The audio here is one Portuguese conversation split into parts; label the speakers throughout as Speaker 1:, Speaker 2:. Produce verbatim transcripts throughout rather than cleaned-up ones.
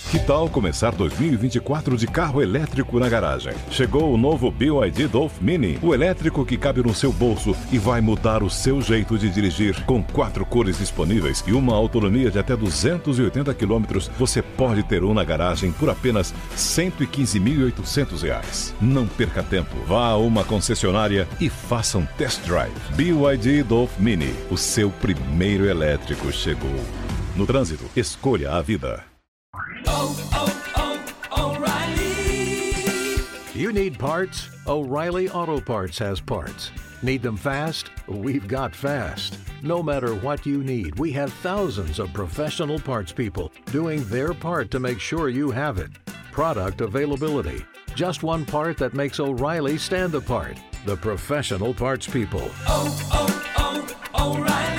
Speaker 1: Que tal começar dois mil e vinte e quatro de carro elétrico na garagem? Chegou o novo B Y D Dolph Mini, o elétrico que cabe no seu bolso e vai mudar o seu jeito de dirigir. Com quatro cores disponíveis e uma autonomia de até duzentos e oitenta quilômetros, você pode ter um na garagem por apenas cento e quinze mil e oitocentos reais. Não perca tempo, vá a uma concessionária e faça um test drive. B Y D Dolph Mini, o seu primeiro elétrico chegou. No trânsito, escolha a vida.
Speaker 2: Oh, oh, oh, O'Reilly.
Speaker 3: You need parts? O'Reilly Auto Parts has parts. Need them fast? We've got fast. No matter what you need, we have thousands of professional parts people doing their part to make sure you have it. Product availability. Just one part that makes O'Reilly stand apart. The professional parts people.
Speaker 2: Oh, oh,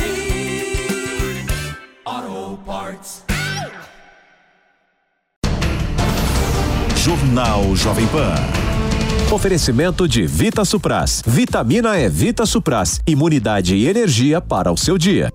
Speaker 2: oh, O'Reilly Auto Parts.
Speaker 4: Jornal Jovem Pan. Oferecimento de Vita Supras. Vitamina é Vita Supras. Imunidade e energia para o seu dia.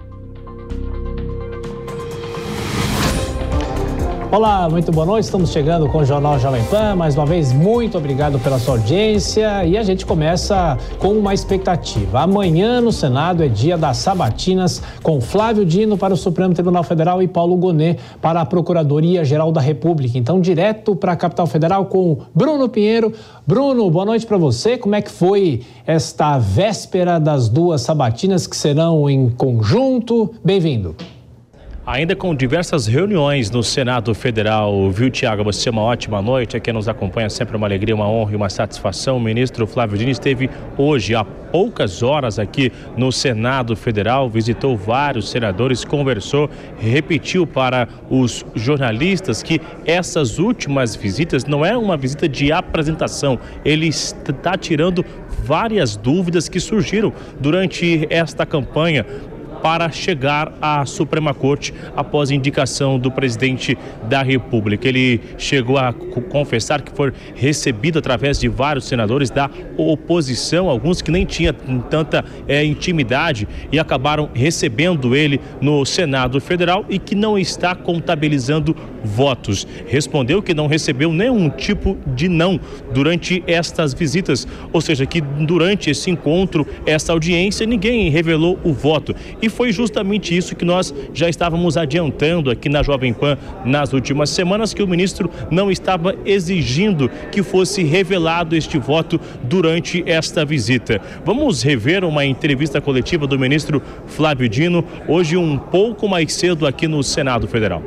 Speaker 5: Olá, muito boa noite. Estamos chegando com o Jornal Jovem Pan. Mais uma vez, muito obrigado pela sua audiência. E a gente começa com uma expectativa. Amanhã no Senado é dia das sabatinas, com Flávio Dino para o Supremo Tribunal Federal e Paulo Gonet para a Procuradoria-Geral da República. Então, direto para a capital federal com Bruno Pinheiro. Bruno, boa noite para você. Como é que foi esta véspera das duas sabatinas que serão em conjunto? Bem-vindo.
Speaker 6: Ainda com diversas reuniões no Senado Federal, viu, Tiago? Você uma ótima noite, é quem nos acompanha, sempre uma alegria, uma honra e uma satisfação. O ministro Flávio Dino esteve hoje, há poucas horas, aqui no Senado Federal, visitou vários senadores, conversou, repetiu para os jornalistas que essas últimas visitas não é uma visita de apresentação, ele está tirando várias dúvidas que surgiram durante esta campanha para chegar à Suprema Corte após indicação do presidente da República. Ele chegou a confessar que foi recebido através de vários senadores da oposição, alguns que nem tinham tanta é, intimidade e acabaram recebendo ele no Senado Federal e que não está contabilizando votos. Respondeu que não recebeu nenhum tipo de não durante estas visitas, ou seja, que durante esse encontro, essa audiência, ninguém revelou o voto. E foi justamente isso que nós já estávamos adiantando aqui na Jovem Pan nas últimas semanas, que o ministro não estava exigindo que fosse revelado este voto durante esta visita. Vamos rever uma entrevista coletiva do ministro Flávio Dino, hoje um pouco mais cedo aqui no Senado Federal.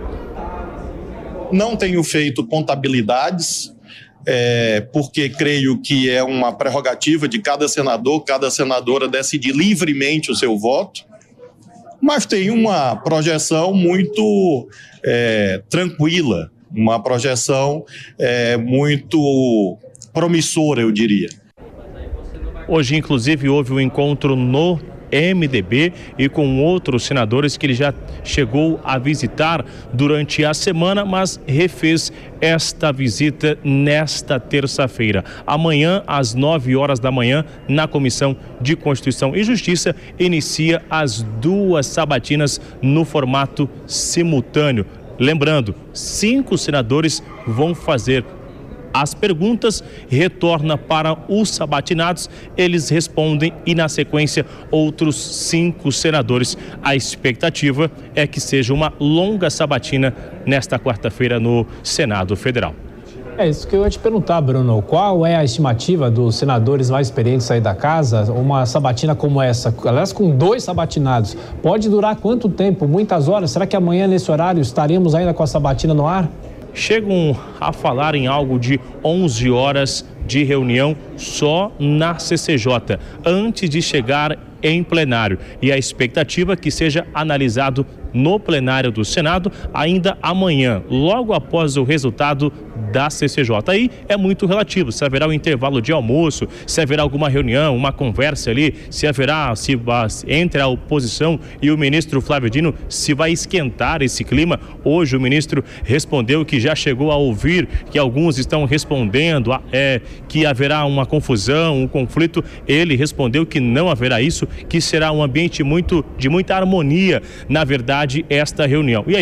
Speaker 7: Não tenho feito contabilidades, é, porque creio que é uma prerrogativa de cada senador, cada senadora decidir livremente o seu voto, mas tem uma projeção muito é, tranquila, uma projeção é, muito promissora, eu diria.
Speaker 6: Hoje, inclusive, houve um encontro no M D B e com outros senadores que ele já chegou a visitar durante a semana, mas refez esta visita nesta terça-feira. Amanhã, às nove horas da manhã, na Comissão de Constituição e Justiça, inicia as duas sabatinas no formato simultâneo. Lembrando, cinco senadores vão fazer as perguntas, retorna para os sabatinados, eles respondem e na sequência outros cinco senadores. A expectativa é que seja uma longa sabatina nesta quarta-feira no Senado Federal.
Speaker 5: É isso que eu ia te perguntar, Bruno. Qual é a estimativa dos senadores mais experientes aí da casa? Uma sabatina como essa, aliás, com dois sabatinados, pode durar quanto tempo? Muitas horas? Será que amanhã nesse horário estaremos ainda com a sabatina no ar?
Speaker 6: Chegam a falar em algo de onze horas de reunião só na C C J, antes de chegar em plenário. E a expectativa é que seja analisado no plenário do Senado ainda amanhã, logo após o resultado da C C J. Aí é muito relativo, se haverá um intervalo de almoço, se haverá alguma reunião, uma conversa ali, se haverá, se entre a oposição e o ministro Flávio Dino, se vai esquentar esse clima. Hoje o ministro respondeu que já chegou a ouvir que alguns estão respondendo é, que haverá uma confusão, um conflito. Ele respondeu que não haverá isso, que será um ambiente muito, de muita harmonia, na verdade, esta reunião. E aí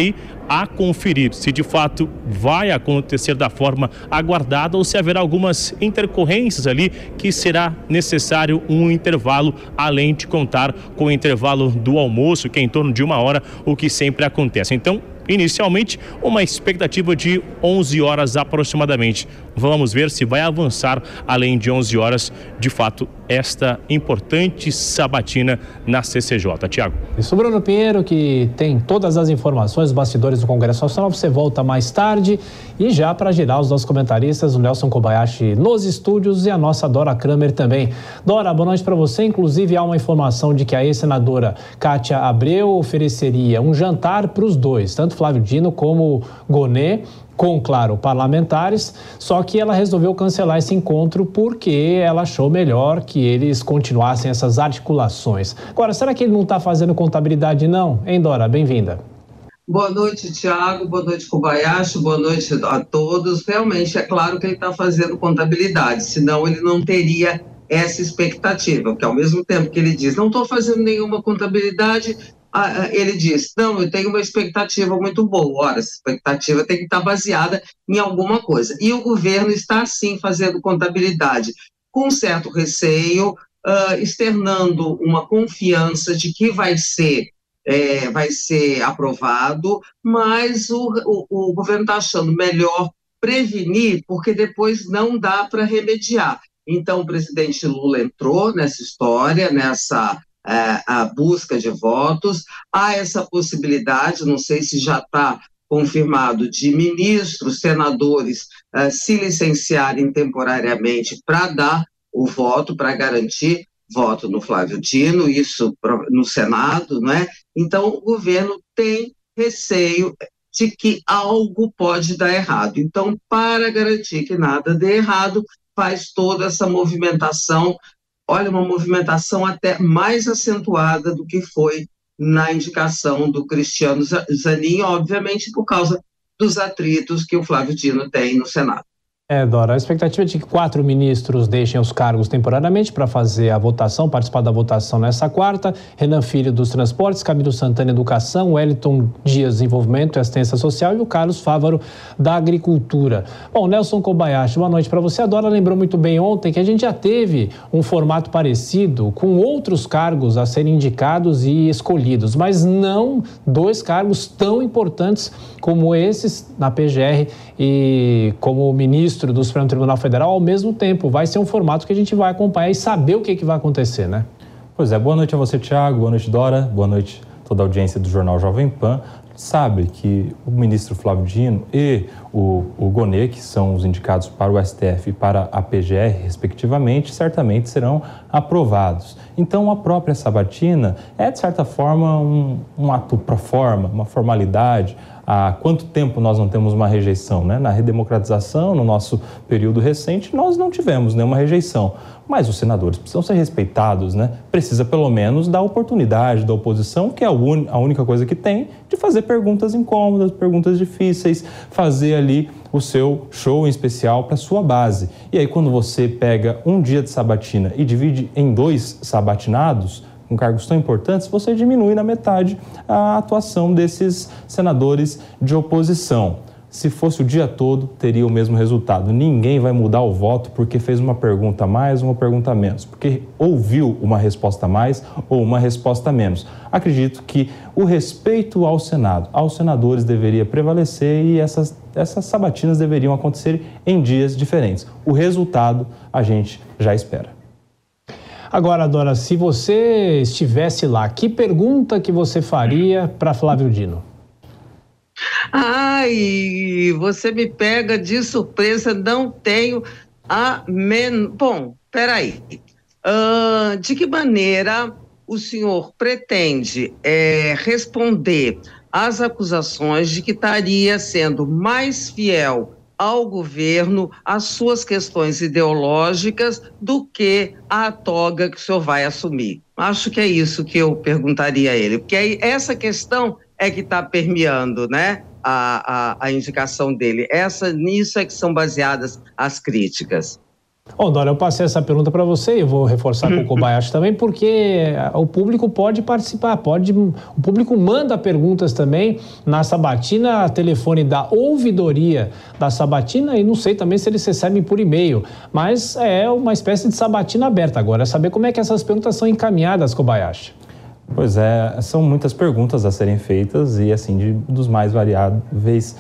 Speaker 6: a conferir se de fato vai acontecer da forma aguardada ou se haverá algumas intercorrências ali que será necessário um intervalo, além de contar com o intervalo do almoço, que é em torno de uma hora, o que sempre acontece. Então, inicialmente, uma expectativa de onze horas aproximadamente. Vamos ver se vai avançar além de onze horas, de fato, esta importante sabatina na C C J. Tiago.
Speaker 5: Isso, Bruno Pinheiro, que tem todas as informações, os bastidores do Congresso Nacional. Você volta mais tarde. E já para girar os nossos comentaristas, o Nelson Kobayashi nos estúdios e a nossa Dora Kramer também. Dora, boa noite para você. Inclusive, há uma informação de que a ex-senadora Cátia Abreu ofereceria um jantar para os dois, tanto Flávio Dino como Gonê, com, claro, parlamentares, só que ela resolveu cancelar esse encontro porque ela achou melhor que eles continuassem essas articulações. Agora, será que ele não está fazendo contabilidade, não? Hein, Dora? Bem-vinda.
Speaker 8: Boa noite, Tiago. Boa noite, Kobayashi. Boa noite a todos. Realmente, é claro que ele está fazendo contabilidade, senão ele não teria essa expectativa, porque ao mesmo tempo que ele diz, não estou fazendo nenhuma contabilidade, ele diz, não, eu tenho uma expectativa muito boa. Ora, essa expectativa tem que estar baseada em alguma coisa. E o governo está, sim, fazendo contabilidade com certo receio, uh, externando uma confiança de que vai ser, é, vai ser aprovado, mas o, o, o governo está achando melhor prevenir, porque depois não dá para remediar. Então, o presidente Lula entrou nessa história, nessa... É, a busca de votos, há essa possibilidade, não sei se já está confirmado, de ministros, senadores é, se licenciarem temporariamente para dar o voto, para garantir voto no Flávio Dino, isso no Senado, não é? Então o governo tem receio de que algo pode dar errado. Então, para garantir que nada dê errado, faz toda essa movimentação. Olha, uma movimentação até mais acentuada do que foi na indicação do Cristiano Zanin, obviamente por causa dos atritos que o Flávio Dino tem no Senado.
Speaker 5: É, Dora, a expectativa é de que quatro ministros deixem os cargos temporariamente para fazer a votação, participar da votação nessa quarta. Renan Filho, dos Transportes, Camilo Santana, Educação, Wellington Dias, Desenvolvimento e Assistência Social e o Carlos Fávaro, da Agricultura. Bom, Nelson Kobayashi, boa noite para você. A Dora lembrou muito bem ontem que a gente já teve um formato parecido com outros cargos a serem indicados e escolhidos, mas não dois cargos tão importantes como esses na P G R e como ministro do Supremo Tribunal Federal ao mesmo tempo. Vai ser um formato que a gente vai acompanhar e saber o que, que vai acontecer, né?
Speaker 9: Pois é, boa noite a você, Tiago, boa noite, Dora, boa noite a toda a audiência do Jornal Jovem Pan. Sabe que o ministro Flávio Dino e o, o Gonê, que são os indicados para o S T F e para a P G R, respectivamente, certamente serão aprovados. Então, a própria sabatina é, de certa forma, um, um ato pro forma, uma formalidade. Há quanto tempo nós não temos uma rejeição, né? Na redemocratização, no nosso período recente, nós não tivemos nenhuma rejeição. Mas os senadores precisam ser respeitados, né? Precisa, pelo menos, dar oportunidade da oposição, que é a, un... a única coisa que tem, de fazer perguntas incômodas, perguntas difíceis, fazer ali o seu show em especial para a sua base. E aí, quando você pega um dia de sabatina e divide em dois sabatinados, com cargos tão importantes, você diminui na metade a atuação desses senadores de oposição. Se fosse o dia todo, teria o mesmo resultado. Ninguém vai mudar o voto porque fez uma pergunta a mais, uma pergunta a menos, porque ouviu uma resposta a mais ou uma resposta a menos. Acredito que o respeito ao Senado, aos senadores, deveria prevalecer e essas, essas sabatinas deveriam acontecer em dias diferentes. O resultado a gente já espera.
Speaker 5: Agora, Dora, se você estivesse lá, que pergunta que você faria para Flávio Dino?
Speaker 8: Ai, você me pega de surpresa, não tenho a men... Bom, peraí. Uh, de que maneira o senhor pretende é, responder às acusações de que estaria sendo mais fiel ao governo, às suas questões ideológicas, do que a toga que o senhor vai assumir? Acho que é isso que eu perguntaria a ele, porque aí essa questão é que está permeando, né, a, a, a indicação dele. Essa, nisso é que são baseadas as críticas.
Speaker 5: Bom, Dora, eu passei essa pergunta para você e eu vou reforçar com o Kobayashi também, porque o público pode participar, pode, o público manda perguntas também na Sabatina, telefone da ouvidoria da Sabatina, e não sei também se eles recebem por e-mail, mas é uma espécie de Sabatina aberta agora, é saber como é que essas perguntas são encaminhadas, Kobayashi.
Speaker 9: Pois é, são muitas perguntas a serem feitas e assim, de, dos mais variáveis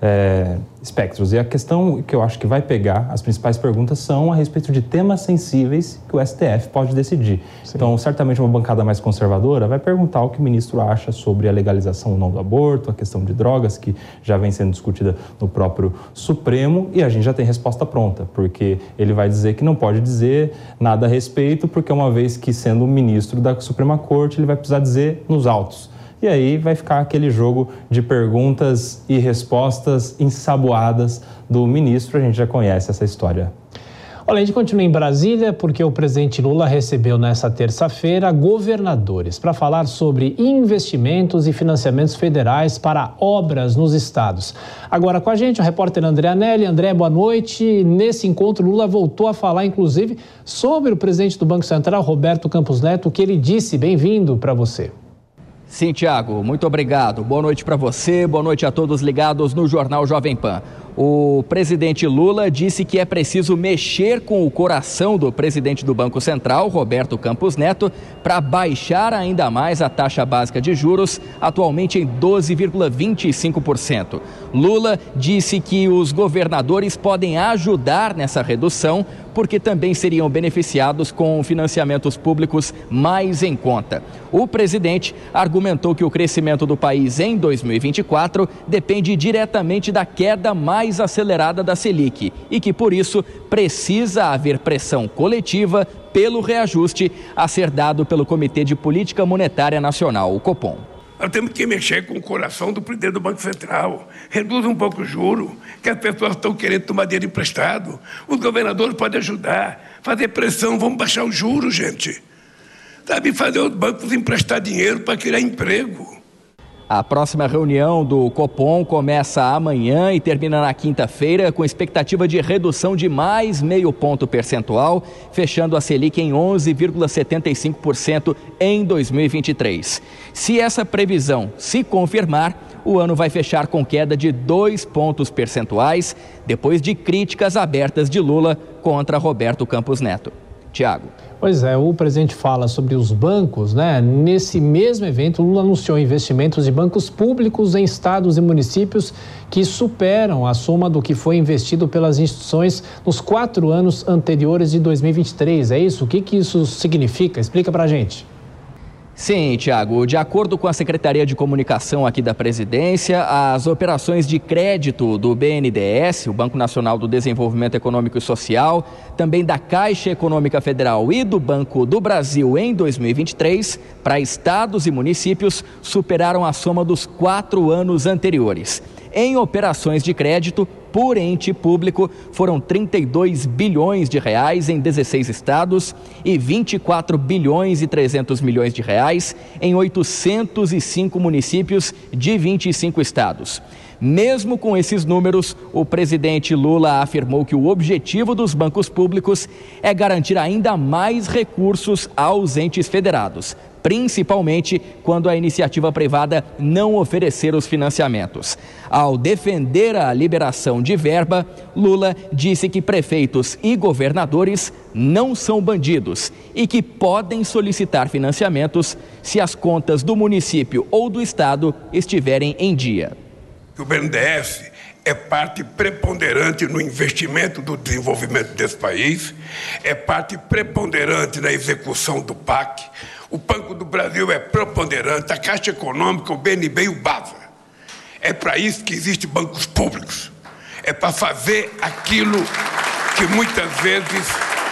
Speaker 9: é, espectros. E a questão que eu acho que vai pegar, as principais perguntas são a respeito de temas sensíveis que o S T F pode decidir. Sim. Então, certamente uma bancada mais conservadora vai perguntar o que o ministro acha sobre a legalização ou não do aborto, a questão de drogas, que já vem sendo discutida no próprio Supremo, e a gente já tem resposta pronta, porque ele vai dizer que não pode dizer nada a respeito, porque uma vez que sendo o ministro da Suprema Corte, ele vai precisar dizer nos autos. E aí vai ficar aquele jogo de perguntas e respostas ensaboadas do ministro. A gente já conhece essa história.
Speaker 5: Olha, a gente continua em Brasília porque o presidente Lula recebeu nesta terça-feira governadores para falar sobre investimentos e financiamentos federais para obras nos estados. Agora com a gente o repórter André Anelli. André, boa noite. Nesse encontro, Lula voltou a falar, inclusive, sobre o presidente do Banco Central, Roberto Campos Neto, o que ele disse. Bem-vindo para você.
Speaker 10: Sim, Tiago, muito obrigado. Boa noite para você, boa noite a todos ligados no Jornal Jovem Pan. O presidente Lula disse que é preciso mexer com o coração do presidente do Banco Central, Roberto Campos Neto, para baixar ainda mais a taxa básica de juros, atualmente em doze vírgula vinte e cinco por cento. Lula disse que os governadores podem ajudar nessa redução, porque também seriam beneficiados com financiamentos públicos mais em conta. O presidente argumentou que o crescimento do país em dois mil e vinte e quatro depende diretamente da queda mais acelerada da Selic e que, por isso, precisa haver pressão coletiva pelo reajuste a ser dado pelo Comitê de Política Monetária Nacional, o Copom.
Speaker 11: Nós temos que mexer com o coração do presidente do Banco Central. Reduz um pouco o juro, que as pessoas estão querendo tomar dinheiro emprestado. Os governadores podem ajudar, fazer pressão, vamos baixar o juro, gente. Sabe, fazer os bancos emprestar dinheiro para criar emprego.
Speaker 10: A próxima reunião do Copom começa amanhã e termina na quinta-feira, com expectativa de redução de mais meio ponto percentual, fechando a Selic em onze vírgula setenta e cinco por cento em dois mil e vinte e três. Se essa previsão se confirmar, o ano vai fechar com queda de dois pontos percentuais, depois de críticas abertas de Lula contra Roberto Campos Neto. Tiago.
Speaker 5: Pois é, o presidente fala sobre os bancos, né? Nesse mesmo evento, Lula anunciou investimentos de bancos públicos em estados e municípios que superam a soma do que foi investido pelas instituições nos quatro anos anteriores de dois mil e vinte e três. É isso? O que que isso significa? Explica pra gente.
Speaker 10: Sim, Tiago, de acordo com a Secretaria de Comunicação aqui da Presidência, as operações de crédito do B N D E S, o Banco Nacional do Desenvolvimento Econômico e Social, também da Caixa Econômica Federal e do Banco do Brasil em dois mil e vinte e três, para estados e municípios, superaram a soma dos quatro anos anteriores. Em operações de crédito por ente público, foram trinta e dois bilhões de reais em dezesseis estados e vinte e quatro bilhões e trezentos milhões de reais em oitocentos e cinco municípios de vinte e cinco estados. Mesmo com esses números, o presidente Lula afirmou que o objetivo dos bancos públicos é garantir ainda mais recursos aos entes federados, principalmente quando a iniciativa privada não oferecer os financiamentos. Ao defender a liberação de verba, Lula disse que prefeitos e governadores não são bandidos e que podem solicitar financiamentos se as contas do município ou do estado estiverem em dia.
Speaker 11: O B N D E S é parte preponderante no investimento do desenvolvimento desse país, é parte preponderante na execução do P A C. O Banco do Brasil é preponderante, a Caixa Econômica, o B N B e o BAVA. É para isso que existem bancos públicos. É para fazer aquilo que muitas vezes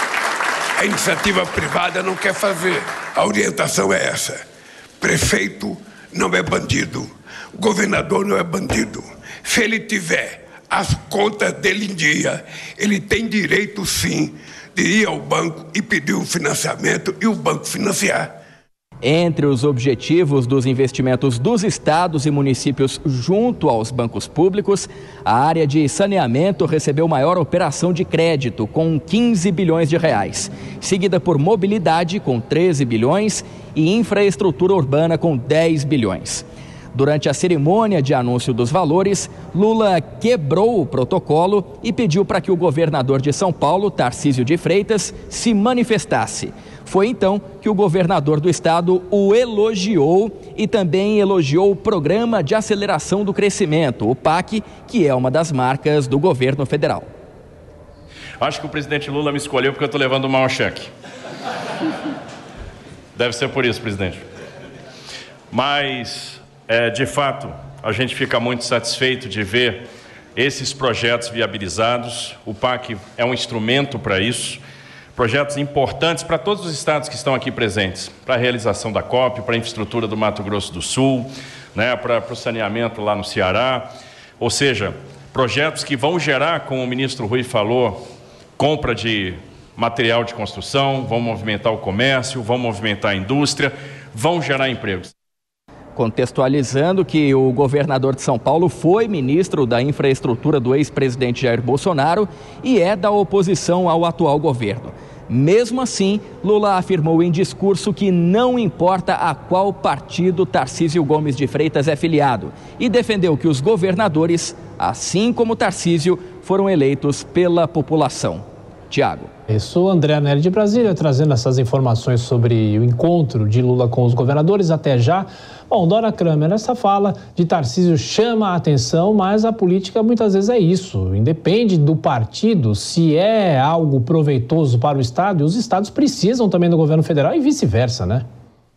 Speaker 11: a iniciativa privada não quer fazer. A orientação é essa. Prefeito não é bandido. O governador não é bandido. Se ele tiver as contas dele em dia, ele tem direito, sim, de ir ao banco e pedir um financiamento e o banco financiar.
Speaker 10: Entre os objetivos dos investimentos dos estados e municípios junto aos bancos públicos, a área de saneamento recebeu maior operação de crédito, com quinze bilhões de reais, seguida por mobilidade, com treze bilhões, e infraestrutura urbana, com dez bilhões. Durante a cerimônia de anúncio dos valores, Lula quebrou o protocolo e pediu para que o governador de São Paulo, Tarcísio de Freitas, se manifestasse. Foi então que o governador do estado o elogiou e também elogiou o Programa de Aceleração do Crescimento, o P A C, que é uma das marcas do governo federal.
Speaker 12: Acho que o presidente Lula me escolheu porque eu estou levando o maior cheque. Deve ser por isso, presidente. Mas, é, de fato, a gente fica muito satisfeito de ver esses projetos viabilizados. O P A C é um instrumento para isso. Projetos importantes para todos os estados que estão aqui presentes, para a realização da COP, para a infraestrutura do Mato Grosso do Sul, né, para, para o saneamento lá no Ceará. Ou seja, projetos que vão gerar, como o ministro Rui falou, compra de material de construção, vão movimentar o comércio, vão movimentar a indústria, vão gerar empregos.
Speaker 10: Contextualizando que o governador de São Paulo foi ministro da infraestrutura do ex-presidente Jair Bolsonaro e é da oposição ao atual governo. Mesmo assim, Lula afirmou em discurso que não importa a qual partido Tarcísio Gomes de Freitas é filiado e defendeu que os governadores, assim como Tarcísio, foram eleitos pela população. Tiago.
Speaker 5: Isso, André Anelli de Brasília, trazendo essas informações sobre o encontro de Lula com os governadores. Até já. Bom, Dora Kramer, essa fala de Tarcísio chama a atenção, mas a política muitas vezes é isso. Independe do partido, se é algo proveitoso para o Estado, e os estados precisam também do governo federal e vice-versa, né?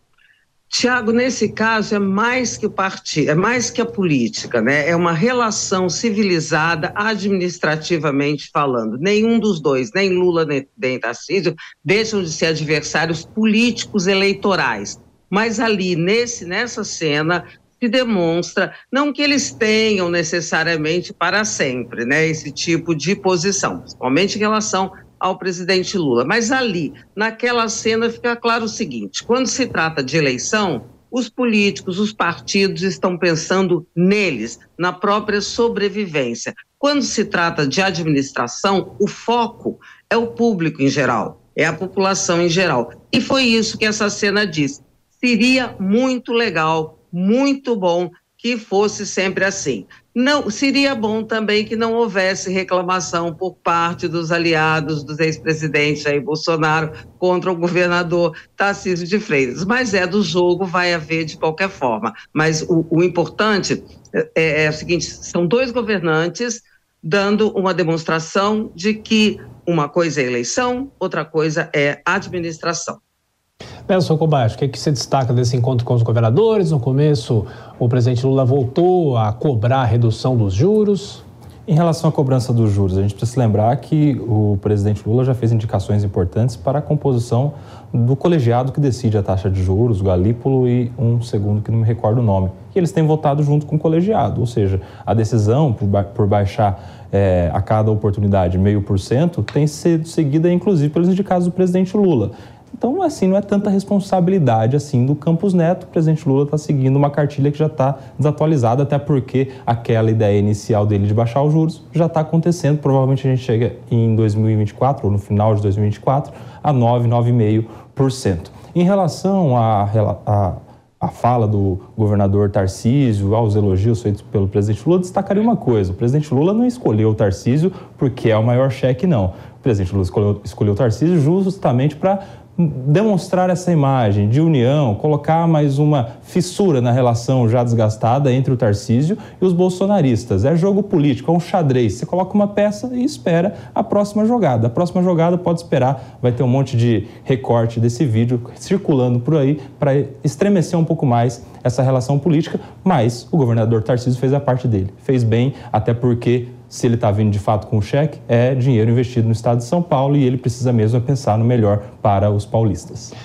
Speaker 8: Tiago, nesse caso é mais que o partido, é mais que a política, né? É uma relação civilizada, administrativamente falando. Nenhum dos dois, nem Lula nem Tarcísio, deixam de ser adversários políticos eleitorais. Mas ali, nesse, nessa cena, se demonstra, não que eles tenham necessariamente para sempre, né? Esse tipo de posição, principalmente em relação ao presidente Lula. Mas ali, naquela cena, fica claro o seguinte: quando se trata de eleição, os políticos, os partidos estão pensando neles, na própria sobrevivência. Quando se trata de administração, o foco é o público em geral, é a população em geral. E foi isso que essa cena disse. Seria muito legal, muito bom que fosse sempre assim. Não, seria bom também que não houvesse reclamação por parte dos aliados dos ex-presidentes Jair Bolsonaro contra o governador Tarcísio de Freitas. Mas é do jogo, vai haver de qualquer forma. Mas o, o importante é, é o seguinte: são dois governantes dando uma demonstração de que uma coisa é eleição, outra coisa é administração.
Speaker 5: Nelson Kobayashi, o que, é que você destaca desse encontro com os governadores? No começo, o presidente Lula voltou a cobrar a redução dos juros.
Speaker 9: Em relação à cobrança dos juros, a gente precisa se lembrar que o presidente Lula já fez indicações importantes para a composição do colegiado que decide a taxa de juros, o Galípolo e um segundo que não me recordo o nome. E eles têm votado junto com o colegiado, ou seja, a decisão por, ba- por baixar é, a cada oportunidade meio por cento tem sido seguida, inclusive, pelos indicados do presidente Lula. Então, assim, não é tanta responsabilidade assim do Campos Neto. O presidente Lula está seguindo uma cartilha que já está desatualizada, até porque aquela ideia inicial dele de baixar os juros já está acontecendo. Provavelmente a gente chega em dois mil e vinte e quatro, ou no final de dois mil e vinte e quatro, a nove, nove vírgula cinco por cento. Em relação à a, a fala do governador Tarcísio, aos elogios feitos pelo presidente Lula, destacaria uma coisa: o presidente Lula não escolheu o Tarcísio porque é o maior cheque, não. O presidente Lula escolheu, escolheu o Tarcísio justamente para demonstrar essa imagem de união, colocar mais uma fissura na relação já desgastada entre o Tarcísio e os bolsonaristas. É jogo político, é um xadrez. Você coloca uma peça e espera a próxima jogada. A próxima jogada pode esperar, vai ter um monte de recorte desse vídeo circulando por aí para estremecer um pouco mais essa relação política, mas o governador Tarcísio fez a parte dele. Fez bem, até porque se ele está vindo de fato com o cheque, é dinheiro investido no estado de São Paulo e ele precisa mesmo pensar no melhor para os paulistas.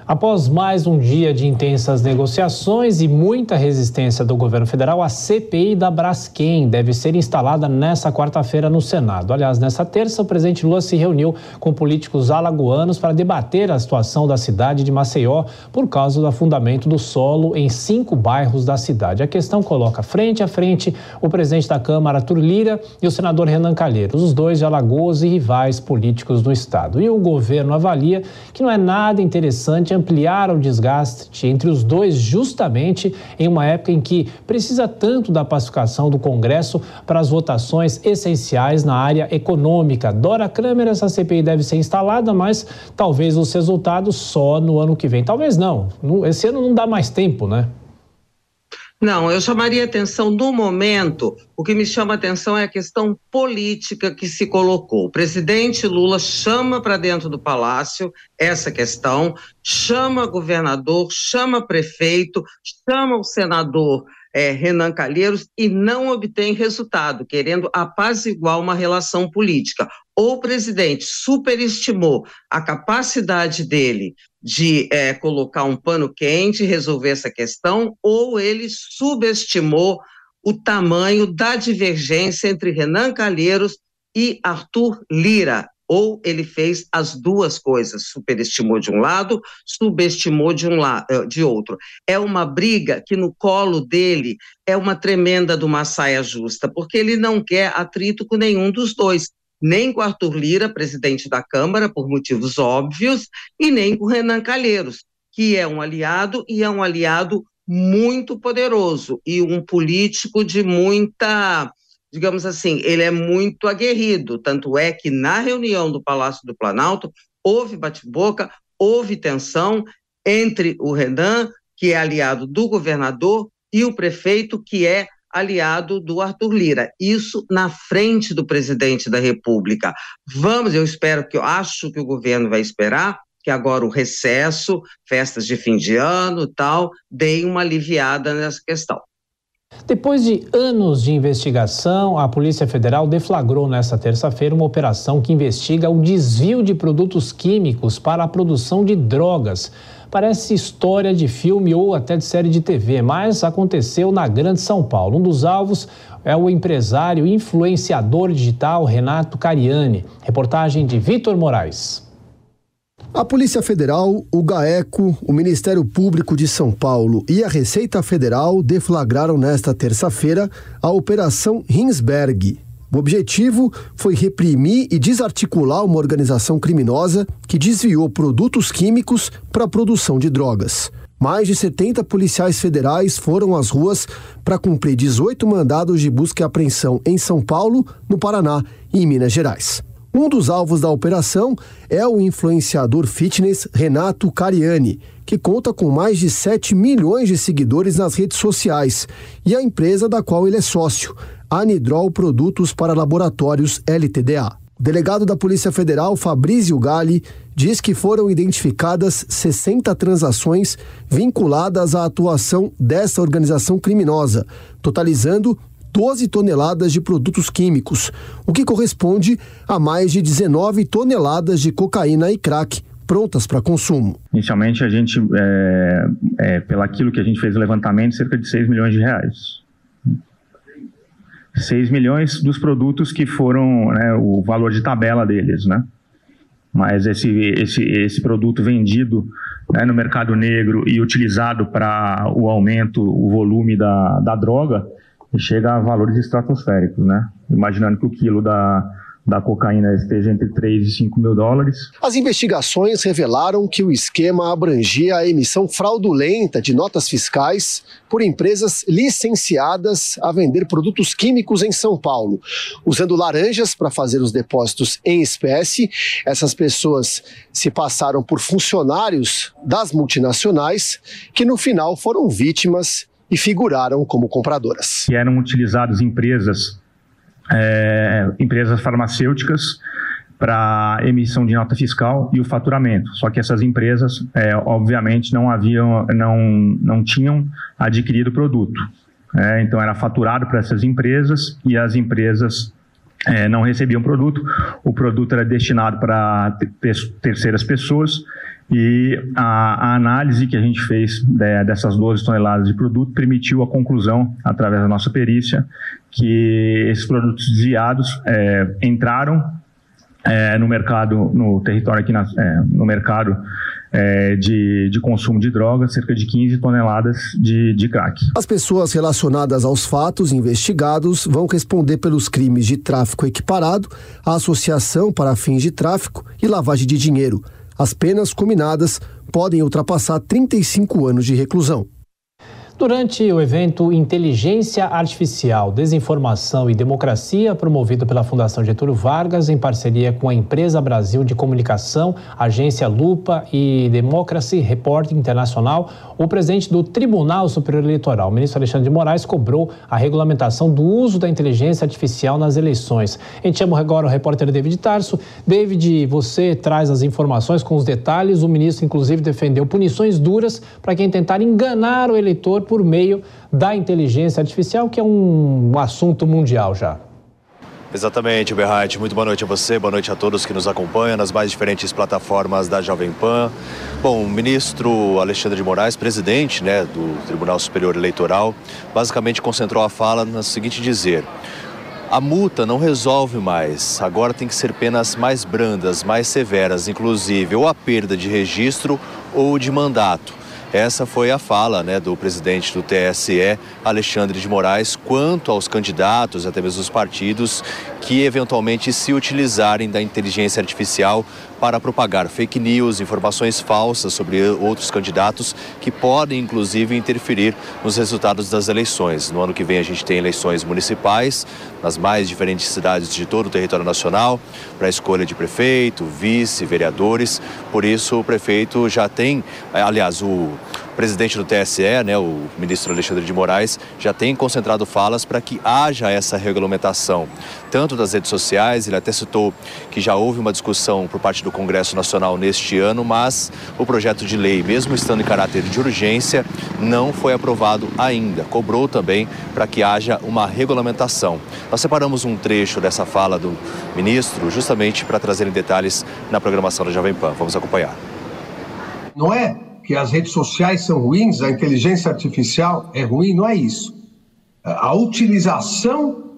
Speaker 5: Após mais um dia de intensas negociações e muita resistência do governo federal, a C P I da Braskem deve ser instalada nesta quarta-feira no Senado. Aliás, nesta terça, o presidente Lula se reuniu com políticos alagoanos para debater a situação da cidade de Maceió por causa do afundamento do solo em cinco bairros da cidade. A questão coloca frente a frente o presidente da Câmara, Arthur Lira, e o senador Renan Calheiros, os dois de Alagoas e rivais políticos do estado. E o governo avalia que não é nada interessante ampliar o desgaste entre os dois justamente em uma época em que precisa tanto da pacificação do Congresso para as votações essenciais na área econômica. Dora Kramer, essa C P I deve ser instalada, mas talvez os resultados só no ano que vem. Talvez não. Esse ano não dá mais tempo, né?
Speaker 8: Não, eu chamaria atenção no momento, o que me chama atenção é a questão política que se colocou. O presidente Lula chama para dentro do Palácio essa questão, chama governador, chama prefeito, chama o senador é, Renan Calheiros e não obtém resultado, querendo apaziguar uma relação política. Ou o presidente superestimou a capacidade dele de é, colocar um pano quente e resolver essa questão, ou ele subestimou o tamanho da divergência entre Renan Calheiros e Arthur Lira, ou ele fez as duas coisas, superestimou de um lado, subestimou de, um la- de outro. É uma briga que no colo dele é uma tremenda de uma saia justa, porque ele não quer atrito com nenhum dos dois, nem com Arthur Lira, presidente da Câmara, por motivos óbvios, e nem com Renan Calheiros, que é um aliado e é um aliado muito poderoso e um político de muita, digamos assim, ele é muito aguerrido, tanto é que na reunião do Palácio do Planalto houve bate-boca, houve tensão entre o Renan, que é aliado do governador, e o prefeito, que é aliado do Arthur Lira, isso na frente do presidente da República. Vamos, eu espero que, eu acho que o governo vai esperar que agora o recesso, festas de fim de ano e tal, deem uma aliviada nessa questão.
Speaker 5: Depois de anos de investigação, a Polícia Federal deflagrou nesta terça-feira uma operação que investiga o desvio de produtos químicos para a produção de drogas. Parece história de filme ou até de série de T V, mas aconteceu na Grande São Paulo. Um dos alvos é o empresário e influenciador digital Renato Cariani. Reportagem de Vitor Moraes.
Speaker 13: A Polícia Federal, o GAECO, o Ministério Público de São Paulo e a Receita Federal deflagraram nesta terça-feira a Operação Hinsberg. O objetivo foi reprimir e desarticular uma organização criminosa que desviou produtos químicos para a produção de drogas. Mais de setenta policiais federais foram às ruas para cumprir dezoito mandados de busca e apreensão em São Paulo, no Paraná e em Minas Gerais. Um dos alvos da operação é o influenciador fitness Renato Cariani, que conta com mais de sete milhões de seguidores nas redes sociais, e a empresa da qual ele é sócio, a Anidrol Produtos para Laboratórios L T D A. O delegado da Polícia Federal, Fabrício Galli, diz que foram identificadas sessenta transações vinculadas à atuação dessa organização criminosa, totalizando doze toneladas de produtos químicos, o que corresponde a mais de dezenove toneladas de cocaína e crack prontas para consumo.
Speaker 14: Inicialmente, a gente, é, é, pelaquilo que a gente fez o levantamento, cerca de seis milhões de reais. seis milhões dos produtos que foram, né, o valor de tabela deles, né? Mas esse, esse, esse produto vendido, né, no mercado negro e utilizado para o aumento, o volume da, da droga, chega a valores estratosféricos, né? Imaginando que o quilo da, da cocaína esteja entre três e cinco mil dólares.
Speaker 13: As investigações revelaram que o esquema abrangia a emissão fraudulenta de notas fiscais por empresas licenciadas a vender produtos químicos em São Paulo. Usando laranjas para fazer os depósitos em espécie, essas pessoas se passaram por funcionários das multinacionais que no final foram vítimas e figuraram como compradoras.
Speaker 14: E eram utilizadas empresas, é, empresas farmacêuticas para emissão de nota fiscal e o faturamento. Só que essas empresas, é, obviamente, não haviam, não, não tinham adquirido o produto. É, então era faturado para essas empresas e as empresas é, não recebiam produto. O produto era destinado para terceiras pessoas E a, a análise que a gente fez de, dessas doze toneladas de produto permitiu a conclusão, através da nossa perícia, que esses produtos desviados é, entraram é, no mercado, no território aqui, na, é, no mercado é, de, de consumo de drogas, cerca de quinze toneladas de, de crack.
Speaker 13: As pessoas relacionadas aos fatos investigados vão responder pelos crimes de tráfico equiparado, associação para fins de tráfico e lavagem de dinheiro. As penas combinadas podem ultrapassar trinta e cinco anos de reclusão.
Speaker 5: Durante o evento Inteligência Artificial, Desinformação e Democracia, promovido pela Fundação Getúlio Vargas, em parceria com a Empresa Brasil de Comunicação, Agência Lupa e Democracy Reporting Internacional, o presidente do Tribunal Superior Eleitoral, o ministro Alexandre de Moraes, cobrou a regulamentação do uso da inteligência artificial nas eleições. A gente chama agora o repórter David Tarso. David, você traz as informações com os detalhes. O ministro, inclusive, defendeu punições duras para quem tentar enganar o eleitor por meio da inteligência artificial, que é um assunto mundial já.
Speaker 15: Exatamente, Berrait. Muito boa noite a você, boa noite a todos que nos acompanham nas mais diferentes plataformas da Jovem Pan. Bom, o ministro Alexandre de Moraes, presidente, né, do Tribunal Superior Eleitoral, basicamente concentrou a fala no seguinte dizer: a multa não resolve mais, agora tem que ser penas mais brandas, mais severas, inclusive ou a perda de registro ou de mandato. Essa foi a fala, né, do presidente do T S E, Alexandre de Moraes, quanto aos candidatos, até mesmo os partidos, que eventualmente se utilizarem da inteligência artificial para propagar fake news, informações falsas sobre outros candidatos que podem, inclusive, interferir nos resultados das eleições. No ano que vem a gente tem eleições municipais nas mais diferentes cidades de todo o território nacional para a escolha de prefeito, vice, vereadores. Por isso o prefeito já tem, aliás, o presidente do T S E, né, o ministro Alexandre de Moraes, já tem concentrado falas para que haja essa regulamentação, tanto das redes sociais. Ele até citou que já houve uma discussão por parte do Congresso Nacional neste ano, mas o projeto de lei, mesmo estando em caráter de urgência, não foi aprovado ainda. Cobrou também para que haja uma regulamentação. Nós separamos um trecho dessa fala do ministro justamente para trazer em detalhes na programação da Jovem Pan. Vamos acompanhar.
Speaker 16: Não é que as redes sociais são ruins, a inteligência artificial é ruim, não é isso. A utilização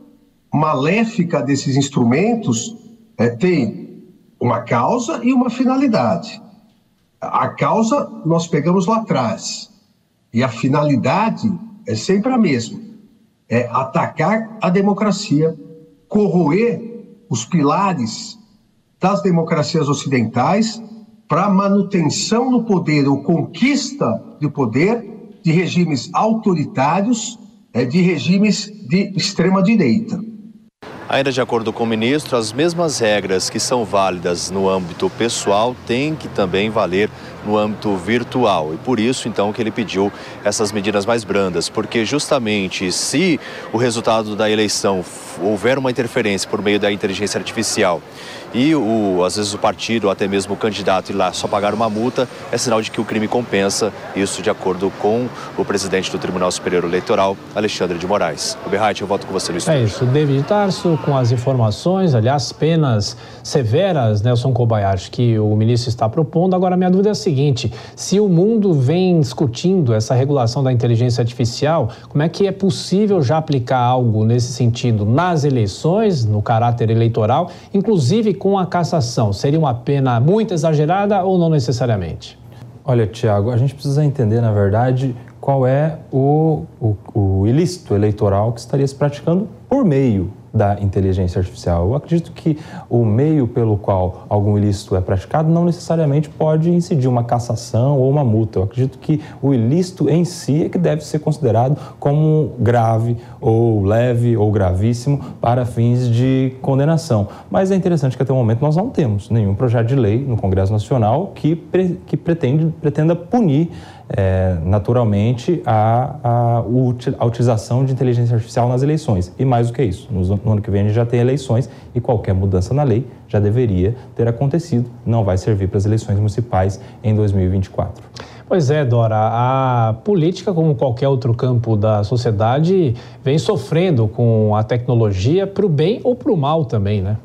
Speaker 16: maléfica desses instrumentos é, tem uma causa e uma finalidade. A causa nós pegamos lá atrás e a finalidade é sempre a mesma. É atacar a democracia, corroer os pilares das democracias ocidentais para a manutenção no poder ou conquista de poder de regimes autoritários, de regimes de extrema-direita.
Speaker 15: Ainda de acordo com o ministro, as mesmas regras que são válidas no âmbito pessoal têm que também valer no âmbito virtual. E por isso, então, que ele pediu essas medidas mais brandas, porque justamente se o resultado da eleição houver uma interferência por meio da inteligência artificial e, o, às vezes, o partido ou até mesmo o candidato ir lá só pagar uma multa, é sinal de que o crime compensa, isso de acordo com o presidente do Tribunal Superior Eleitoral, Alexandre de Moraes. O Berrait, eu volto com você no estúdio.
Speaker 5: É isso, David Tarso, com as informações, aliás, penas severas, Nelson Kobayashi, que o ministro está propondo. Agora, minha dúvida é a seguinte: se o mundo vem discutindo essa regulação da inteligência artificial, como é que é possível já aplicar algo nesse sentido nas eleições, no caráter eleitoral, inclusive com a cassação? Seria uma pena muito exagerada ou não necessariamente?
Speaker 9: Olha, Tiago, a gente precisa entender, na verdade, qual é o, o, o ilícito eleitoral que estaria se praticando por meio da inteligência artificial. Eu acredito que o meio pelo qual algum ilícito é praticado não necessariamente pode incidir uma cassação ou uma multa. Eu acredito que o ilícito em si é que deve ser considerado como grave ou leve ou gravíssimo para fins de condenação. Mas é interessante que até o momento nós não temos nenhum projeto de lei no Congresso Nacional que, pre, que pretende, pretenda punir É, naturalmente a, a, a utilização de inteligência artificial nas eleições. E mais do que isso, no, no ano que vem a gente já tem eleições e qualquer mudança na lei já deveria ter acontecido, não vai servir para as eleições municipais em dois mil e vinte e quatro.
Speaker 5: Pois é, Dora, a política, como qualquer outro campo da sociedade, vem sofrendo com a tecnologia para o bem ou para o mal também, né?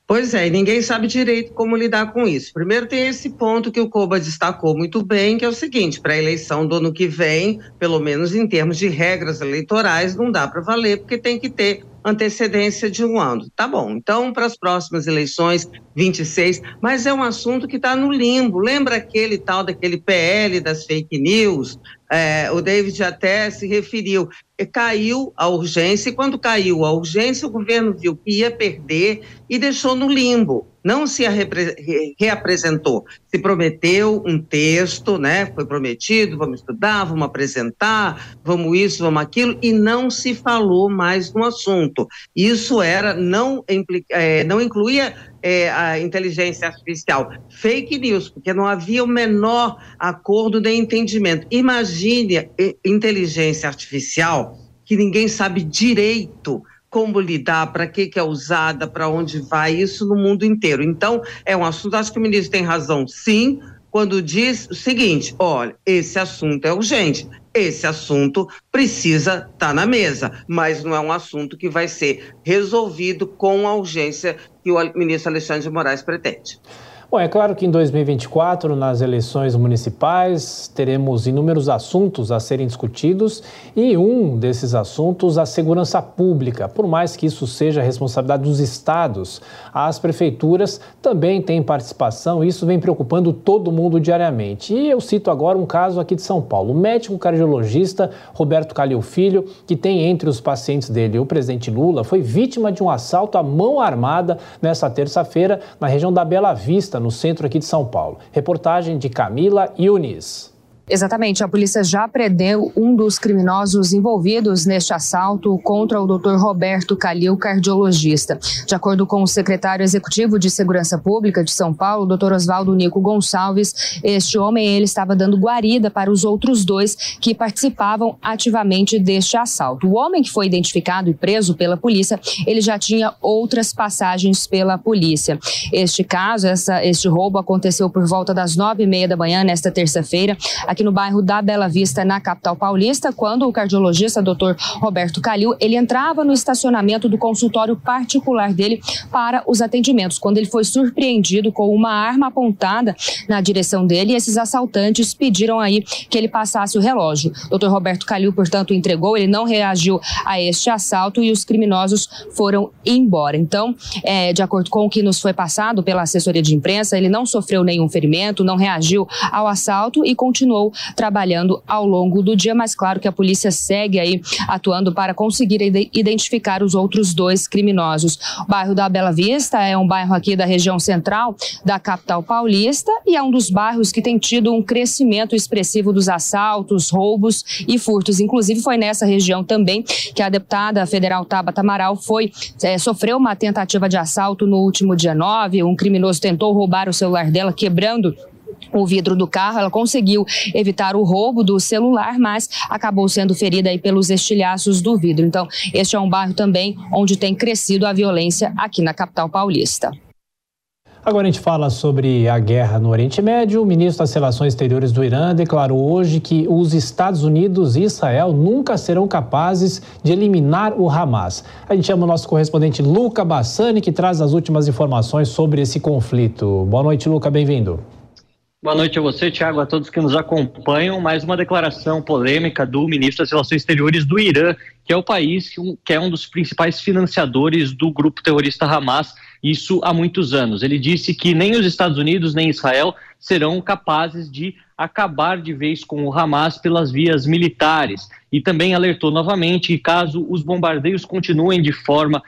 Speaker 8: Pois é, e ninguém sabe direito como lidar com isso. Primeiro tem esse ponto que o Koba destacou muito bem, que é o seguinte: para a eleição do ano que vem, pelo menos em termos de regras eleitorais, não dá para valer, porque tem que ter antecedência de um ano. Tá bom, então para as próximas eleições, vinte e seis, mas é um assunto que está no limbo. Lembra aquele tal daquele P L das fake news? É, o David até se referiu, caiu a urgência, e quando caiu a urgência, o governo viu que ia perder e deixou no limbo, não se re- reapresentou, se prometeu um texto, né? Foi prometido, vamos estudar, vamos apresentar, vamos isso, vamos aquilo, e não se falou mais no assunto. Isso era, não, implica, é, não incluía É, a inteligência artificial, fake news, porque não havia o menor acordo nem entendimento. Imagine inteligência artificial que ninguém sabe direito como lidar, para que que é usada, para onde vai, isso no mundo inteiro. Então, é um assunto, acho que o ministro tem razão, sim, quando diz o seguinte: olha, esse assunto é urgente, esse assunto precisa estar na mesa, mas não é um assunto que vai ser resolvido com a urgência que o ministro Alexandre de Moraes pretende.
Speaker 5: Bom, é claro que em dois mil e vinte e quatro, nas eleições municipais, teremos inúmeros assuntos a serem discutidos e um desses assuntos, a segurança pública. Por mais que isso seja responsabilidade dos estados, as prefeituras também têm participação e isso vem preocupando todo mundo diariamente. E eu cito agora um caso aqui de São Paulo. O médico cardiologista Roberto Calil Filho, que tem entre os pacientes dele o presidente Lula, foi vítima de um assalto à mão armada nessa terça-feira na região da Bela Vista, no centro aqui de São Paulo. Reportagem de Camila Yunis.
Speaker 17: Exatamente, a polícia já prendeu um dos criminosos envolvidos neste assalto contra o doutor Roberto Calil, cardiologista. De acordo com o secretário executivo de Segurança Pública de São Paulo, doutor Oswaldo Nico Gonçalves, este homem ele estava dando guarida para os outros dois que participavam ativamente deste assalto. O homem que foi identificado e preso pela polícia, ele já tinha outras passagens pela polícia. Este caso, essa, este roubo aconteceu por volta das nove e meia da manhã nesta terça-feira, aqui no bairro da Bela Vista, na capital paulista, quando o cardiologista doutor Roberto Calil, ele entrava no estacionamento do consultório particular dele para os atendimentos, quando ele foi surpreendido com uma arma apontada na direção dele, e esses assaltantes pediram aí que ele passasse o relógio. doutor Roberto Calil, portanto, entregou, ele não reagiu a este assalto e os criminosos foram embora. Então, é, de acordo com o que nos foi passado pela assessoria de imprensa, ele não sofreu nenhum ferimento, não reagiu ao assalto e continuou trabalhando ao longo do dia, mas claro que a polícia segue aí atuando para conseguir identificar os outros dois criminosos. O bairro da Bela Vista é um bairro aqui da região central da capital paulista e é um dos bairros que tem tido um crescimento expressivo dos assaltos, roubos e furtos. Inclusive foi nessa região também que a deputada federal Tabata Amaral foi, é, sofreu uma tentativa de assalto no último dia nove, um criminoso tentou roubar o celular dela quebrando o vidro do carro. Ela conseguiu evitar o roubo do celular, mas acabou sendo ferida aí pelos estilhaços do vidro. Então, este é um bairro também onde tem crescido a violência aqui na capital paulista.
Speaker 5: Agora a gente fala sobre a guerra no Oriente Médio. O ministro das Relações Exteriores do Irã declarou hoje que os Estados Unidos e Israel nunca serão capazes de eliminar o Hamas. A gente chama o nosso correspondente Luca Bassani, que traz as últimas informações sobre esse conflito. Boa noite, Luca, bem-vindo.
Speaker 18: Boa noite a você, Thiago, a todos que nos acompanham. Mais uma declaração polêmica do ministro das Relações Exteriores do Irã, que é o país que é um dos principais financiadores do grupo terrorista Hamas, isso há muitos anos. Ele disse que nem os Estados Unidos nem Israel serão capazes de acabar de vez com o Hamas pelas vias militares. E também alertou novamente que caso os bombardeios continuem de forma,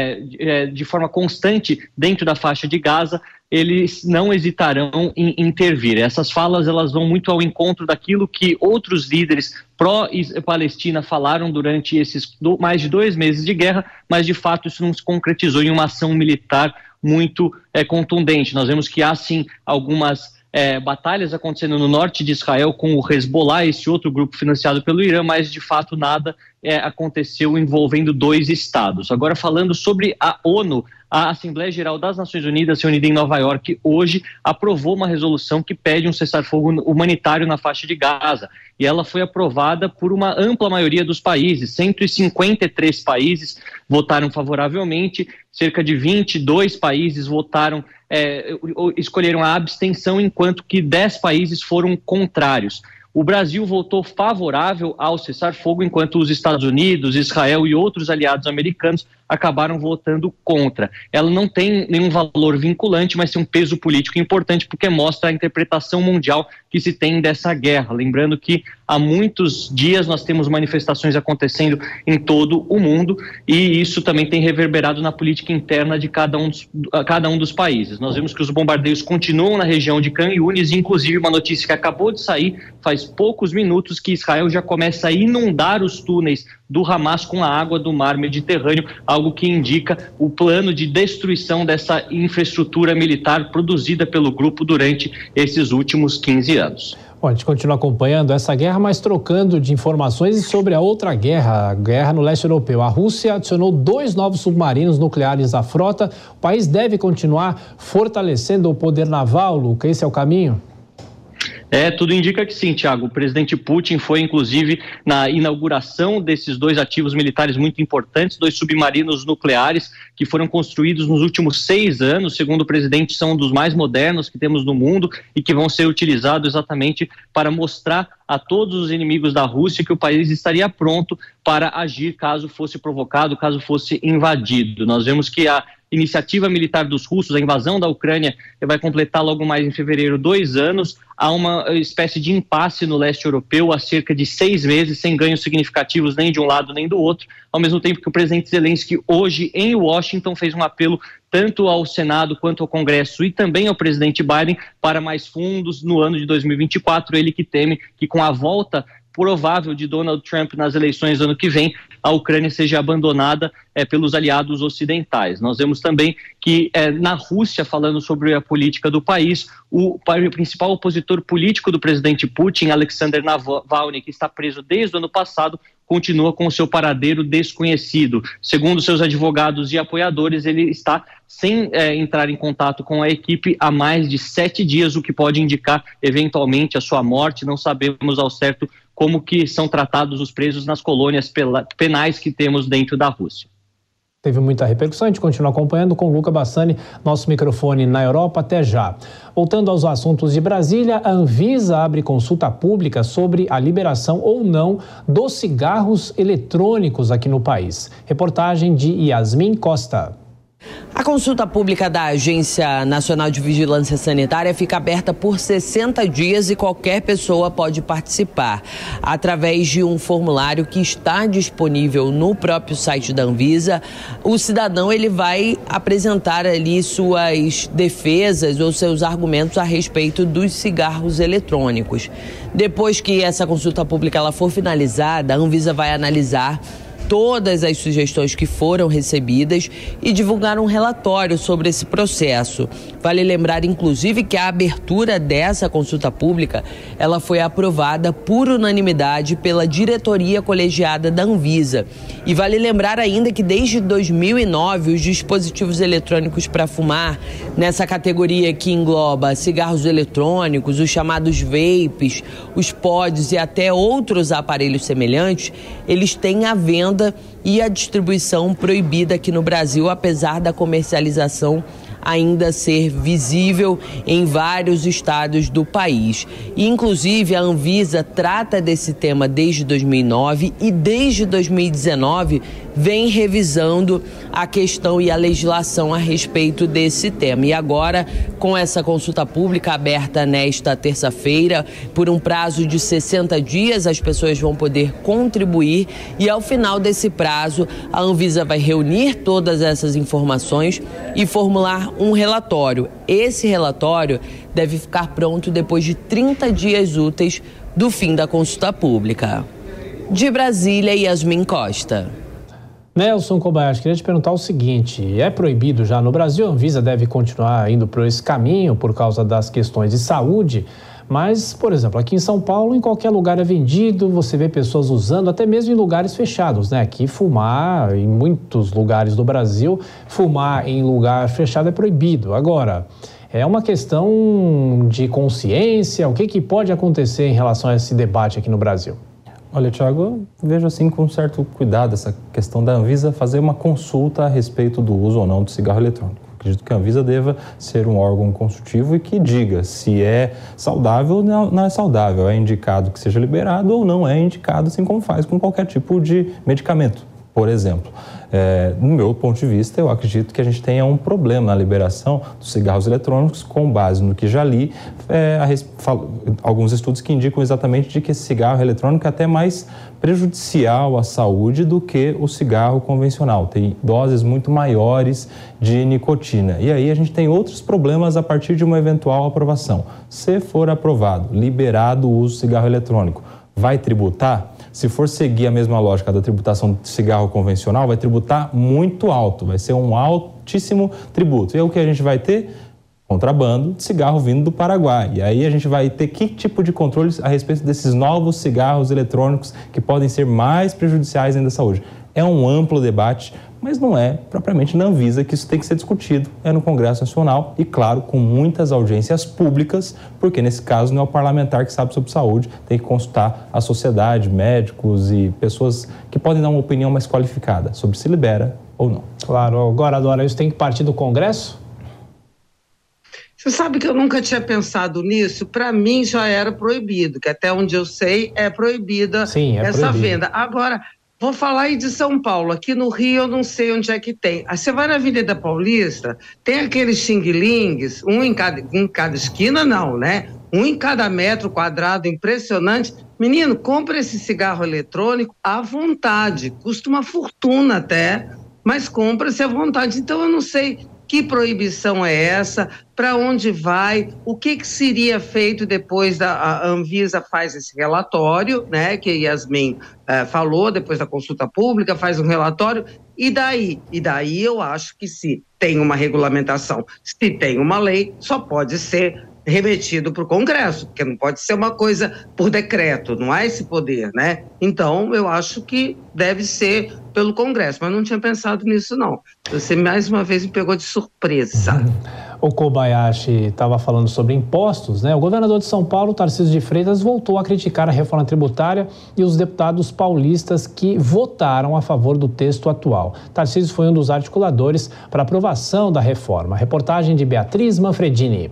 Speaker 18: é, de forma constante dentro da faixa de Gaza, eles não hesitarão em intervir. Essas falas elas vão muito ao encontro daquilo que outros líderes pró-Palestina falaram durante esses do, mais de dois meses de guerra, mas de fato isso não se concretizou em uma ação militar muito é, contundente. Nós vemos que há sim algumas é, batalhas acontecendo no norte de Israel com o Hezbollah, esse outro grupo financiado pelo Irã, mas de fato nada é, aconteceu envolvendo dois estados. Agora falando sobre a ONU, a Assembleia Geral das Nações Unidas, reunida em Nova York hoje, aprovou uma resolução que pede um cessar-fogo humanitário na faixa de Gaza. E ela foi aprovada por uma ampla maioria dos países. cento e cinquenta e três países votaram favoravelmente, cerca de vinte e dois países votaram, é, escolheram a abstenção, enquanto que dez países foram contrários. O Brasil votou favorável ao cessar-fogo, enquanto os Estados Unidos, Israel e outros aliados americanos acabaram votando contra. Ela não tem nenhum valor vinculante, mas tem um peso político importante, porque mostra a interpretação mundial que se tem dessa guerra. Lembrando que há muitos dias nós temos manifestações acontecendo em todo o mundo, e isso também tem reverberado na política interna de cada um dos, cada um dos países. Nós vemos que os bombardeios continuam na região de Khan Yunis, inclusive uma notícia que acabou de sair faz poucos minutos, que Israel já começa a inundar os túneis do Hamas com a água do mar Mediterrâneo, algo que indica o plano de destruição dessa infraestrutura militar produzida pelo grupo durante esses últimos quinze anos.
Speaker 5: Bom, a gente continua acompanhando essa guerra, mas trocando de informações sobre a outra guerra, a guerra no leste europeu. A Rússia adicionou dois novos submarinos nucleares à frota. O país deve continuar fortalecendo o poder naval, Luca? Esse é o caminho?
Speaker 18: É, tudo indica que sim, Thiago. O presidente Putin foi, inclusive, na inauguração desses dois ativos militares muito importantes, dois submarinos nucleares que foram construídos nos últimos seis anos. Segundo o presidente, são dos mais modernos que temos no mundo e que vão ser utilizados exatamente para mostrar a todos os inimigos da Rússia que o país estaria pronto para agir caso fosse provocado, caso fosse invadido. Nós vemos que a iniciativa militar dos russos, a invasão da Ucrânia, vai completar logo mais em fevereiro dois anos. Há uma espécie de impasse no leste europeu há cerca de seis meses, sem ganhos significativos nem de um lado nem do outro, ao mesmo tempo que o presidente Zelensky hoje em Washington fez um apelo tanto ao Senado quanto ao Congresso e também ao presidente Biden para mais fundos no ano de dois mil e vinte e quatro, ele que teme que com a volta provável de Donald Trump nas eleições do ano que vem, a Ucrânia seja abandonada é, pelos aliados ocidentais. Nós vemos também que é, na Rússia, falando sobre a política do país, o, o principal opositor político do presidente Putin, Alexander Navalny, que está preso desde o ano passado, continua com o seu paradeiro desconhecido. Segundo seus advogados e apoiadores, ele está sem é, entrar em contato com a equipe há mais de sete dias, o que pode indicar eventualmente a sua morte. Não sabemos ao certo como que são tratados os presos nas colônias penais que temos dentro da Rússia.
Speaker 5: Teve muita repercussão, a gente continua acompanhando com o Luca Bassani, nosso microfone na Europa. Até já. Voltando aos assuntos de Brasília, a Anvisa abre consulta pública sobre a liberação ou não dos cigarros eletrônicos aqui no país. Reportagem de Yasmin Costa.
Speaker 19: A consulta pública da Agência Nacional de Vigilância Sanitária fica aberta por sessenta dias e qualquer pessoa pode participar através de um formulário que está disponível no próprio site da Anvisa. O cidadão ele vai apresentar ali suas defesas ou seus argumentos a respeito dos cigarros eletrônicos. Depois que essa consulta pública ela for finalizada, a Anvisa vai analisar todas as sugestões que foram recebidas e divulgar um relatório sobre esse processo. Vale lembrar, inclusive, que a abertura dessa consulta pública, ela foi aprovada por unanimidade pela diretoria colegiada da Anvisa. E vale lembrar ainda que desde dois mil e nove, os dispositivos eletrônicos para fumar, nessa categoria que engloba cigarros eletrônicos, os chamados vapes, os pods e até outros aparelhos semelhantes, eles têm à venda e a distribuição proibida aqui no Brasil, apesar da comercialização ainda ser visível em vários estados do país. E, inclusive, a Anvisa trata desse tema desde dois mil e nove e desde dois mil e dezenove vem revisando a questão e a legislação a respeito desse tema. E agora, com essa consulta pública aberta nesta terça-feira, por um prazo de sessenta dias, as pessoas vão poder contribuir e, ao final desse prazo, a Anvisa vai reunir todas essas informações e formular um relatório. Esse relatório deve ficar pronto depois de trinta dias úteis do fim da consulta pública. De Brasília, Yasmin Costa.
Speaker 5: Nelson Kobayashi, queria te perguntar o seguinte: é proibido já no Brasil? A Anvisa deve continuar indo por esse caminho por causa das questões de saúde, Mas, por exemplo, aqui em São Paulo, em qualquer lugar é vendido, você vê pessoas usando, até mesmo em lugares fechados, né? Aqui fumar, em muitos lugares do Brasil, fumar em lugar fechado é proibido. Agora, é uma questão de consciência, o que, que pode acontecer em relação a esse debate aqui no Brasil?
Speaker 9: Olha, Thiago, eu vejo assim com certo cuidado essa questão da Anvisa fazer uma consulta a respeito do uso ou não do cigarro eletrônico. Acredito que a Anvisa deva ser um órgão consultivo e que diga se é saudável ou não é saudável, é indicado que seja liberado ou não é indicado, assim como faz com qualquer tipo de medicamento, por exemplo. É, no meu ponto de vista, eu acredito que a gente tenha um problema na liberação dos cigarros eletrônicos com base no que já li, é, a, falo, alguns estudos que indicam exatamente de que esse cigarro eletrônico é até mais prejudicial à saúde do que o cigarro convencional. Tem doses muito maiores de nicotina. E aí a gente tem outros problemas a partir de uma eventual aprovação. Se for aprovado, liberado o uso do cigarro eletrônico, vai tributar? Se for seguir a mesma lógica da tributação do cigarro convencional, vai tributar muito alto, vai ser um altíssimo tributo. E aí o que a gente vai ter? Contrabando de cigarro vindo do Paraguai. E aí a gente vai ter que tipo de controles a respeito desses novos cigarros eletrônicos que podem ser mais prejudiciais ainda à saúde. É um amplo debate, mas não é propriamente na Anvisa que isso tem que ser discutido, é no Congresso Nacional e, claro, com muitas audiências públicas, porque nesse caso não é o parlamentar que sabe sobre saúde, tem que consultar a sociedade, médicos e pessoas que podem dar uma opinião mais qualificada sobre se libera ou não.
Speaker 5: Claro, agora, Dora, isso tem que partir do Congresso?
Speaker 8: Você sabe que eu nunca tinha pensado nisso? Para mim já era proibido, que até onde eu sei é proibida Sim, é essa proibido. venda. Agora, vou falar aí de São Paulo. Aqui no Rio eu não sei onde é que tem. Aí você vai na Avenida Paulista, tem aqueles xing-lings, um em cada, em cada esquina não, né? Um em cada metro quadrado, impressionante. Menino, compra esse cigarro eletrônico à vontade. Custa uma fortuna até, mas compra-se à vontade. Então eu não sei que proibição é essa, para onde vai, o que, que seria feito depois da a Anvisa faz esse relatório, né, que Yasmin eh, falou, depois da consulta pública, faz um relatório, e daí? E daí eu acho que se tem uma regulamentação, se tem uma lei, só pode ser remetido para o Congresso, porque não pode ser uma coisa por decreto, não há esse poder, né? Então, eu acho que deve ser pelo Congresso, mas não tinha pensado nisso, não. Você, mais uma vez, me pegou de surpresa.
Speaker 5: O Kobayashi estava falando sobre impostos, né? O governador de São Paulo, Tarcísio de Freitas, voltou a criticar a reforma tributária e os deputados paulistas que votaram a favor do texto atual. Tarcísio foi um dos articuladores para a aprovação da reforma. Reportagem de Beatriz Manfredini.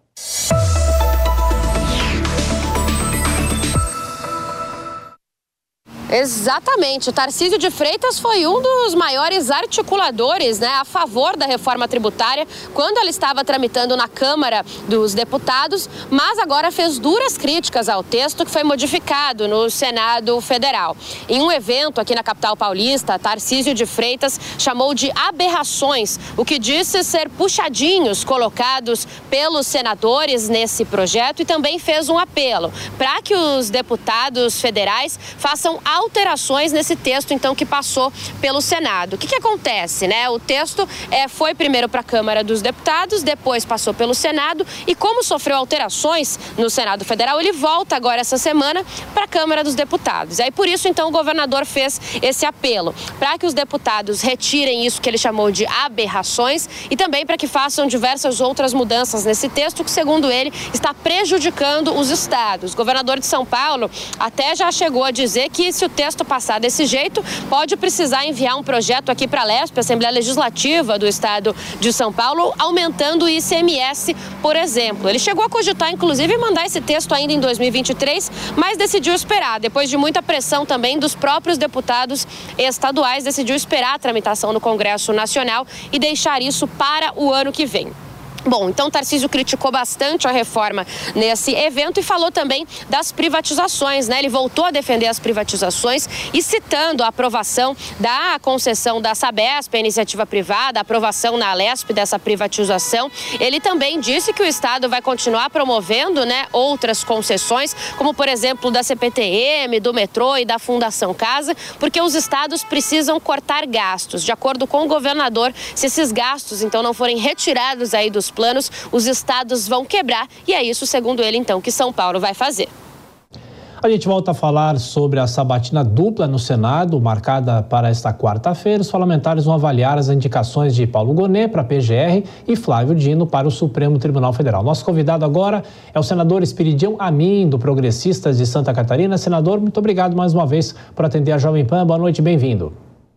Speaker 20: Exatamente, o Tarcísio de Freitas foi um dos maiores articuladores, né, a favor da reforma tributária quando ela estava tramitando na Câmara dos Deputados, mas agora fez duras críticas ao texto que foi modificado no Senado Federal. Em um evento aqui na capital paulista, Tarcísio de Freitas chamou de aberrações o que disse ser puxadinhos colocados pelos senadores nesse projeto e também fez um apelo para que os deputados federais façam alterações nesse texto, então, que passou pelo Senado. O que que acontece, né? O texto é, foi primeiro para a Câmara dos Deputados, depois passou pelo Senado e, como sofreu alterações no Senado Federal, ele volta agora essa semana para a Câmara dos Deputados. Aí, por isso, então, o governador fez esse apelo para que os deputados retirem isso que ele chamou de aberrações e também para que façam diversas outras mudanças nesse texto que, segundo ele, está prejudicando os estados. O governador de São Paulo até já chegou a dizer que se o texto passar desse jeito, pode precisar enviar um projeto aqui para a Lesp, Assembleia Legislativa do Estado de São Paulo, aumentando o I C M S, por exemplo. Ele chegou a cogitar, inclusive, mandar esse texto ainda em dois mil e vinte e três, mas decidiu esperar. Depois de muita pressão também dos próprios deputados estaduais, decidiu esperar a tramitação no Congresso Nacional e deixar isso para o ano que vem. Bom, então Tarcísio criticou bastante a reforma nesse evento e falou também das privatizações, né? Ele voltou a defender as privatizações e citando a aprovação da concessão da Sabesp, a iniciativa privada, a aprovação na Alesp dessa privatização. Ele também disse que o Estado vai continuar promovendo, né, outras concessões, como por exemplo da C P T M, do metrô e da Fundação Casa, porque os estados precisam cortar gastos. De acordo com o governador, se esses gastos então não forem retirados aí dos os planos, os estados vão quebrar e é isso, segundo ele, então, que São Paulo vai fazer.
Speaker 5: A gente volta a falar sobre a sabatina dupla no Senado, marcada para esta quarta-feira. Os parlamentares vão avaliar as indicações de Paulo Gonet para a P G R e Flávio Dino para o Supremo Tribunal Federal. Nosso convidado agora é o senador Espiridião Amin, do Progressistas de Santa Catarina. Senador, muito obrigado mais uma vez por atender a Jovem Pan. Boa noite, bem-vindo.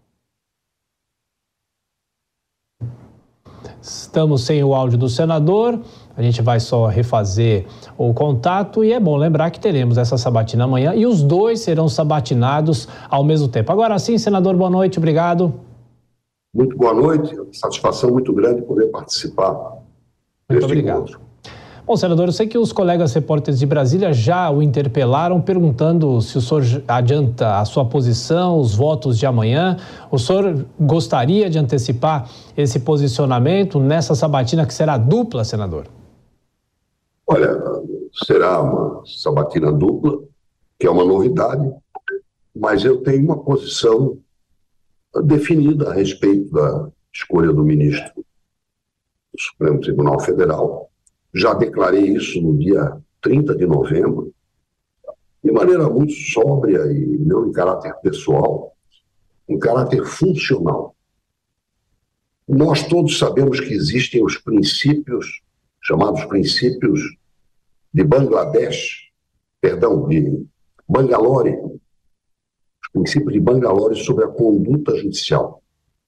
Speaker 5: Estamos sem o áudio do senador, a gente vai só refazer o contato e é bom lembrar que teremos essa sabatina amanhã e os dois serão sabatinados ao mesmo tempo. Agora sim, senador, boa noite, obrigado.
Speaker 21: Muito boa noite, satisfação muito grande poder participar.
Speaker 5: Muito obrigado. Encontro. Bom, senador, eu sei que os colegas repórteres de Brasília já o interpelaram perguntando se o senhor adianta a sua posição, os votos de amanhã. O senhor gostaria de antecipar esse posicionamento nessa sabatina que será dupla, senador?
Speaker 21: Olha, será uma sabatina dupla, que é uma novidade, mas eu tenho uma posição definida a respeito da escolha do ministro do Supremo Tribunal Federal. Já declarei isso no dia trinta de novembro, de maneira muito sóbria e não em caráter pessoal, em caráter funcional. Nós todos sabemos que existem os princípios, chamados princípios de Bangladesh, perdão, de Bangalore, os princípios de Bangalore sobre a conduta judicial.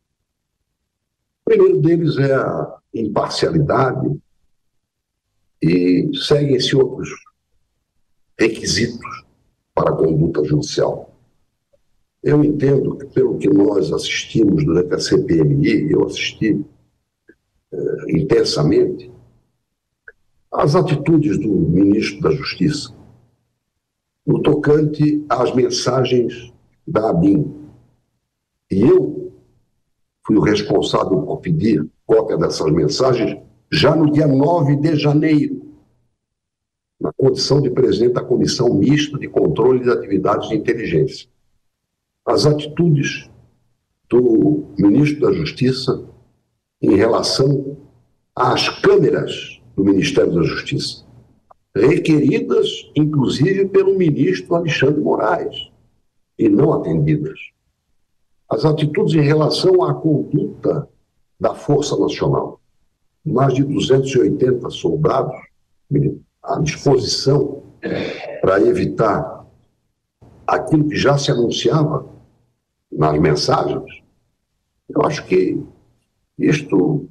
Speaker 21: O primeiro deles é a imparcialidade, e seguem-se outros requisitos para a conduta judicial. Eu entendo que, pelo que nós assistimos durante a C P M I, eu assisti eh, intensamente, as atitudes do ministro da Justiça no tocante às mensagens da ABIN. E eu fui o responsável por pedir cópia dessas mensagens já no dia nove de janeiro, na condição de presidente da Comissão Mista de Controle de Atividades de Inteligência. As atitudes do ministro da Justiça em relação às câmeras do Ministério da Justiça, requeridas, inclusive, pelo ministro Alexandre Moraes, e não atendidas. As atitudes em relação à conduta da Força Nacional. Mais de duzentos e oitenta soldados à disposição para evitar aquilo que já se anunciava nas mensagens. Eu acho que isto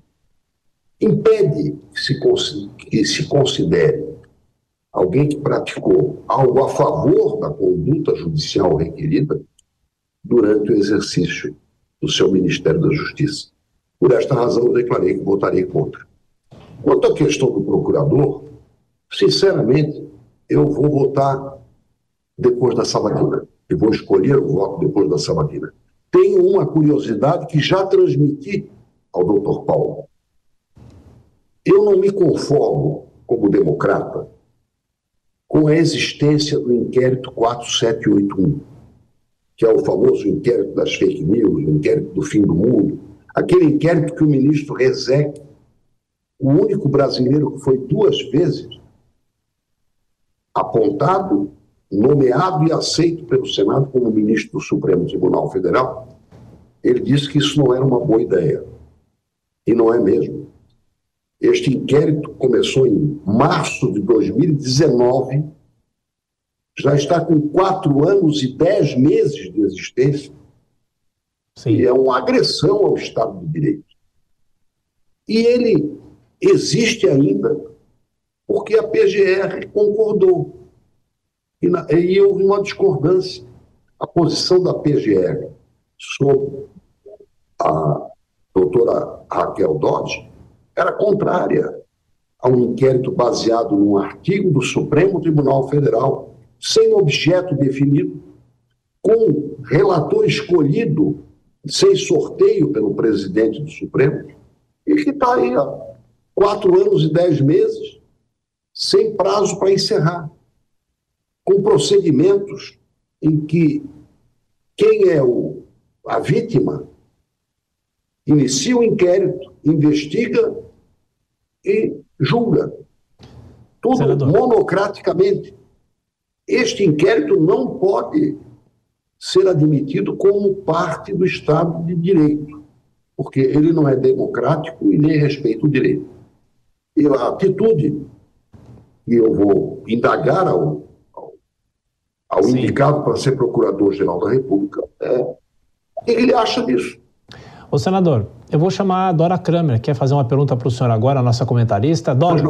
Speaker 21: impede que se, que se considere alguém que praticou algo a favor da conduta judicial requerida durante o exercício do seu Ministério da Justiça. Por esta razão, eu declarei que votarei contra. Quanto à questão do procurador, sinceramente, eu vou votar depois da sabatina. Eu vou escolher o voto depois da sabatina. Tenho uma curiosidade que já transmiti ao doutor Paulo. Eu não me conformo, como democrata, com a existência do inquérito quatro sete oito um, que é o famoso inquérito das fake news, o inquérito do fim do mundo, aquele inquérito que o ministro Rezec, o único brasileiro que foi duas vezes apontado, nomeado e aceito pelo Senado como ministro do Supremo Tribunal Federal, ele disse que isso não era uma boa ideia. E não é mesmo. Este inquérito começou em março de dois mil e dezenove, já está com quatro anos e dez meses de existência. Sim. E é uma agressão ao Estado de Direito. E ele existe ainda porque a P G R concordou. E, na, e houve uma discordância. A posição da P G R sobre a doutora Raquel Dodge era contrária a um inquérito baseado num artigo do Supremo Tribunal Federal, sem objeto definido, com relator escolhido, sem sorteio pelo presidente do Supremo, e que está aí há quatro anos e dez meses, sem prazo para encerrar, com procedimentos em que quem é o, a vítima inicia o inquérito, investiga e julga. Tudo Senador. monocraticamente. Este inquérito não pode ser admitido como parte do Estado de Direito, porque ele não é democrático e nem respeita o direito. E a atitude que eu vou indagar ao, ao, ao indicado para ser Procurador-Geral da República é o que ele acha disso.
Speaker 5: Ô, senador, eu vou chamar a Dora Kramer, quer fazer uma pergunta para o senhor agora, a nossa comentarista. Dora.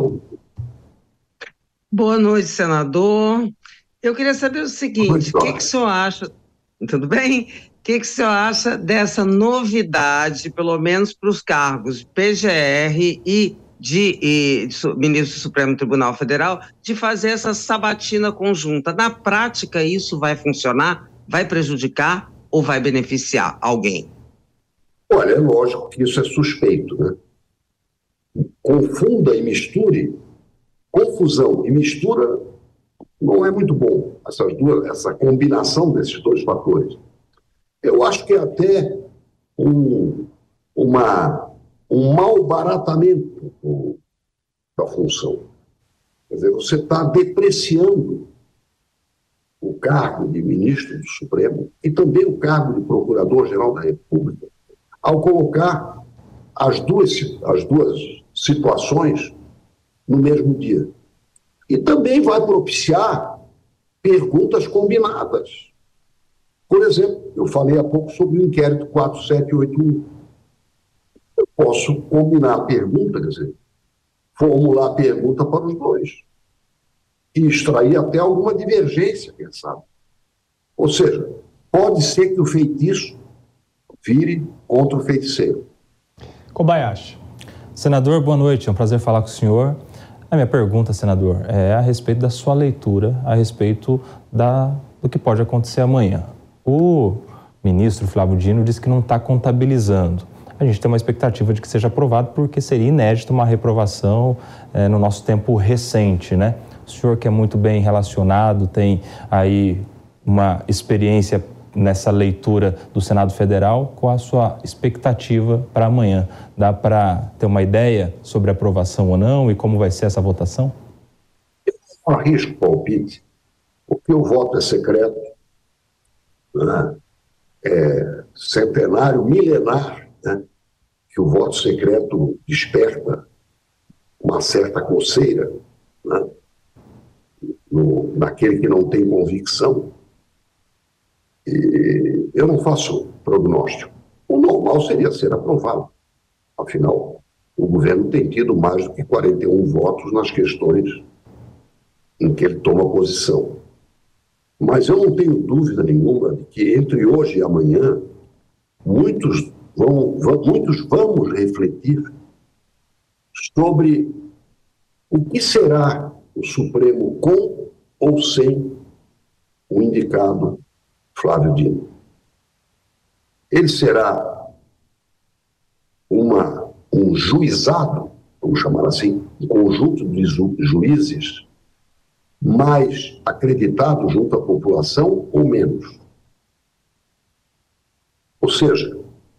Speaker 8: Boa noite, senador. Eu queria saber o seguinte, o que, que o senhor acha, tudo bem? O que, que o senhor acha dessa novidade, pelo menos para os cargos de P G R e de, e de ministro do Supremo Tribunal Federal, de fazer essa sabatina conjunta? Na prática, isso vai funcionar? Vai prejudicar ou vai beneficiar alguém?
Speaker 21: Olha, é lógico que isso é suspeito, né? Confunda e misture, confusão e mistura não é muito bom, essas duas, essa combinação desses dois fatores. Eu acho que é até um, uma, um malbaratamento da função. Quer dizer, você está depreciando o cargo de ministro do Supremo e também o cargo de Procurador-Geral da República, ao colocar as duas, as duas situações no mesmo dia. E também vai propiciar perguntas combinadas. Por exemplo, eu falei há pouco sobre o inquérito quatro sete oito um. Eu posso combinar a pergunta, quer dizer, formular a pergunta para os dois e extrair até alguma divergência, quem sabe. Ou seja, pode ser que o feitiço vire contra o feiticeiro.
Speaker 5: Kobayashi.
Speaker 9: Senador, boa noite. É um prazer falar com o senhor. A minha pergunta, senador, é a respeito da sua leitura, a respeito da, do que pode acontecer amanhã. O ministro Flávio Dino disse que não está contabilizando. A gente tem uma expectativa de que seja aprovado, porque seria inédito uma reprovação é, no nosso tempo recente, né? O senhor, que é muito bem relacionado, tem aí uma experiência nessa leitura do Senado Federal, qual a sua expectativa para amanhã? Dá para ter uma ideia sobre aprovação ou não e como vai ser essa votação?
Speaker 21: Eu não arrisco palpite, porque o voto é secreto, né? É centenário, milenar, né? Que o voto secreto desperta uma certa coceira, né? No, naquele que não tem convicção. E eu não faço prognóstico. O normal seria ser aprovado. Afinal, o governo tem tido mais do que quarenta e um votos nas questões em que ele toma posição. Mas eu não tenho dúvida nenhuma de que entre hoje e amanhã, muitos, vão, vão, muitos vamos refletir sobre o que será o Supremo com ou sem o indicado Flávio Dino. Ele será uma, um juizado, vamos chamar assim, um conjunto de ju juízes mais acreditado junto à população ou menos? Ou seja,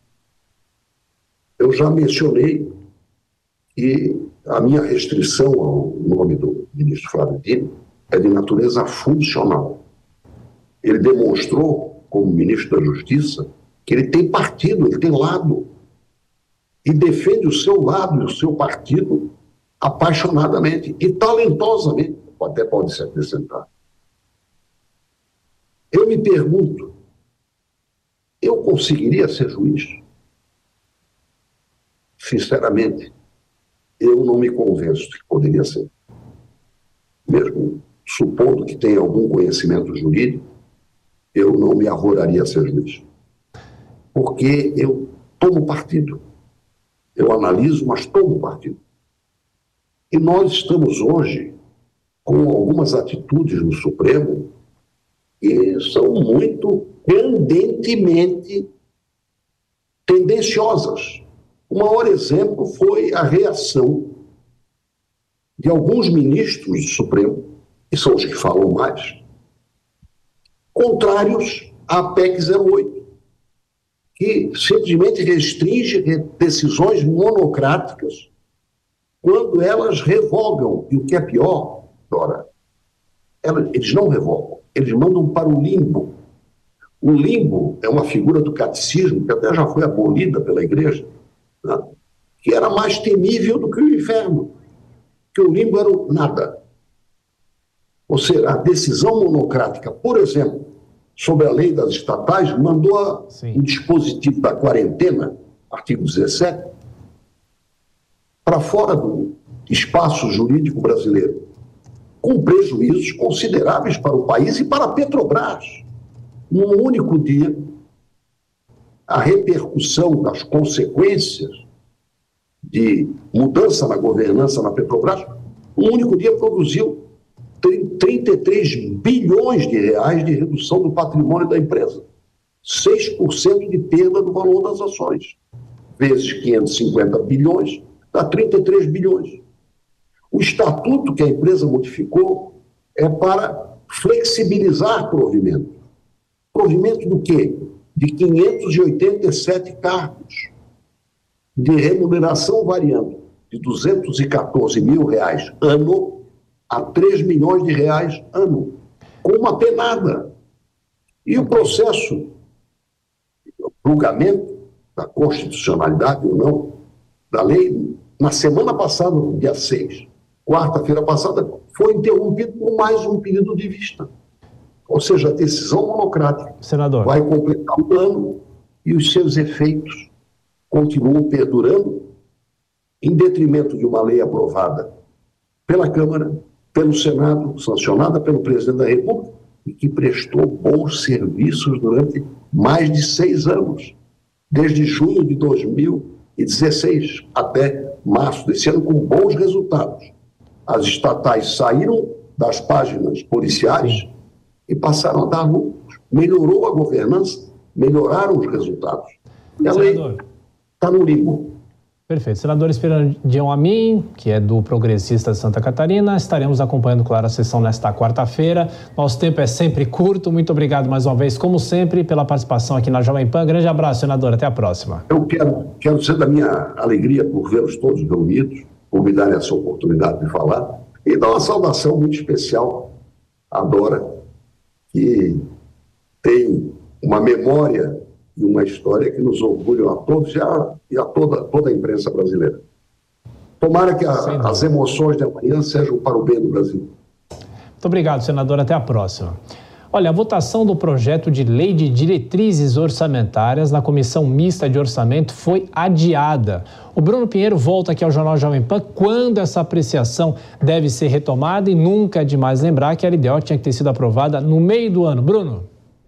Speaker 21: eu já mencionei que a minha restrição ao nome do ministro Flávio Dino é de natureza funcional. Ele demonstrou, como ministro da Justiça, que ele tem partido, ele tem lado. E defende o seu lado e o seu partido apaixonadamente e talentosamente, até pode se acrescentar. Eu me pergunto, eu conseguiria ser juiz? Sinceramente, eu não me convenço de que poderia ser. Mesmo supondo que tenha algum conhecimento jurídico, eu não me arvoraria a ser juiz. Porque eu tomo partido. Eu analiso, mas tomo partido. E nós estamos hoje com algumas atitudes no Supremo que são muito tendentemente tendenciosas. O maior exemplo foi a reação de alguns ministros do Supremo, que são os que falam mais, contrários à P E C zero oito, que simplesmente restringe decisões monocráticas quando elas revogam. E o que é pior, Dora, elas, eles não revogam, eles mandam para o limbo. O limbo é uma figura do catecismo, que até já foi abolida pela igreja, né? Que era mais temível do que o inferno, que o limbo era o nada. Ou seja, a decisão monocrática, por exemplo, sobre a lei das estatais, mandou a, o dispositivo da quarentena, artigo dezessete, para fora do espaço jurídico brasileiro, com prejuízos consideráveis para o país e para a Petrobras. Num único dia, a repercussão das consequências de mudança na governança na Petrobras, um único dia produziu trinta e três bilhões de reais de redução do patrimônio da empresa, seis por cento de perda do valor das ações, vezes quinhentos e cinquenta bilhões, dá trinta e três bilhões. O estatuto que a empresa modificou é para flexibilizar provimento. Provimento do quê? De quinhentos e oitenta e sete cargos, de remuneração variando de duzentos e quatorze mil reais ano a três milhões de reais ano, com uma penada. E o processo, o julgamento da constitucionalidade ou não da lei, na semana passada, no dia seis, quarta-feira passada, foi interrompido por mais um pedido de vista. Ou seja, a decisão monocrática
Speaker 5: Senador.
Speaker 21: vai completar um ano e os seus efeitos continuam perdurando em detrimento de uma lei aprovada pela Câmara, pelo Senado, sancionada pelo presidente da República e que prestou bons serviços durante mais de seis anos, desde junho de dois mil e dezesseis até março desse ano, com bons resultados. As estatais saíram das páginas policiais Sim. e passaram a dar lucros. Melhorou a governança, melhoraram os resultados. E a lei está no limbo.
Speaker 5: Perfeito. Senador Esperidião Amin, que é do Progressista de Santa Catarina, estaremos acompanhando, claro, a sessão nesta quarta-feira. Nosso tempo é sempre curto. Muito obrigado mais uma vez, como sempre, pela participação aqui na Jovem Pan. Grande abraço, senador. Até a próxima.
Speaker 21: Eu quero, quero dizer da minha alegria por vê-los todos reunidos, por me darem essa oportunidade de falar, e dar uma saudação muito especial à Dora, que tem uma memória e uma história que nos orgulham a todos e a, e a toda, toda a imprensa brasileira. Tomara que a, as emoções de amanhã sejam para o bem do Brasil.
Speaker 5: Muito obrigado, senador. Até a próxima. Olha, a votação do projeto de lei de diretrizes orçamentárias na Comissão Mista de Orçamento foi adiada. O Bruno Pinheiro volta aqui ao Jornal Jovem Pan quando essa apreciação deve ser retomada e nunca é demais lembrar que a L D O tinha que ter sido aprovada no meio do ano. Bruno?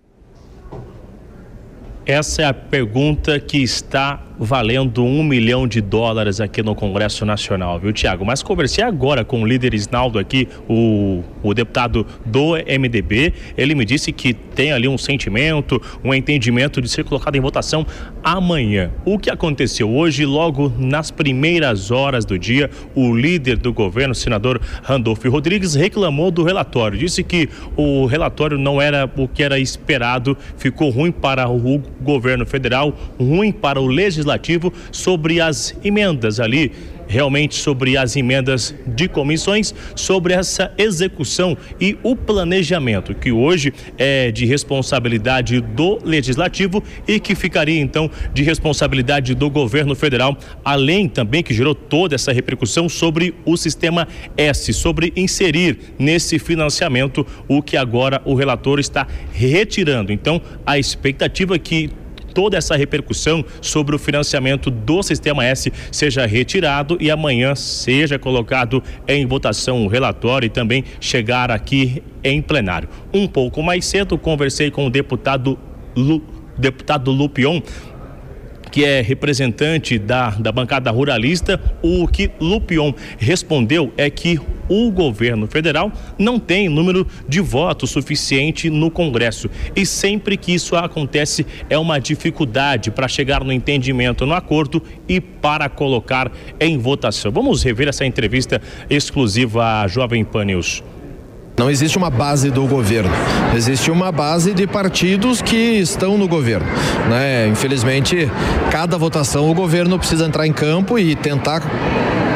Speaker 6: Essa é a pergunta que está valendo um milhão de dólares aqui no Congresso Nacional, viu, Tiago? Mas conversei agora com o líder Isnaldo aqui, o, o deputado do M D B. Ele me disse que tem ali um sentimento, um entendimento de ser colocado em votação amanhã. O que aconteceu hoje, logo nas primeiras horas do dia, o líder do governo, o senador Randolfo Rodrigues, reclamou do relatório. Disse que o relatório não era o que era esperado, ficou ruim para o governo federal, ruim para o legislativo sobre as emendas ali, realmente sobre as emendas de comissões, sobre essa execução e o planejamento, que hoje é de responsabilidade do legislativo e que ficaria então de responsabilidade do governo federal, além também que gerou toda essa repercussão sobre o sistema S, sobre inserir nesse financiamento o que agora o relator está retirando. Então, a expectativa é que toda essa repercussão sobre o financiamento do Sistema S seja retirado e amanhã seja colocado em votação o relatório e também chegar aqui em plenário. Um pouco mais cedo, conversei com o deputado, Lu, deputado Lupion, que é representante da, da bancada ruralista. O que Lupion respondeu é que o governo federal não tem número de votos suficiente no Congresso e sempre que isso acontece é uma dificuldade para chegar no entendimento, no acordo e para colocar em votação. Vamos rever essa entrevista exclusiva à Jovem Pan News.
Speaker 1: Não existe uma base do governo, existe uma base de partidos que estão no governo, né? Infelizmente, cada votação o governo precisa entrar em campo e tentar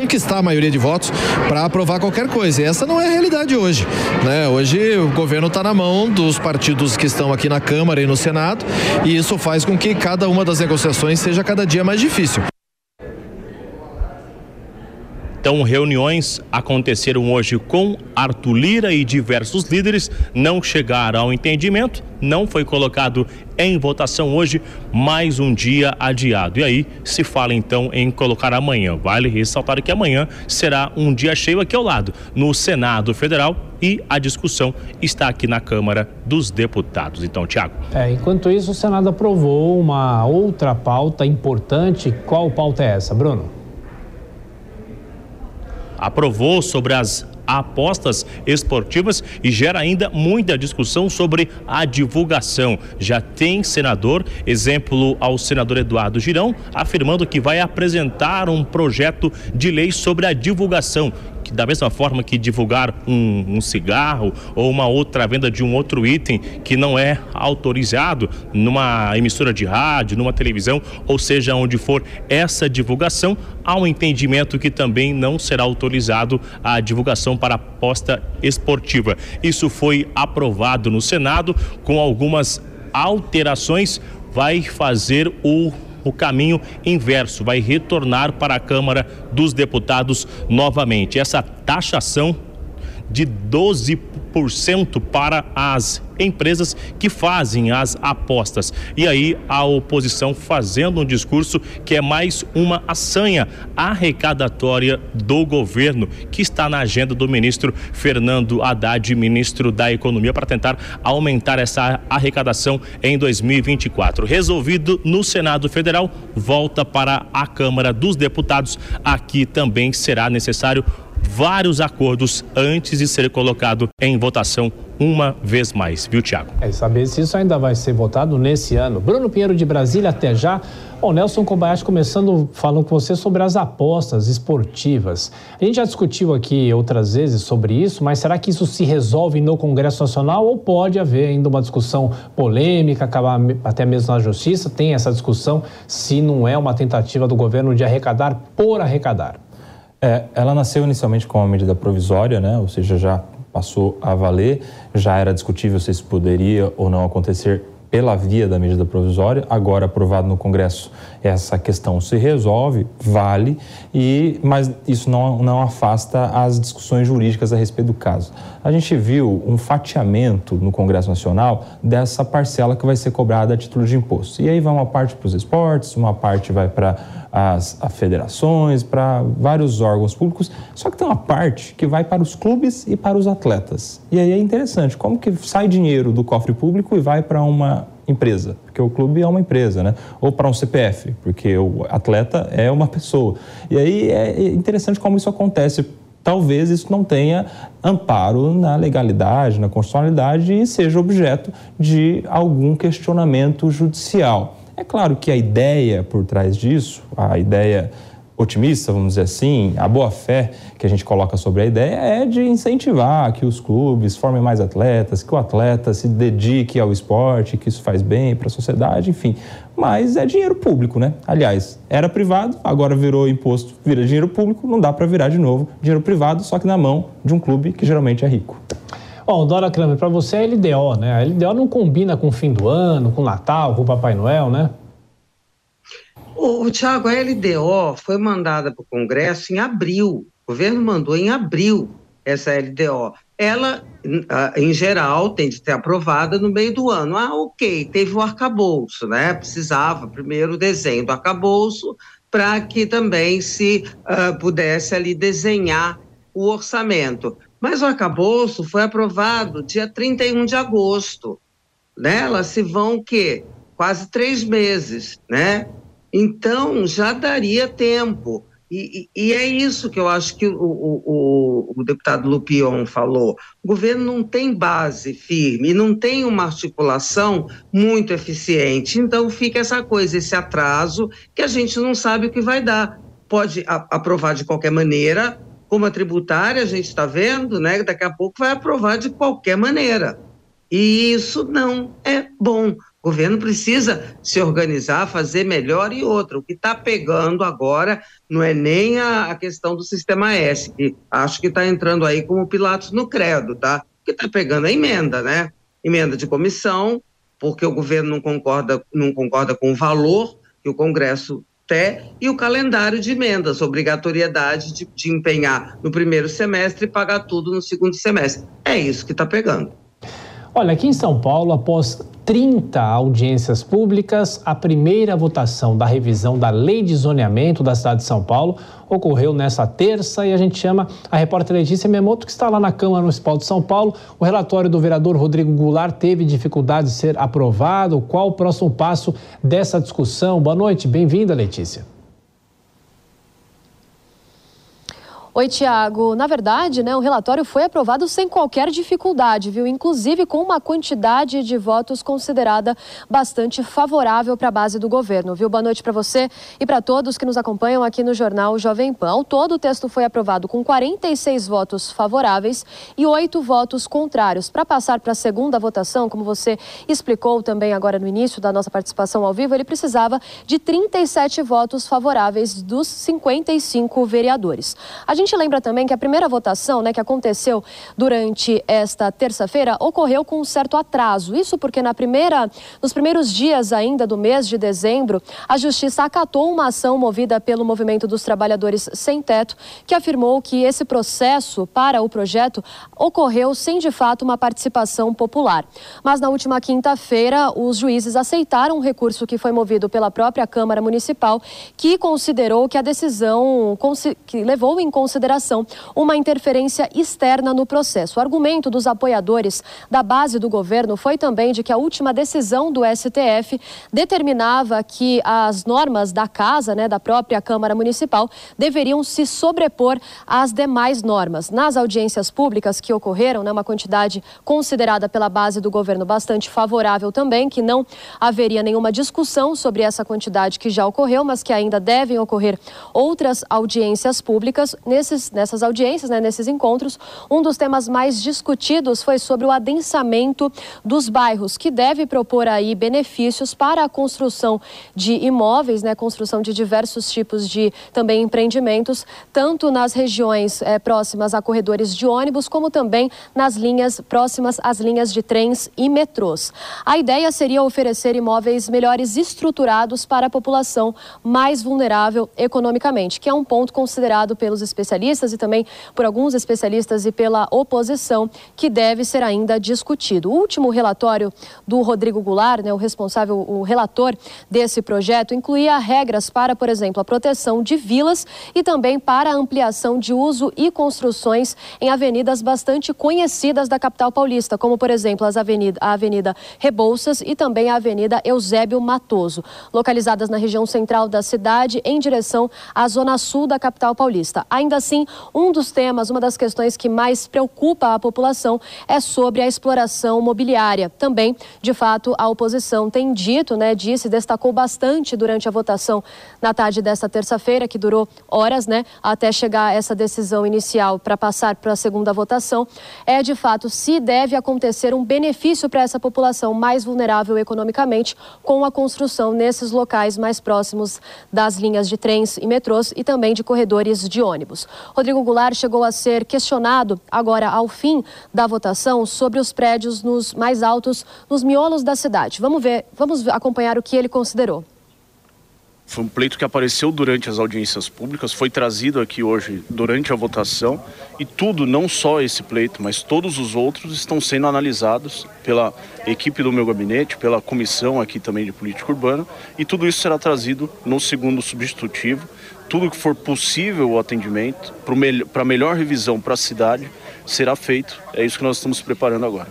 Speaker 1: conquistar a maioria de votos para aprovar qualquer coisa. E essa não é a realidade hoje, né? Hoje o governo está na mão dos partidos que estão aqui na Câmara e no Senado, e isso faz com que cada uma das negociações seja cada dia mais difícil.
Speaker 6: Então, reuniões aconteceram hoje com Arthur Lira e diversos líderes, não chegaram ao entendimento, não foi colocado em votação hoje, mais um dia adiado. E aí se fala então em colocar amanhã. Vale ressaltar que amanhã será um dia cheio aqui ao lado, no Senado Federal, e a discussão está aqui na Câmara dos Deputados. Então, Tiago.
Speaker 5: É, enquanto isso, o Senado aprovou uma outra pauta importante. Qual pauta é essa, Bruno?
Speaker 6: Aprovou sobre as apostas esportivas e gera ainda muita discussão sobre a divulgação. Já tem senador, exemplo ao senador Eduardo Girão, afirmando que vai apresentar um projeto de lei sobre a divulgação, que da mesma forma que divulgar um, um cigarro ou uma outra venda de um outro item que não é autorizado numa emissora de rádio, numa televisão, ou seja, onde for essa divulgação, há um entendimento que também não será autorizado a divulgação para aposta esportiva. Isso foi aprovado no Senado com algumas alterações, vai fazer o o caminho inverso, vai retornar para a Câmara dos Deputados novamente. Essa taxação de doze por cento para as empresas que fazem as apostas. E aí a oposição fazendo um discurso que é mais uma assanha arrecadatória do governo, que está na agenda do ministro Fernando Haddad, ministro da Economia, para tentar aumentar essa arrecadação em dois mil e vinte e quatro. Resolvido no Senado Federal, volta para a Câmara dos Deputados. Aqui também será necessário vários acordos antes de ser colocado em votação uma vez mais, viu, Tiago?
Speaker 5: É saber se isso ainda vai ser votado nesse ano. Bruno Pinheiro de Brasília, até já. Bom, Nelson Kobayashi, começando falando com você sobre as apostas esportivas. A gente já discutiu aqui outras vezes sobre isso, mas será que isso se resolve no Congresso Nacional ou pode haver ainda uma discussão polêmica, acabar até mesmo na Justiça? Tem essa discussão se não é uma tentativa do governo de arrecadar por arrecadar.
Speaker 9: É, ela nasceu inicialmente com uma medida provisória, né? Ou seja, já passou a valer, já era discutível se isso poderia ou não acontecer pela via da medida provisória. Agora, aprovado no Congresso, essa questão se resolve, vale, e, mas isso não, não afasta as discussões jurídicas a respeito do caso. A gente viu um fatiamento no Congresso Nacional dessa parcela que vai ser cobrada a título de imposto. E aí vai uma parte para os esportes, uma parte vai para as, as federações, para vários órgãos públicos, só que tem uma parte que vai para os clubes e para os atletas. E aí é interessante, como que sai dinheiro do cofre público e vai para uma empresa, porque o clube é uma empresa, né? Ou para um C P F, porque o atleta é uma pessoa. E aí é interessante como isso acontece. Talvez isso não tenha amparo na legalidade, na constitucionalidade e seja objeto de algum questionamento judicial. É claro que a ideia por trás disso, a ideia otimista, vamos dizer assim, a boa-fé que a gente coloca sobre a ideia é de incentivar que os clubes formem mais atletas, que o atleta se dedique ao esporte, que isso faz bem para a sociedade, enfim. Mas é dinheiro público, né? Aliás, era privado, agora virou imposto, vira dinheiro público, não dá para virar de novo dinheiro privado, só que na mão de um clube que geralmente é rico.
Speaker 5: Bom, Dora Kramer, para você é L D O, né? A L D O não combina com o fim do ano, com o Natal, com o Papai Noel, né?
Speaker 8: O, o Tiago, a L D O foi mandada para o Congresso em abril. O governo mandou em abril essa L D O. Ela, em geral, tem de ser aprovada no meio do ano. Ah, ok, teve o arcabouço, né? Precisava primeiro o desenho do arcabouço para que também se uh, pudesse ali desenhar o orçamento. Mas o arcabouço foi aprovado dia trinta e um de agosto. Né? Elas se vão o quê? Quase três meses, né? Então, já daria tempo. E, e, e é isso que eu acho que o, o, o deputado Lupion falou. O governo não tem base firme, não tem uma articulação muito eficiente. Então, fica essa coisa, esse atraso, que a gente não sabe o que vai dar. Pode a, aprovar de qualquer maneira, como a tributária, a gente está vendo, né? Daqui a pouco vai aprovar de qualquer maneira. E isso não é bom. O governo precisa se organizar, fazer melhor. E outra, o que está pegando agora não é nem a, a questão do Sistema S, que acho que está entrando aí como Pilatos no credo, tá? O que está pegando é a emenda, né? Emenda de comissão, porque o governo não concorda, não concorda com o valor que o Congresso tem, e o calendário de emendas, obrigatoriedade de, de empenhar no primeiro semestre e pagar tudo no segundo semestre. É isso que está pegando.
Speaker 5: Olha, aqui em São Paulo, após trinta audiências públicas, a primeira votação da revisão da Lei de Zoneamento da cidade de São Paulo ocorreu nessa terça e a gente chama a repórter Letícia Memoto, que está lá na Câmara Municipal de São Paulo. O relatório do vereador Rodrigo Goulart teve dificuldade de ser aprovado. Qual o próximo passo dessa discussão? Boa noite, bem-vinda, Letícia.
Speaker 3: Oi, Tiago. Na verdade, né, o relatório foi aprovado sem qualquer dificuldade, viu? Inclusive com uma quantidade de votos considerada bastante favorável para a base do governo, viu? Boa noite para você e para todos que nos acompanham aqui no Jornal Jovem Pan. Ao todo, o texto foi aprovado com quarenta e seis votos favoráveis e oito votos contrários. Para passar para a segunda votação, como você explicou também agora no início da nossa participação ao vivo, ele precisava de trinta e sete votos favoráveis dos cinquenta e cinco vereadores. A gente A gente lembra também que a primeira votação, né, que aconteceu durante esta terça-feira, ocorreu com um certo atraso. Isso porque na primeira, nos primeiros dias ainda do mês de dezembro, a Justiça acatou uma ação movida pelo Movimento dos Trabalhadores Sem Teto, que afirmou que esse processo para o projeto ocorreu sem, de fato, uma participação popular. Mas na última quinta-feira, os juízes aceitaram um recurso que foi movido pela própria Câmara Municipal, que considerou que a decisão que levou em consideração consideração uma interferência externa no processo. O argumento dos apoiadores da base do governo foi também de que a última decisão do S T F determinava que as normas da casa, né, da própria Câmara Municipal, deveriam se sobrepor às demais normas. Nas audiências públicas que ocorreram, né, uma quantidade considerada pela base do governo bastante favorável também, que não haveria nenhuma discussão sobre essa quantidade que já ocorreu, mas que ainda devem ocorrer outras audiências públicas. Nesses, nessas audiências, né, nesses encontros, um dos temas mais discutidos foi sobre o adensamento dos bairros, que deve propor aí benefícios para a construção de imóveis, né, construção de diversos tipos de também empreendimentos, tanto nas regiões é, próximas a corredores de ônibus, como também nas linhas próximas às linhas de trens e metrôs. A ideia seria oferecer imóveis melhores estruturados para a população mais vulnerável economicamente, que é um ponto considerado pelos especialistas e também por alguns especialistas e pela oposição, que deve ser ainda discutido. O último relatório do Rodrigo Goulart, né, o responsável, o relator desse projeto, incluía regras para, por exemplo, a proteção de vilas e também para a ampliação de uso e construções em avenidas bastante conhecidas da capital paulista, como, por exemplo, as avenida, a Avenida Rebouças e também a Avenida Eusébio Matoso, localizadas na região central da cidade, em direção à zona sul da capital paulista. Ainda assim, um dos temas, uma das questões que mais preocupa a população é sobre a exploração imobiliária. Também, de fato, a oposição tem dito, né, disse, destacou bastante durante a votação na tarde desta terça-feira, que durou horas, né, até chegar essa decisão inicial para passar para a segunda votação, é de fato se deve acontecer um benefício para essa população mais vulnerável economicamente com a construção nesses locais mais próximos das linhas de trens e metrôs e também de corredores de ônibus. Rodrigo Goulart chegou a ser questionado agora ao fim da votação sobre os prédios nos mais altos, nos miolos da cidade. Vamos ver, vamos acompanhar o que ele considerou.
Speaker 22: Foi um pleito que apareceu durante as audiências públicas, foi trazido aqui hoje durante a votação e tudo, não só esse pleito, mas todos os outros estão sendo analisados pela equipe do meu gabinete, pela comissão aqui também de política urbana, e tudo isso será trazido no segundo substitutivo. Tudo que for possível o atendimento, para a melhor revisão para a cidade, será feito. É isso que nós estamos preparando agora.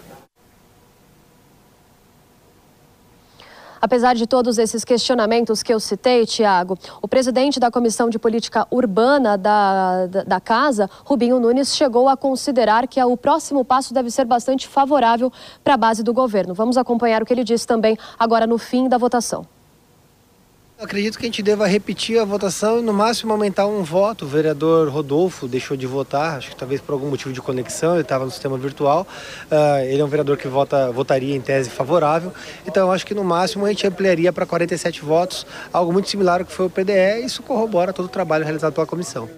Speaker 3: Apesar de todos esses questionamentos que eu citei, Tiago, o presidente da Comissão de Política Urbana da, da, da Casa, Rubinho Nunes, chegou a considerar que o próximo passo deve ser bastante favorável para a base do governo. Vamos acompanhar o que ele disse também agora no fim da votação.
Speaker 2: Acredito que a gente deva repetir a votação e no máximo aumentar um voto. O vereador Rodolfo deixou de votar, acho que talvez por algum motivo de conexão, ele estava no sistema virtual. Uh, ele é um vereador que vota, votaria em tese favorável, então acho que no máximo a gente ampliaria para quarenta e sete votos, algo muito similar ao que foi o P D E, e isso corrobora todo o trabalho realizado pela comissão.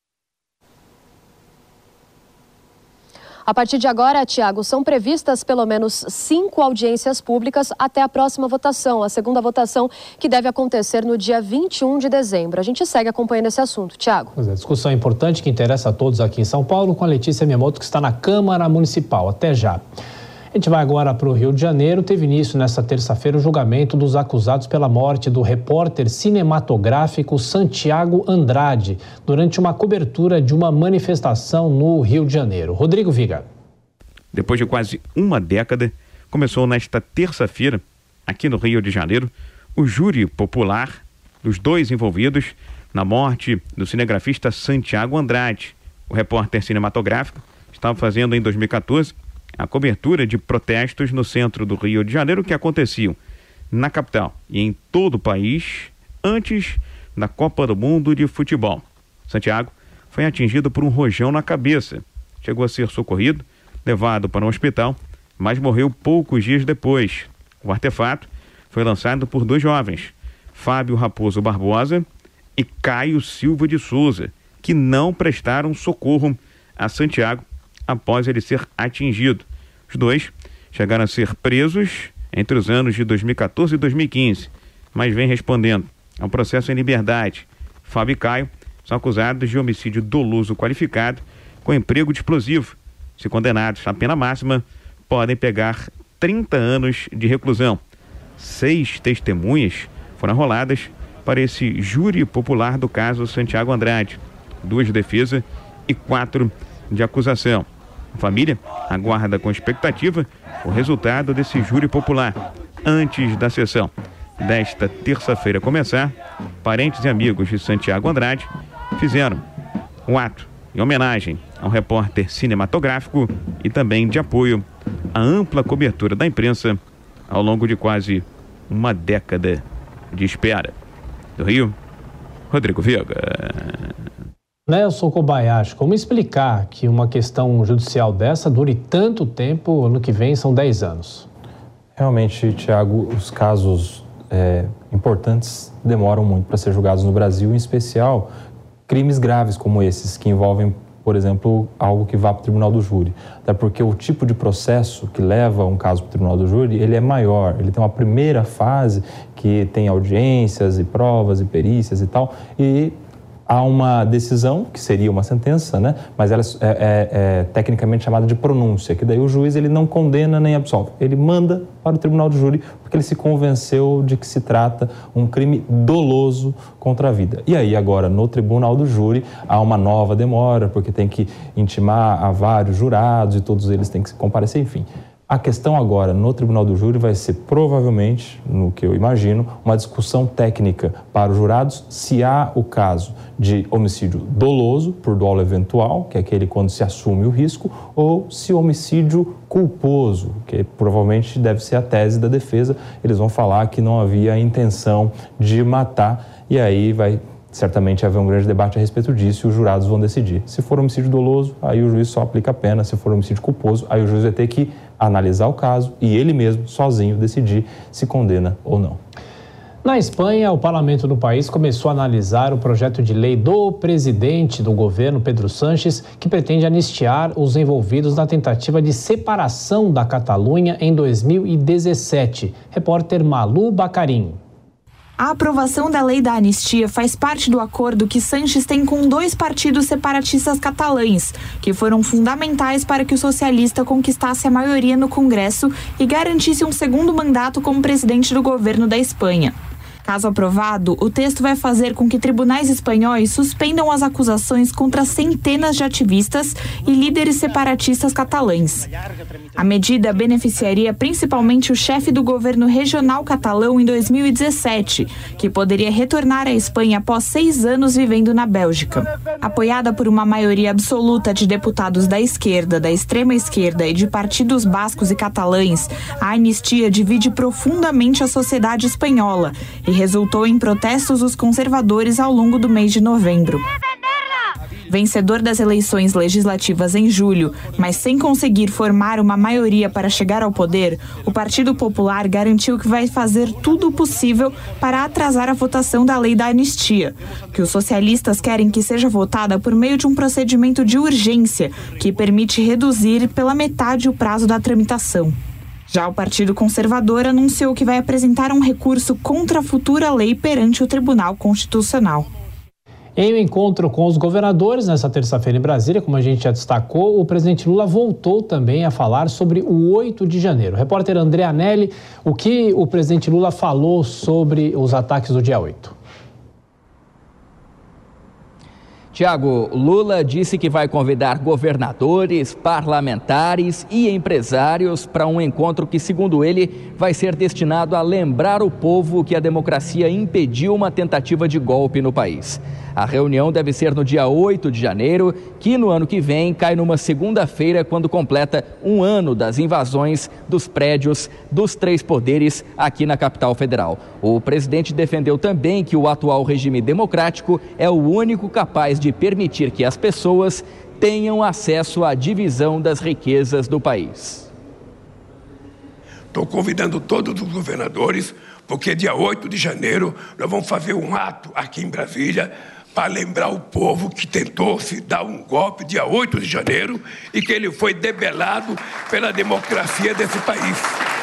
Speaker 3: A partir de agora, Tiago, são previstas pelo menos cinco audiências públicas até a próxima votação, a segunda votação que deve acontecer no dia vinte e um de dezembro. A gente segue acompanhando esse assunto. Tiago.
Speaker 5: Pois é, discussão importante que interessa a todos aqui em São Paulo com a Letícia Miyamoto, que está na Câmara Municipal. Até já. A gente vai agora para o Rio de Janeiro. Teve início nesta terça-feira o julgamento dos acusados pela morte do repórter cinematográfico Santiago Andrade durante uma cobertura de uma manifestação no Rio de Janeiro. Rodrigo Viga.
Speaker 4: Depois de quase uma década, começou nesta terça-feira, aqui no Rio de Janeiro, o júri popular dos dois envolvidos na morte do cinegrafista Santiago Andrade. O repórter cinematográfico estava fazendo em dois mil e quatorze a cobertura de protestos no centro do Rio de Janeiro que aconteciam na capital e em todo o país antes da Copa do Mundo de Futebol. Santiago foi atingido por um rojão na cabeça. Chegou a ser socorrido, levado para um hospital, mas morreu poucos dias depois. O artefato foi lançado por dois jovens, Fábio Raposo Barbosa e Caio Silva de Souza, que não prestaram socorro a Santiago após ele ser atingido. Os dois chegaram a ser presos entre os anos de dois mil e quatorze e dois mil e quinze, mas vem respondendo ao processo em liberdade. Fábio e Caio são acusados de homicídio doloso qualificado com emprego de explosivo. Se condenados à pena máxima, podem pegar trinta anos de reclusão. Seis testemunhas foram arroladas para esse júri popular do caso Santiago Andrade, duas de defesa e quatro de acusação. A família aguarda com expectativa o resultado desse júri popular. Antes da sessão desta terça-feira começar, parentes e amigos de Santiago Andrade fizeram um ato em homenagem ao repórter cinematográfico e também de apoio à ampla cobertura da imprensa ao longo de quase uma década de espera. Do Rio, Rodrigo Viga.
Speaker 5: Nelson Kobayashi, como explicar que uma questão judicial dessa dure tanto tempo? Ano que vem são dez anos.
Speaker 9: Realmente, Tiago, os casos é, importantes demoram muito para ser julgados no Brasil, em especial crimes graves como esses, que envolvem, por exemplo, algo que vá para o tribunal do júri. Até porque o tipo de processo que leva um caso para o tribunal do júri, ele é maior. Ele tem uma primeira fase que tem audiências e provas e perícias e tal, e há uma decisão, que seria uma sentença, né? Mas ela é, é, é tecnicamente chamada de pronúncia, que daí o juiz ele não condena nem absolve. Ele manda para o tribunal do júri porque ele se convenceu de que se trata um crime doloso contra a vida. E aí agora no tribunal do júri há uma nova demora, porque tem que intimar a vários jurados e todos eles têm que se comparecer, enfim. A questão agora no tribunal do júri vai ser provavelmente, no que eu imagino, uma discussão técnica para os jurados se há o caso de homicídio doloso, por dolo eventual, que é aquele quando se assume o risco, ou se homicídio culposo, que provavelmente deve ser a tese da defesa. Eles vão falar que não havia a intenção de matar e aí vai certamente haver um grande debate a respeito disso e os jurados vão decidir. Se for homicídio doloso, aí o juiz só aplica a pena. Se for homicídio culposo, aí o juiz vai ter que analisar o caso e ele mesmo, sozinho, decidir se condena ou não.
Speaker 5: Na Espanha, o parlamento do país começou a analisar o projeto de lei do presidente do governo, Pedro Sánchez, que pretende anistiar os envolvidos na tentativa de separação da Catalunha em dois mil e dezessete. Repórter Malu Bacarin.
Speaker 23: A aprovação da lei da anistia faz parte do acordo que Sánchez tem com dois partidos separatistas catalães, que foram fundamentais para que o socialista conquistasse a maioria no Congresso e garantisse um segundo mandato como presidente do governo da Espanha. Caso aprovado, o texto vai fazer com que tribunais espanhóis suspendam as acusações contra centenas de ativistas e líderes separatistas catalães. A medida beneficiaria principalmente o chefe do governo regional catalão em dois mil e dezessete, que poderia retornar à Espanha após seis anos vivendo na Bélgica. Apoiada por uma maioria absoluta de deputados da esquerda, da extrema-esquerda e de partidos bascos e catalães, a anistia divide profundamente a sociedade espanhola e resultou em protestos dos conservadores ao longo do mês de novembro. Vencedor das eleições legislativas em julho, mas sem conseguir formar uma maioria para chegar ao poder, o Partido Popular garantiu que vai fazer tudo o possível para atrasar a votação da lei da anistia, que os socialistas querem que seja votada por meio de um procedimento de urgência, que permite reduzir pela metade o prazo da tramitação. Já o Partido Conservador anunciou que vai apresentar um recurso contra a futura lei perante o Tribunal Constitucional.
Speaker 5: Em um encontro com os governadores nesta terça-feira em Brasília, como a gente já destacou, o presidente Lula voltou também a falar sobre o oito de janeiro. O repórter André Anelli, o que o presidente Lula falou sobre os ataques do dia oito?
Speaker 10: Tiago, Lula disse que vai convidar governadores, parlamentares e empresários para um encontro que, segundo ele, vai ser destinado a lembrar o povo que a democracia impediu uma tentativa de golpe no país. A reunião deve ser no dia oito de janeiro, que no ano que vem cai numa segunda-feira, quando completa um ano das invasões dos prédios dos três poderes aqui na capital federal. O presidente defendeu também que o atual regime democrático é o único capaz de permitir que as pessoas tenham acesso à divisão das riquezas do país.
Speaker 7: Estou convidando todos os governadores, porque dia oito de janeiro nós vamos fazer um ato aqui em Brasília para lembrar o povo que tentou se dar um golpe dia oito de janeiro e que ele foi debelado pela democracia desse país.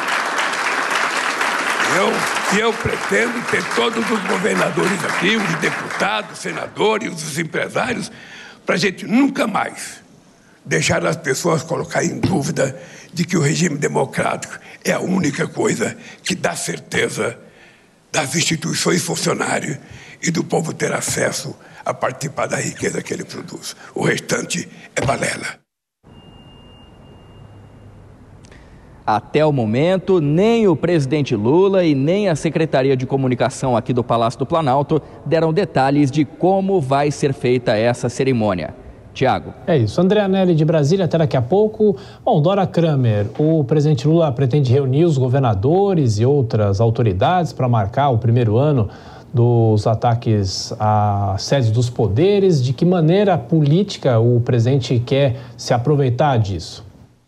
Speaker 7: Eu, eu pretendo ter todos os governadores aqui, os deputados, senadores, os empresários, para a gente nunca mais deixar as pessoas colocar em dúvida de que o regime democrático é a única coisa que dá certeza das instituições funcionárias e do povo ter acesso a participar da riqueza que ele produz. O restante é balela.
Speaker 10: Até o momento, nem o presidente Lula e nem a Secretaria de Comunicação aqui do Palácio do Planalto deram detalhes de como vai ser feita essa cerimônia. Tiago.
Speaker 5: É isso. André Anelli de Brasília, até daqui a pouco. Bom, Dora Kramer, o presidente Lula pretende reunir os governadores e outras autoridades para marcar o primeiro ano dos ataques à sede dos poderes. De que maneira política o presidente quer se aproveitar disso?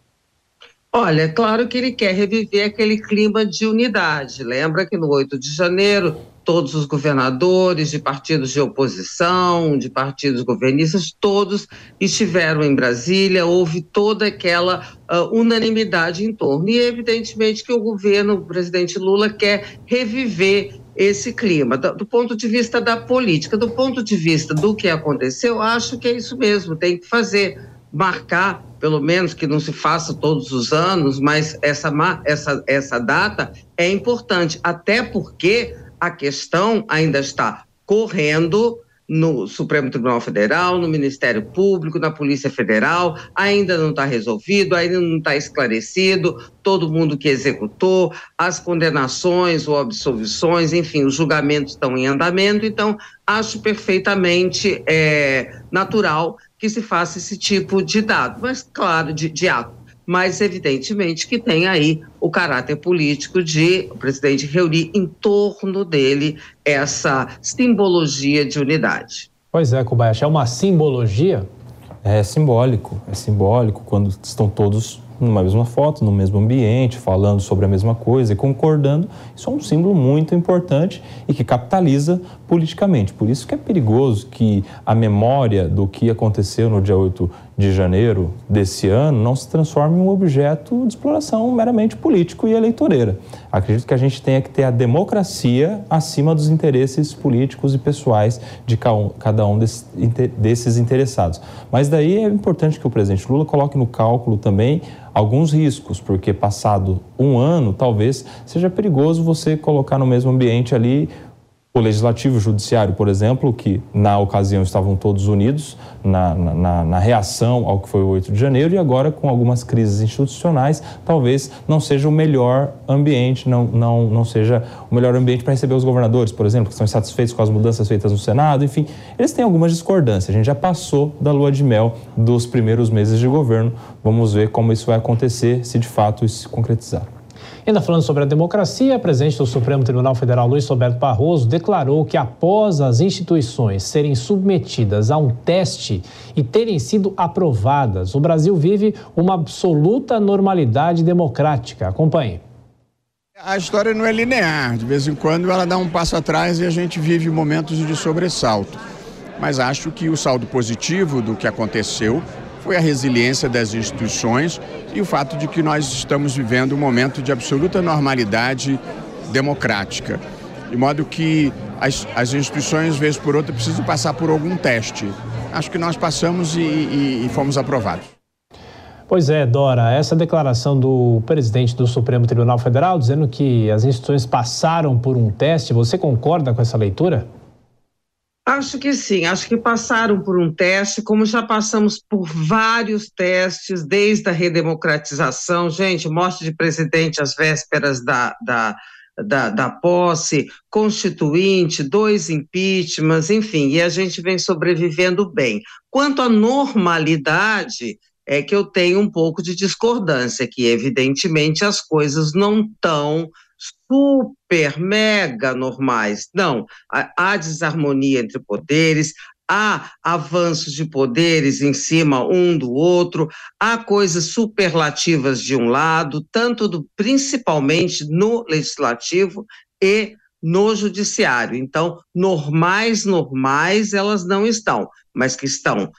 Speaker 8: Olha, é claro que ele quer reviver aquele clima de unidade. Lembra que no oito de janeiro, todos os governadores de partidos de oposição, de partidos governistas, todos estiveram em Brasília, houve toda aquela uh, unanimidade em torno. E evidentemente que o governo, o presidente Lula, quer reviver esse clima, do, do ponto de vista da política. Do ponto de vista do que aconteceu, acho que é isso mesmo, tem que fazer, marcar, pelo menos que não se faça todos os anos, mas essa, essa, essa data é importante, até porque a questão ainda está correndo no Supremo Tribunal Federal, no Ministério Público, na Polícia Federal, ainda não está resolvido, ainda não está esclarecido, todo mundo que executou, as condenações ou absolvições, enfim, os julgamentos estão em andamento, então acho perfeitamente é, natural que se faça esse tipo de dado, mas claro, de, de ato. Mas evidentemente que tem aí o caráter político de o presidente reunir em torno dele essa simbologia de unidade.
Speaker 5: Pois é, Kobayashi, é uma simbologia?
Speaker 9: É simbólico, é simbólico quando estão todos numa mesma foto, no mesmo ambiente, falando sobre a mesma coisa e concordando. Isso é um símbolo muito importante e que capitaliza politicamente. Por isso que é perigoso que a memória do que aconteceu no dia oito de janeiro desse ano não se transforme em um objeto de exploração meramente político e eleitoreira. Acredito que a gente tenha que ter a democracia acima dos interesses políticos e pessoais de cada um desses interessados. Mas daí é importante que o presidente Lula coloque no cálculo também alguns riscos, porque passado um ano, talvez seja perigoso você colocar no mesmo ambiente ali o Legislativo e o Judiciário, por exemplo, que na ocasião estavam todos unidos na, na, na reação ao que foi o oito de janeiro e agora com algumas crises institucionais, talvez não seja o melhor ambiente, não, não, não seja o melhor ambiente para receber os governadores, por exemplo, que estão insatisfeitos com as mudanças feitas no Senado, enfim, eles têm algumas discordâncias. A gente já passou da lua de mel dos primeiros meses de governo, vamos ver como isso vai acontecer se de fato isso se concretizar.
Speaker 5: Ainda falando sobre a democracia, o presidente do Supremo Tribunal Federal, Luiz Roberto Barroso, declarou que após as instituições serem submetidas a um teste e terem sido aprovadas, o Brasil vive uma absoluta normalidade democrática. Acompanhe.
Speaker 11: A história não é linear, de vez em quando ela dá um passo atrás e a gente vive momentos de sobressalto. Mas acho que o saldo positivo do que aconteceu foi a resiliência das instituições e o fato de que nós estamos vivendo um momento de absoluta normalidade democrática. De modo que as, as instituições, vez por outra, precisam passar por algum teste. Acho que nós passamos e, e, e fomos aprovados.
Speaker 5: Pois é, Dora, essa declaração do presidente do Supremo Tribunal Federal, dizendo que as instituições passaram por um teste, você concorda com essa leitura?
Speaker 8: Acho que sim, acho que passaram por um teste, como já passamos por vários testes, desde a redemocratização, gente, morte de presidente às vésperas da, da, da, da posse, constituinte, dois impeachments, enfim, e a gente vem sobrevivendo bem. Quanto à normalidade, é que eu tenho um pouco de discordância, que evidentemente as coisas não estão super, mega normais. Não, há, há desarmonia entre poderes, há avanços de poderes em cima um do outro, há coisas superlativas de um lado, tanto do, principalmente no legislativo e no judiciário. Então, normais, normais elas não estão, mas que estão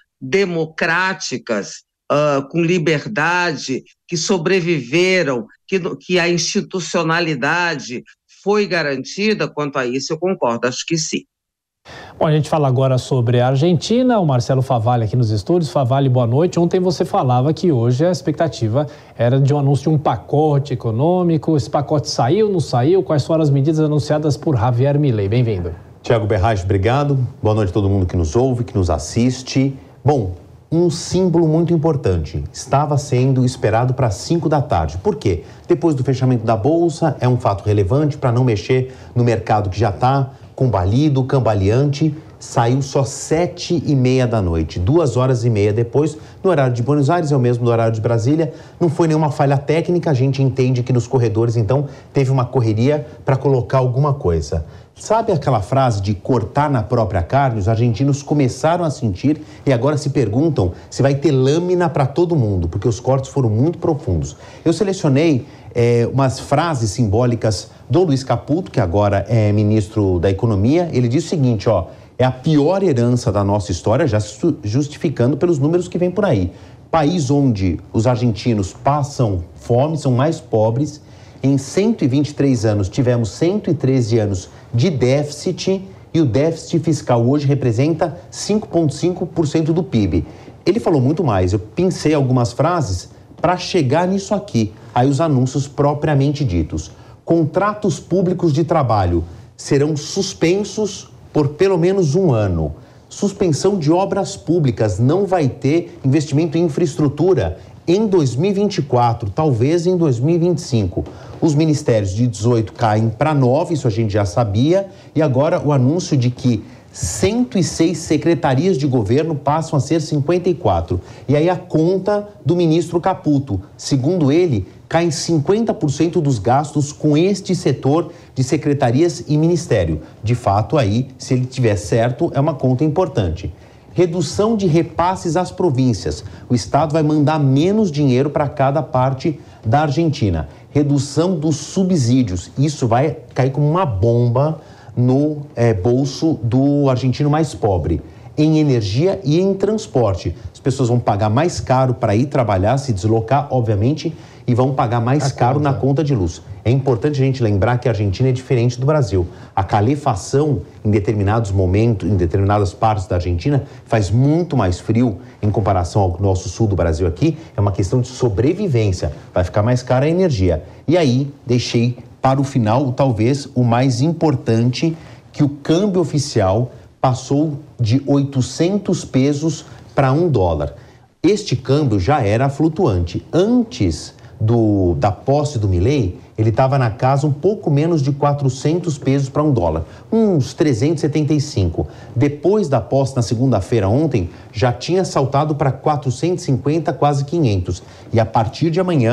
Speaker 8: democráticas, Uh, com liberdade, que sobreviveram, que, que a institucionalidade foi garantida, quanto a isso eu concordo, acho que sim.
Speaker 5: Bom, a gente fala agora sobre a Argentina, o Marcelo Favalli aqui nos estúdios. Favalli, boa noite. Ontem você falava que hoje a expectativa era de um anúncio de um pacote econômico. Esse pacote saiu, não saiu? Quais foram as medidas anunciadas por Javier Milei? Bem-vindo.
Speaker 12: Tiago Berraich, obrigado. Boa noite a todo mundo que nos ouve, que nos assiste. Bom, um símbolo muito importante. Estava sendo esperado para cinco da tarde. Por quê? Depois do fechamento da Bolsa, é um fato relevante para não mexer no mercado que já está combalido, cambaleante. Saiu só sete e meia da noite, duas horas e meia depois, no horário de Buenos Aires, é o mesmo do horário de Brasília. Não foi nenhuma falha técnica, a gente entende que nos corredores, então, teve uma correria para colocar alguma coisa. Sabe aquela frase de cortar na própria carne? Os argentinos começaram a sentir e agora se perguntam se vai ter lâmina para todo mundo, porque os cortes foram muito profundos. Eu selecionei é, umas frases simbólicas do Luiz Caputo, que agora é ministro da Economia. Ele diz o seguinte, ó, é a pior herança da nossa história, já justificando pelos números que vem por aí. País onde os argentinos passam fome, são mais pobres. Em cento e vinte e três anos, tivemos cento e treze anos de déficit e o déficit fiscal hoje representa cinco vírgula cinco por cento do P I B. Ele falou muito mais, eu pensei algumas frases para chegar nisso aqui. Aí os anúncios propriamente ditos. Contratos públicos de trabalho serão suspensos por pelo menos um ano. Suspensão de obras públicas, não vai ter investimento em infraestrutura em dois mil e vinte e quatro, talvez em dois mil e vinte e cinco. Os ministérios de dezoito caem para nove, isso a gente já sabia, e agora o anúncio de que cento e seis secretarias de governo passam a ser cinquenta e quatro. E aí a conta do ministro Caputo, segundo ele, caem cinquenta por cento dos gastos com este setor de secretarias e ministério. De fato, aí, se ele tiver certo, é uma conta importante. Redução de repasses às províncias. O Estado vai mandar menos dinheiro para cada parte da Argentina. Redução dos subsídios. Isso vai cair como uma bomba no é, bolso do argentino mais pobre. Em energia e em transporte. As pessoas vão pagar mais caro para ir trabalhar, se deslocar, obviamente, e vão pagar mais a caro conta. na conta de luz. É importante a gente lembrar que a Argentina é diferente do Brasil. A calefação em determinados momentos, em determinadas partes da Argentina, faz muito mais frio em comparação ao nosso sul do Brasil aqui. É uma questão de sobrevivência. Vai ficar mais cara a energia. E aí, deixei para o final, talvez, o mais importante, que o câmbio oficial passou de oitocentos pesos para um dólar. Este câmbio já era flutuante. Antes do, da posse do Milei, ele estava na casa um pouco menos de quatrocentos pesos para um dólar, uns trezentos e setenta e cinco. Depois da posse, na segunda-feira ontem, já tinha saltado para quatrocentos e cinquenta, quase quinhentos. E a partir de amanhã,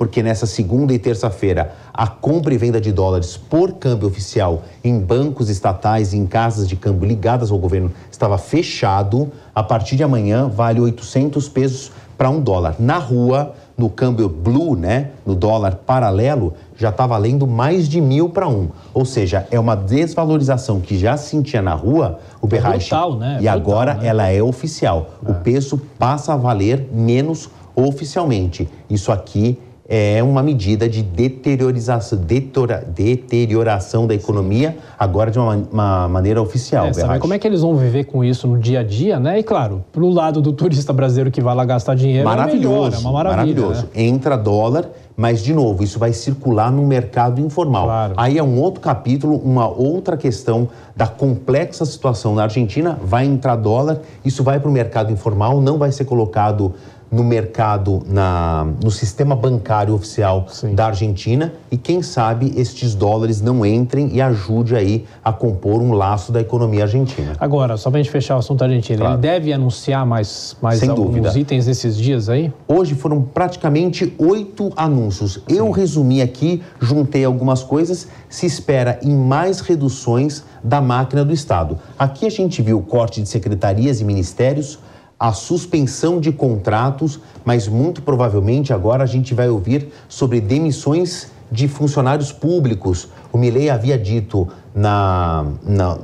Speaker 12: porque nessa segunda e terça-feira a compra e venda de dólares por câmbio oficial em bancos estatais e em casas de câmbio ligadas ao governo estava fechado. A partir de amanhã vale oitocentos pesos para um dólar. Na rua, no câmbio blue, né, no dólar paralelo, já está valendo mais de mil para um. Ou seja, é uma desvalorização que já se sentia na rua, o Berrage,
Speaker 5: é brutal, né?
Speaker 12: E
Speaker 5: é brutal,
Speaker 12: agora
Speaker 5: né?
Speaker 12: ela é oficial. É. O peso passa a valer menos oficialmente. Isso aqui é uma medida de deteriorização, deteriora, deterioração da economia, agora de uma, uma maneira oficial.
Speaker 5: É, saber como é que eles vão viver com isso no dia a dia, né? E claro, pro lado do turista brasileiro que vai lá gastar dinheiro,
Speaker 12: maravilhoso,
Speaker 5: é melhor, é uma maravilha,
Speaker 12: maravilhoso.
Speaker 5: Né?
Speaker 12: Entra dólar, mas de novo, isso vai circular no mercado informal.
Speaker 5: Claro.
Speaker 12: Aí é um outro capítulo, uma outra questão da complexa situação na Argentina. Vai entrar dólar, isso vai para o mercado informal, não vai ser colocado no mercado, na, no sistema bancário oficial Sim. da Argentina, e quem sabe estes dólares não entrem e ajude aí a compor um laço da economia argentina.
Speaker 5: Agora, só para a gente fechar o assunto argentino, claro. Ele deve anunciar mais, mais
Speaker 12: Sem
Speaker 5: alguns
Speaker 12: dúvida.
Speaker 5: itens nesses dias aí?
Speaker 12: Hoje foram praticamente oito anúncios. Sim. Eu resumi aqui, juntei algumas coisas, se espera em mais reduções da máquina do Estado. Aqui a gente viu o corte de secretarias e ministérios, a suspensão de contratos, mas muito provavelmente agora a gente vai ouvir sobre demissões de funcionários públicos. O Milei havia dito na, na,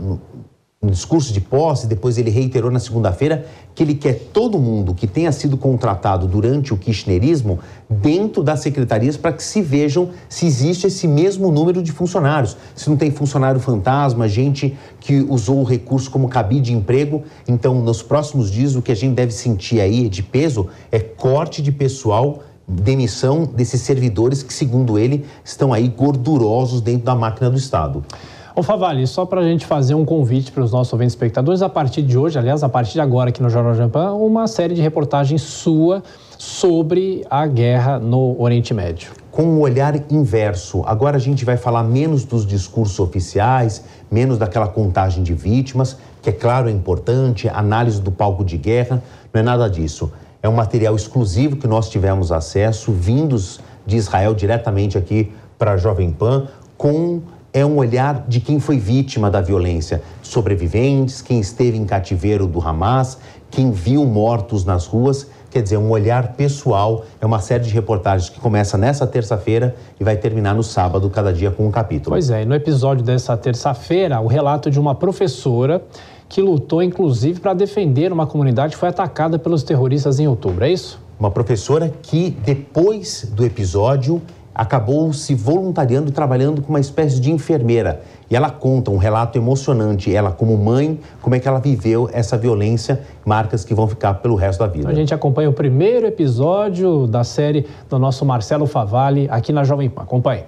Speaker 12: no discurso de posse, depois ele reiterou na segunda-feira, que ele quer todo mundo que tenha sido contratado durante o kirchnerismo dentro das secretarias para que se vejam se existe esse mesmo número de funcionários. Se não tem funcionário fantasma, gente que usou o recurso como cabide de emprego. Então, nos próximos dias, o que a gente deve sentir aí de peso é corte de pessoal, demissão desses servidores que, segundo ele, estão aí gordurosos dentro da máquina do Estado.
Speaker 5: Ô Favalli, só para a gente fazer um convite para os nossos ouvintes espectadores, a partir de hoje, aliás, a partir de agora aqui no Jornal Jovem Pan, uma série de reportagens sua sobre a guerra no Oriente Médio.
Speaker 12: Com um olhar inverso, agora a gente vai falar menos dos discursos oficiais, menos daquela contagem de vítimas, que é claro, é importante, análise do palco de guerra, não é nada disso. É um material exclusivo que nós tivemos acesso, vindos de Israel diretamente aqui para a Jovem Pan, com... é um olhar de quem foi vítima da violência, sobreviventes, quem esteve em cativeiro do Hamas, quem viu mortos nas ruas, quer dizer, um olhar pessoal. É uma série de reportagens que começa nessa terça-feira e vai terminar no sábado, cada dia com um capítulo.
Speaker 5: Pois é, e no episódio dessa terça-feira, o relato de uma professora que lutou, inclusive, para defender uma comunidade que foi atacada pelos terroristas em outubro, é isso?
Speaker 12: Uma professora que, depois do episódio, acabou se voluntariando, trabalhando como uma espécie de enfermeira. E ela conta um relato emocionante, ela como mãe, como é que ela viveu essa violência, marcas que vão ficar pelo resto da vida.
Speaker 5: A gente acompanha o primeiro episódio da série do nosso Marcelo Favalli aqui na Jovem Pan. Acompanhe.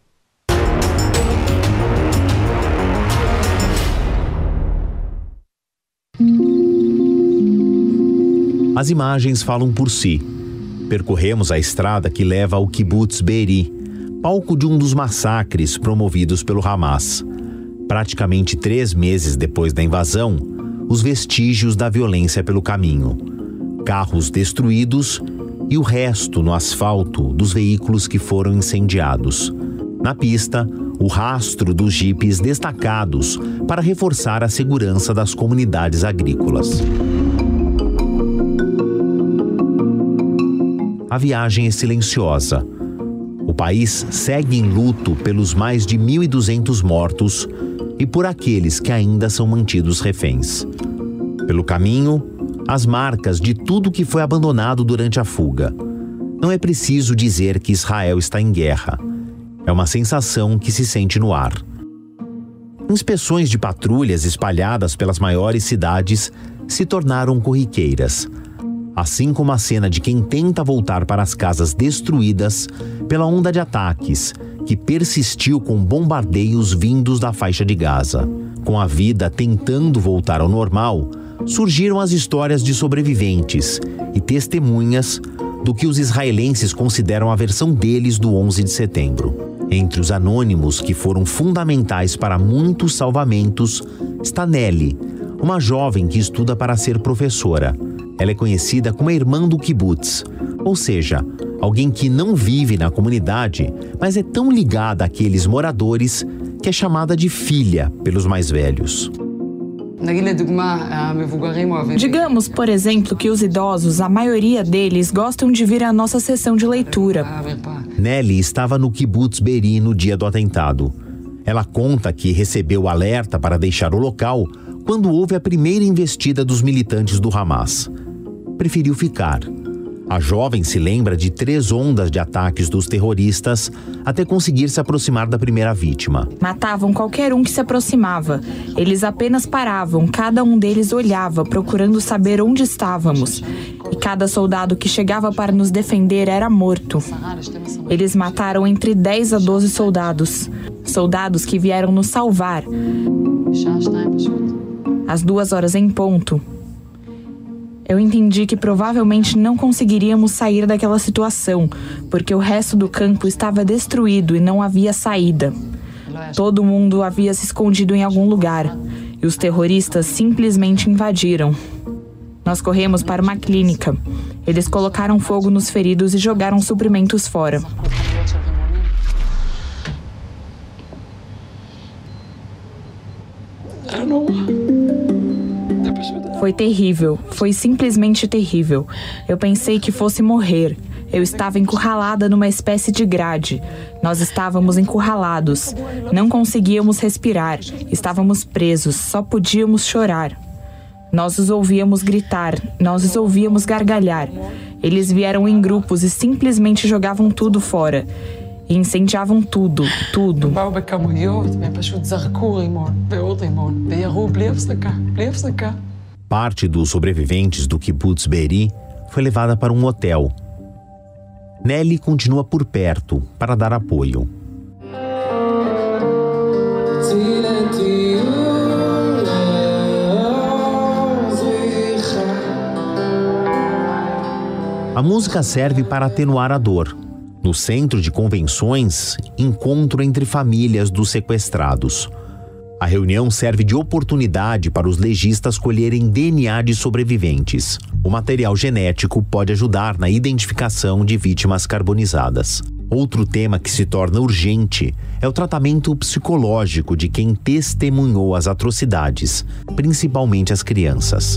Speaker 13: As imagens falam por si. Percorremos a estrada que leva ao Kibbutz Be'eri, palco de um dos massacres promovidos pelo Hamas. Praticamente três meses depois da invasão, os vestígios da violência pelo caminho. Carros destruídos e o resto no asfalto dos veículos que foram incendiados. Na pista, o rastro dos jipes destacados para reforçar a segurança das comunidades agrícolas. A viagem é silenciosa. O país segue em luto pelos mais de mil e duzentos mortos e por aqueles que ainda são mantidos reféns. Pelo caminho, as marcas de tudo que foi abandonado durante a fuga. Não é preciso dizer que Israel está em guerra. É uma sensação que se sente no ar. Inspeções de patrulhas espalhadas pelas maiores cidades se tornaram corriqueiras. Assim como a cena de quem tenta voltar para as casas destruídas pela onda de ataques que persistiu com bombardeios vindos da faixa de Gaza. Com a vida tentando voltar ao normal, surgiram as histórias de sobreviventes e testemunhas do que os israelenses consideram a versão deles do onze de setembro. Entre os anônimos que foram fundamentais para muitos salvamentos está Nelly, uma jovem que estuda para ser professora. Ela é conhecida como a irmã do kibbutz, ou seja, Alguém que não vive na comunidade, mas é tão ligada àqueles moradores que é chamada de filha pelos mais velhos.
Speaker 23: Digamos, por exemplo, que os idosos, a maioria deles, gostam de vir à nossa sessão de leitura.
Speaker 13: Nelly estava no Kibbutz Be'eri no dia do atentado. Ela conta que recebeu alerta para deixar o local quando houve a primeira investida dos militantes do Hamas. Preferiu ficar. A jovem se lembra de três ondas de ataques dos terroristas até conseguir se aproximar da primeira vítima.
Speaker 23: Matavam qualquer um que se aproximava. Eles apenas paravam, cada um deles olhava, procurando saber onde estávamos. E cada soldado que chegava para nos defender era morto. Eles mataram entre dez a doze soldados. Soldados que vieram nos salvar. Às duas horas em ponto, eu entendi que provavelmente não conseguiríamos sair daquela situação, porque o resto do campo estava destruído e não havia saída. Todo mundo havia se escondido em algum lugar, e os terroristas simplesmente invadiram. Nós corremos para uma clínica. Eles colocaram fogo nos feridos e jogaram suprimentos fora. Foi terrível, foi simplesmente terrível. Eu pensei que fosse morrer. Eu estava encurralada numa espécie de grade. Nós estávamos encurralados. Não conseguíamos respirar. Estávamos presos, só podíamos chorar. Nós os ouvíamos gritar, nós os ouvíamos gargalhar. Eles vieram em grupos e simplesmente jogavam tudo fora. E incendiavam tudo, tudo.
Speaker 13: Parte dos sobreviventes do Kibbutz Be'eri foi levada para um hotel. Nelly continua por perto para dar apoio. A música serve para atenuar a dor. No centro de convenções, encontro entre famílias dos sequestrados. A reunião serve de oportunidade para os legistas colherem D N A de sobreviventes. O material genético pode ajudar na identificação de vítimas carbonizadas. Outro tema que se torna urgente é o tratamento psicológico de quem testemunhou as atrocidades, principalmente as crianças.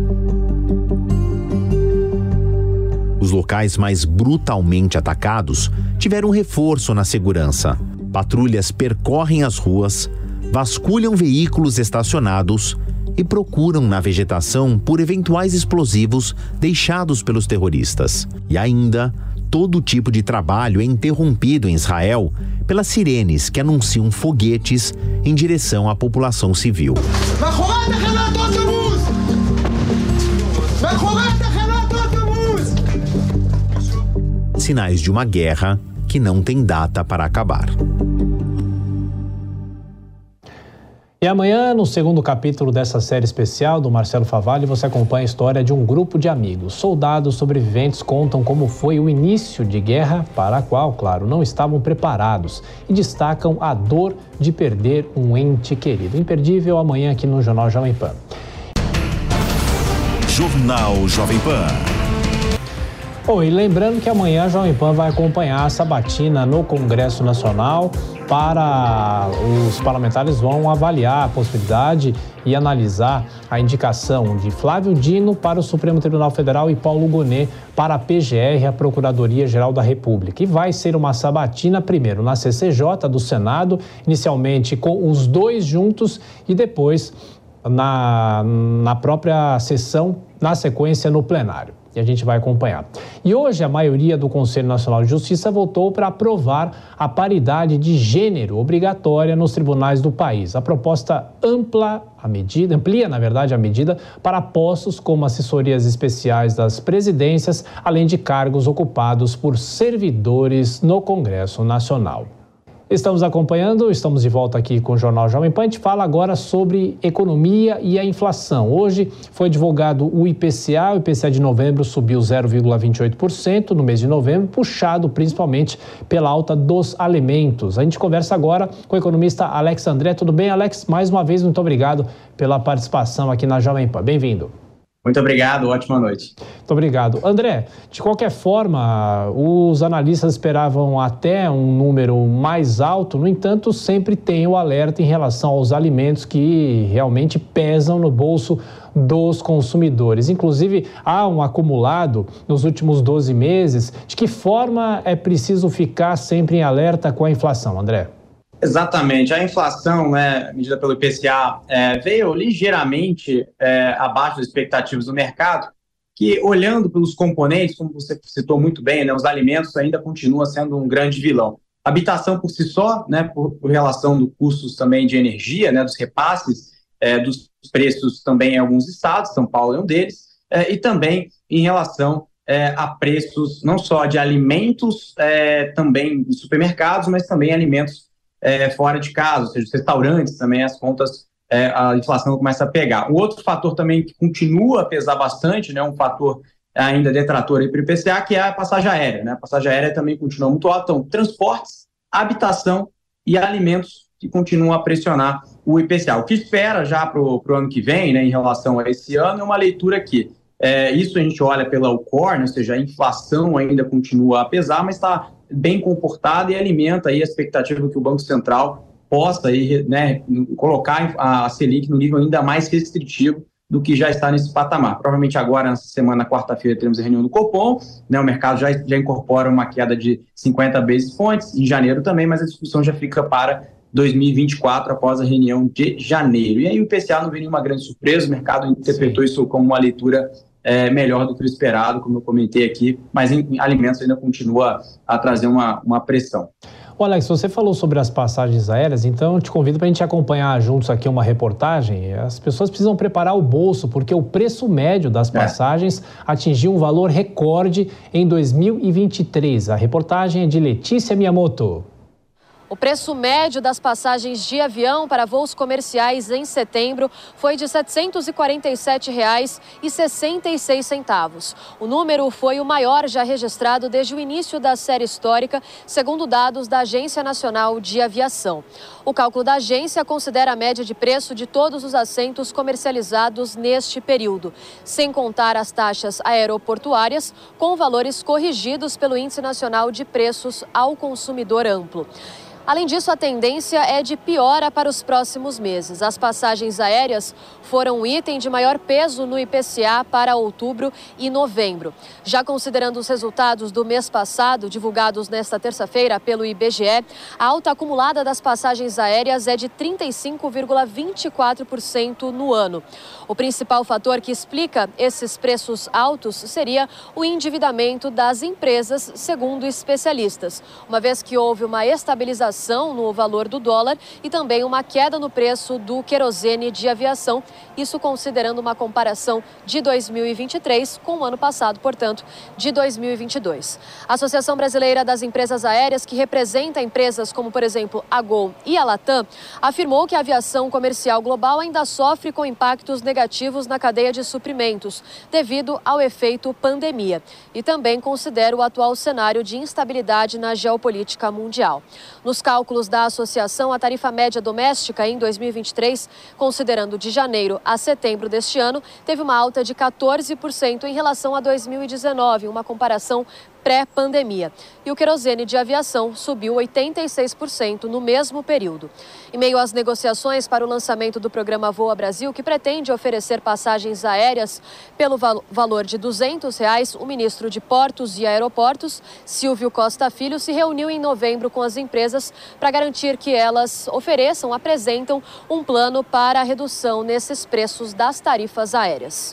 Speaker 13: Os locais mais brutalmente atacados tiveram reforço na segurança. Patrulhas percorrem as ruas, vasculham veículos estacionados e procuram na vegetação por eventuais explosivos deixados pelos terroristas. E ainda, todo tipo de trabalho é interrompido em Israel pelas sirenes que anunciam foguetes em direção à população civil. Sinais de uma guerra que não tem data para acabar.
Speaker 5: E amanhã, no segundo capítulo dessa série especial do Marcelo Favalli, você acompanha a história de um grupo de amigos. Soldados sobreviventes contam como foi o início de guerra, para a qual, claro, não estavam preparados, e destacam a dor de perder um ente querido. Imperdível amanhã aqui no Jornal Jovem Pan.
Speaker 14: Jornal Jovem Pan.
Speaker 5: Bom, e lembrando que amanhã a Jovem Pan vai acompanhar a sabatina no Congresso Nacional. Para os parlamentares vão avaliar a possibilidade e analisar a indicação de Flávio Dino para o Supremo Tribunal Federal e Paulo Gonet para a P G R, a Procuradoria-Geral da República. E vai ser uma sabatina primeiro na C C J do Senado, inicialmente com os dois juntos e depois na, na própria sessão, na sequência no plenário. E a gente vai acompanhar. E hoje a maioria do Conselho Nacional de Justiça votou para aprovar a paridade de gênero obrigatória nos tribunais do país. A proposta ampla a medida, amplia, na verdade, a medida para postos como assessorias especiais das presidências, além de cargos ocupados por servidores no Congresso Nacional. Estamos acompanhando, estamos de volta aqui com o Jornal Jovem Pan. A gente fala agora sobre economia e a inflação. Hoje foi divulgado o I P C A, o I P C A de novembro subiu zero vírgula vinte e oito por cento no mês de novembro, puxado principalmente pela alta dos alimentos. A gente conversa agora com o economista Alex André. Tudo bem, Alex? Mais uma vez, muito obrigado pela participação aqui na Jovem Pan. Bem-vindo.
Speaker 15: Muito obrigado, ótima noite.
Speaker 5: Muito obrigado. André, de qualquer forma, os analistas esperavam até um número mais alto, no entanto, sempre tem o alerta em relação aos alimentos que realmente pesam no bolso dos consumidores. Inclusive, há um acumulado nos últimos doze meses. De que forma é preciso ficar sempre em alerta com a inflação, André?
Speaker 15: Exatamente. A inflação, né, medida pelo I P C A, é, veio ligeiramente é, abaixo das expectativas do mercado, que, olhando pelos componentes, como você citou muito bem, né, os alimentos ainda continua sendo um grande vilão. A habitação por si só, né, por, por relação dos custos também de energia, né, dos repasses, é, dos preços também em alguns estados, São Paulo é um deles, é, e também em relação é, a preços não só de alimentos, é, também em supermercados, mas também alimentos É, fora de casa, ou seja, os restaurantes também, as contas, é, a inflação começa a pegar. O outro fator também que continua a pesar bastante, né, um fator ainda detrator para o I P C A, que é a passagem aérea, né? A passagem aérea também continua muito alta, então transportes, habitação e alimentos que continuam a pressionar o I P C A. O que espera já para o ano que vem, né, em relação a esse ano, é uma leitura aqui. É, isso a gente olha pela U C O R, né, ou seja, a inflação ainda continua a pesar, mas está bem comportada e alimenta aí a expectativa que o Banco Central possa aí, né, colocar a Selic no nível ainda mais restritivo do que já está nesse patamar. Provavelmente agora, nessa semana, quarta-feira, teremos a reunião do Copom, né, o mercado já, já incorpora uma queda de cinquenta basis points, em janeiro também, mas a discussão já fica para dois mil e vinte e quatro, após a reunião de janeiro. E aí o I P C A não veio nenhuma grande surpresa, o mercado interpretou Sim. isso como uma leitura É, melhor do que o esperado, como eu comentei aqui, mas em, em alimentos ainda continua a trazer uma, uma pressão.
Speaker 5: Ô Alex, você falou sobre as passagens aéreas, então eu te convido para a gente acompanhar juntos aqui uma reportagem. As pessoas precisam preparar o bolso, porque o preço médio das passagens é. atingiu um valor recorde em dois mil e vinte e três. A reportagem é de Letícia Miyamoto.
Speaker 3: O preço médio das passagens de avião para voos comerciais em setembro foi de setecentos e quarenta e sete reais e sessenta e seis centavos. O número foi o maior já registrado desde o início da série histórica, segundo dados da Agência Nacional de Aviação. O cálculo da agência considera a média de preço de todos os assentos comercializados neste período, sem contar as taxas aeroportuárias, com valores corrigidos pelo Índice Nacional de Preços ao Consumidor Amplo. Além disso, a tendência é de piora para os próximos meses. As passagens aéreas foram um item de maior peso no I P C A para outubro e novembro. Já considerando os resultados do mês passado, divulgados nesta terça-feira pelo I B G E, a alta acumulada das passagens aéreas é de trinta e cinco vírgula vinte e quatro por cento no ano. O principal fator que explica esses preços altos seria o endividamento das empresas, segundo especialistas, uma vez que houve uma estabilização no valor do dólar e também uma queda no preço do querosene de aviação, isso considerando uma comparação de dois mil e vinte e três com o ano passado, portanto, de dois mil e vinte e dois. A Associação Brasileira das Empresas Aéreas, que representa empresas como, por exemplo, a Gol e a Latam, afirmou que a aviação comercial global ainda sofre com impactos negativos na cadeia de suprimentos, devido ao efeito pandemia, e também considera o atual cenário de instabilidade na geopolítica mundial. Nos cálculos da associação, a tarifa média doméstica em dois mil e vinte e três, considerando de janeiro a setembro deste ano, teve uma alta de quatorze por cento em relação a dois mil e dezenove, uma comparação pré-pandemia. E o querosene de aviação subiu oitenta e seis por cento no mesmo período. Em meio às negociações para o lançamento do programa Voa Brasil, que pretende oferecer passagens aéreas pelo val- valor de duzentos reais, o ministro de Portos e Aeroportos, Silvio Costa Filho, se reuniu em novembro com as empresas para garantir que elas ofereçam, apresentam um plano para a redução nesses preços das tarifas aéreas.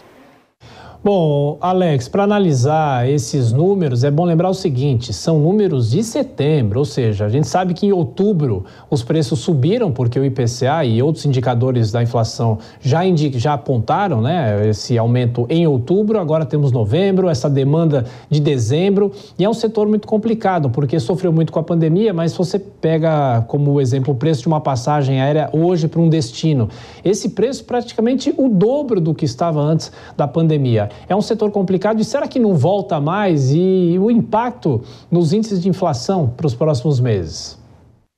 Speaker 5: Bom, Alex, para analisar esses números, é bom lembrar o seguinte, são números de setembro, ou seja, a gente sabe que em outubro os preços subiram porque o I P C A e outros indicadores da inflação já, indi- já apontaram, né, esse aumento em outubro, agora temos novembro, essa demanda de dezembro, e é um setor muito complicado, porque sofreu muito com a pandemia, mas se você pega como exemplo o preço de uma passagem aérea hoje para um destino, esse preço é praticamente o dobro do que estava antes da pandemia. É um setor complicado e será que não volta mais? E o impacto nos índices de inflação para os próximos meses?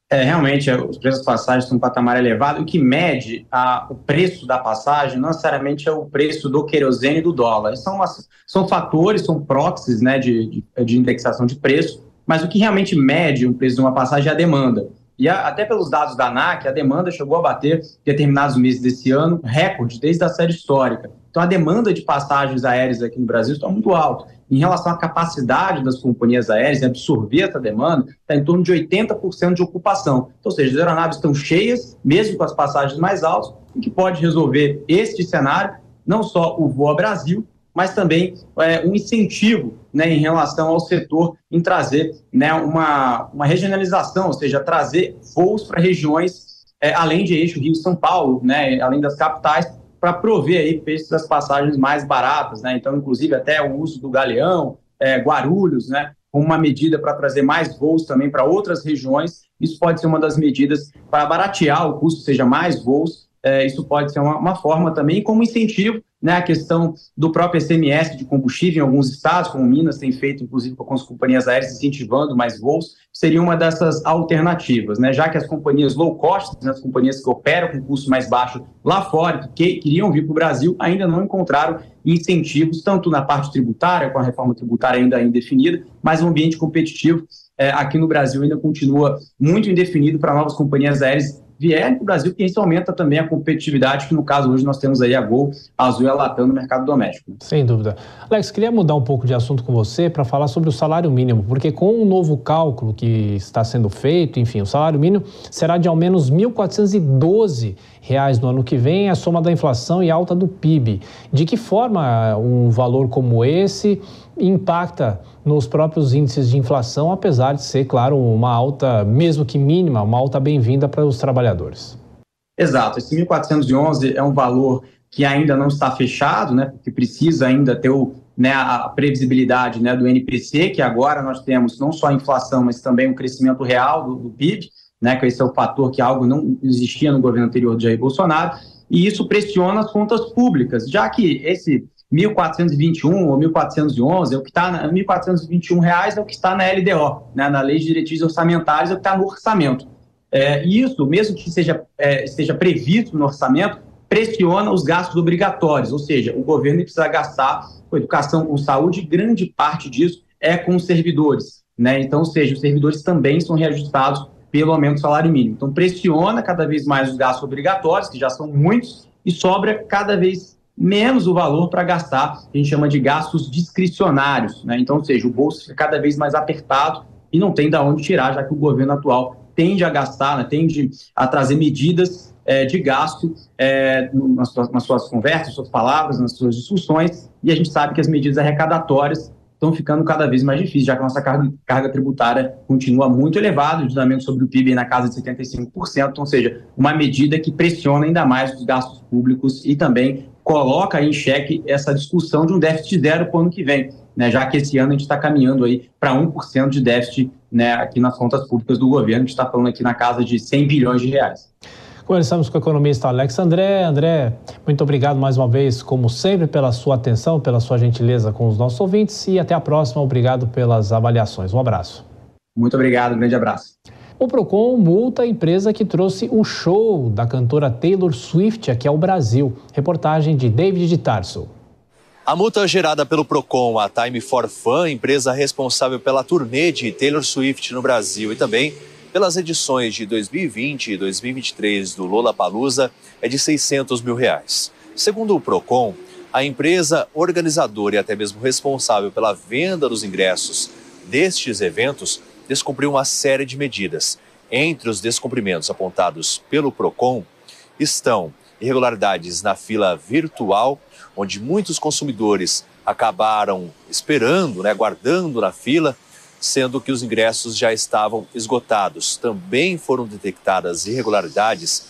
Speaker 15: É, realmente, os preços das passagens estão em um patamar elevado. O que mede a, o preço da passagem não necessariamente é o preço do querosene e do dólar. São, umas, são fatores, são proxies, né, de, de, de indexação de preço, mas o que realmente mede o preço de uma passagem é a demanda. E a, até pelos dados da ANAC, a demanda chegou a bater, em determinados meses desse ano, recorde, desde a série histórica. Então, a demanda de passagens aéreas aqui no Brasil está muito alta. Em relação à capacidade das companhias aéreas de absorver essa demanda, está em torno de oitenta por cento de ocupação. Então, ou seja, as aeronaves estão cheias, mesmo com as passagens mais altas, o que pode resolver este cenário, não só o voo ao Brasil, mas também é, um incentivo, né, em relação ao setor em trazer, né, uma, uma regionalização, ou seja, trazer voos para regiões é, além de eixo Rio-São Paulo, né, além das capitais, para prover aí preços das passagens mais baratas, né? Então, inclusive, até o uso do Galeão, é, Guarulhos, né? Como uma medida para trazer mais voos também para outras regiões. Isso pode ser uma das medidas para baratear o custo, seja mais voos. É, isso pode ser uma, uma forma também, como incentivo, né? A questão do próprio I C M S de combustível em alguns estados, como Minas tem feito, inclusive, com as companhias aéreas, incentivando mais voos, seria uma dessas alternativas, né? Já que as companhias low cost, né, as companhias que operam com custo mais baixo lá fora, que queriam vir para o Brasil, ainda não encontraram incentivos, tanto na parte tributária, com a reforma tributária ainda indefinida, mas o ambiente competitivo é, aqui no Brasil ainda continua muito indefinido para novas companhias aéreas vierem para o Brasil, que isso aumenta também a competitividade, que no caso hoje nós temos aí a Gol, a Azul e a Latam no mercado doméstico.
Speaker 5: Sem dúvida. Alex, queria mudar um pouco de assunto com você para falar sobre o salário mínimo, porque com o um novo cálculo que está sendo feito, enfim, o salário mínimo será de ao menos mil quatrocentos e doze reais no ano que vem, a soma da inflação e alta do P I B. De que forma um valor como esse impacta nos próprios índices de inflação, apesar de ser, claro, uma alta, mesmo que mínima, uma alta bem-vinda para os trabalhadores?
Speaker 15: Exato, esse mil quatrocentos e onze é um valor que ainda não está fechado, né, porque precisa ainda ter o, né, a previsibilidade, né, do N P C, que agora nós temos não só a inflação, mas também o crescimento real do, do P I B, né, que esse é o fator que algo não existia no governo anterior de Jair Bolsonaro, e isso pressiona as contas públicas, já que esse mil quatrocentos e vinte e um ou mil quatrocentos e onze, é o que está mil quatrocentos e vinte e um reais é o que está na L D O, né, na Lei de Diretrizes Orçamentárias, é o que está no orçamento. É, isso, mesmo que seja, é, esteja previsto no orçamento, pressiona os gastos obrigatórios, ou seja, o governo precisa gastar com educação, com saúde, e grande parte disso é com os servidores, né? Então, ou seja, os servidores também são reajustados pelo aumento do salário mínimo. Então, pressiona cada vez mais os gastos obrigatórios, que já são muitos, e sobra cada vez menos o valor para gastar, que a gente chama de gastos discricionários, né? Então, ou seja, o bolso fica cada vez mais apertado e não tem de onde tirar, já que o governo atual tende a gastar, né? Tende a trazer medidas é, de gasto é, nas, suas, nas suas conversas, nas suas palavras, nas suas discussões, e a gente sabe que as medidas arrecadatórias estão ficando cada vez mais difíceis, já que a nossa carga, carga tributária continua muito elevada, o endividamento sobre o P I B na casa de setenta e cinco por cento, então, ou seja, uma medida que pressiona ainda mais os gastos públicos e também coloca em xeque essa discussão de um déficit zero para o ano que vem, né, já que esse ano a gente está caminhando aí para um por cento de déficit, né, aqui nas contas públicas do governo, a gente está falando aqui na casa de cem bilhões de reais.
Speaker 5: Conversamos com o economista Alex André. André, muito obrigado mais uma vez, como sempre, pela sua atenção, pela sua gentileza com os nossos ouvintes e até a próxima. Obrigado pelas avaliações. Um abraço.
Speaker 15: Muito obrigado, um grande abraço.
Speaker 5: O Procon multa a empresa que trouxe o show da cantora Taylor Swift aqui ao Brasil. Reportagem de David de Tarso.
Speaker 16: A multa gerada pelo Procon a Time for Fun, empresa responsável pela turnê de Taylor Swift no Brasil e também pelas edições de dois mil e vinte e dois mil e vinte e três do Lollapalooza, é de seiscentos mil reais. Segundo o Procon, a empresa organizadora e até mesmo responsável pela venda dos ingressos destes eventos descumpriu uma série de medidas. Entre os descumprimentos apontados pelo Procon estão irregularidades na fila virtual, onde muitos consumidores acabaram esperando, né, aguardando na fila, sendo que os ingressos já estavam esgotados. Também foram detectadas irregularidades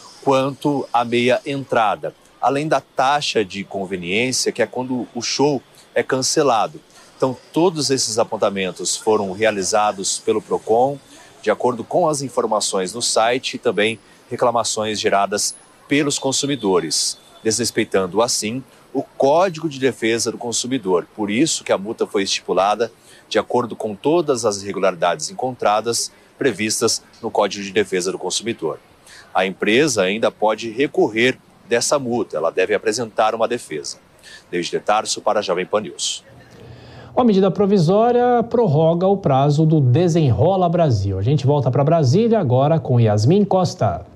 Speaker 16: quanto à meia entrada, além da taxa de conveniência, que é quando o show é cancelado. Então, todos esses apontamentos foram realizados pelo Procon, de acordo com as informações no site, e também reclamações geradas pelos consumidores, desrespeitando assim o Código de Defesa do Consumidor. Por isso que a multa foi estipulada de acordo com todas as irregularidades encontradas, previstas no Código de Defesa do Consumidor. A empresa ainda pode recorrer dessa multa, ela deve apresentar uma defesa. Desde Tarso para a Jovem Pan News.
Speaker 5: A medida provisória prorroga o prazo do Desenrola Brasil. A gente volta para Brasília agora com Yasmin Costa.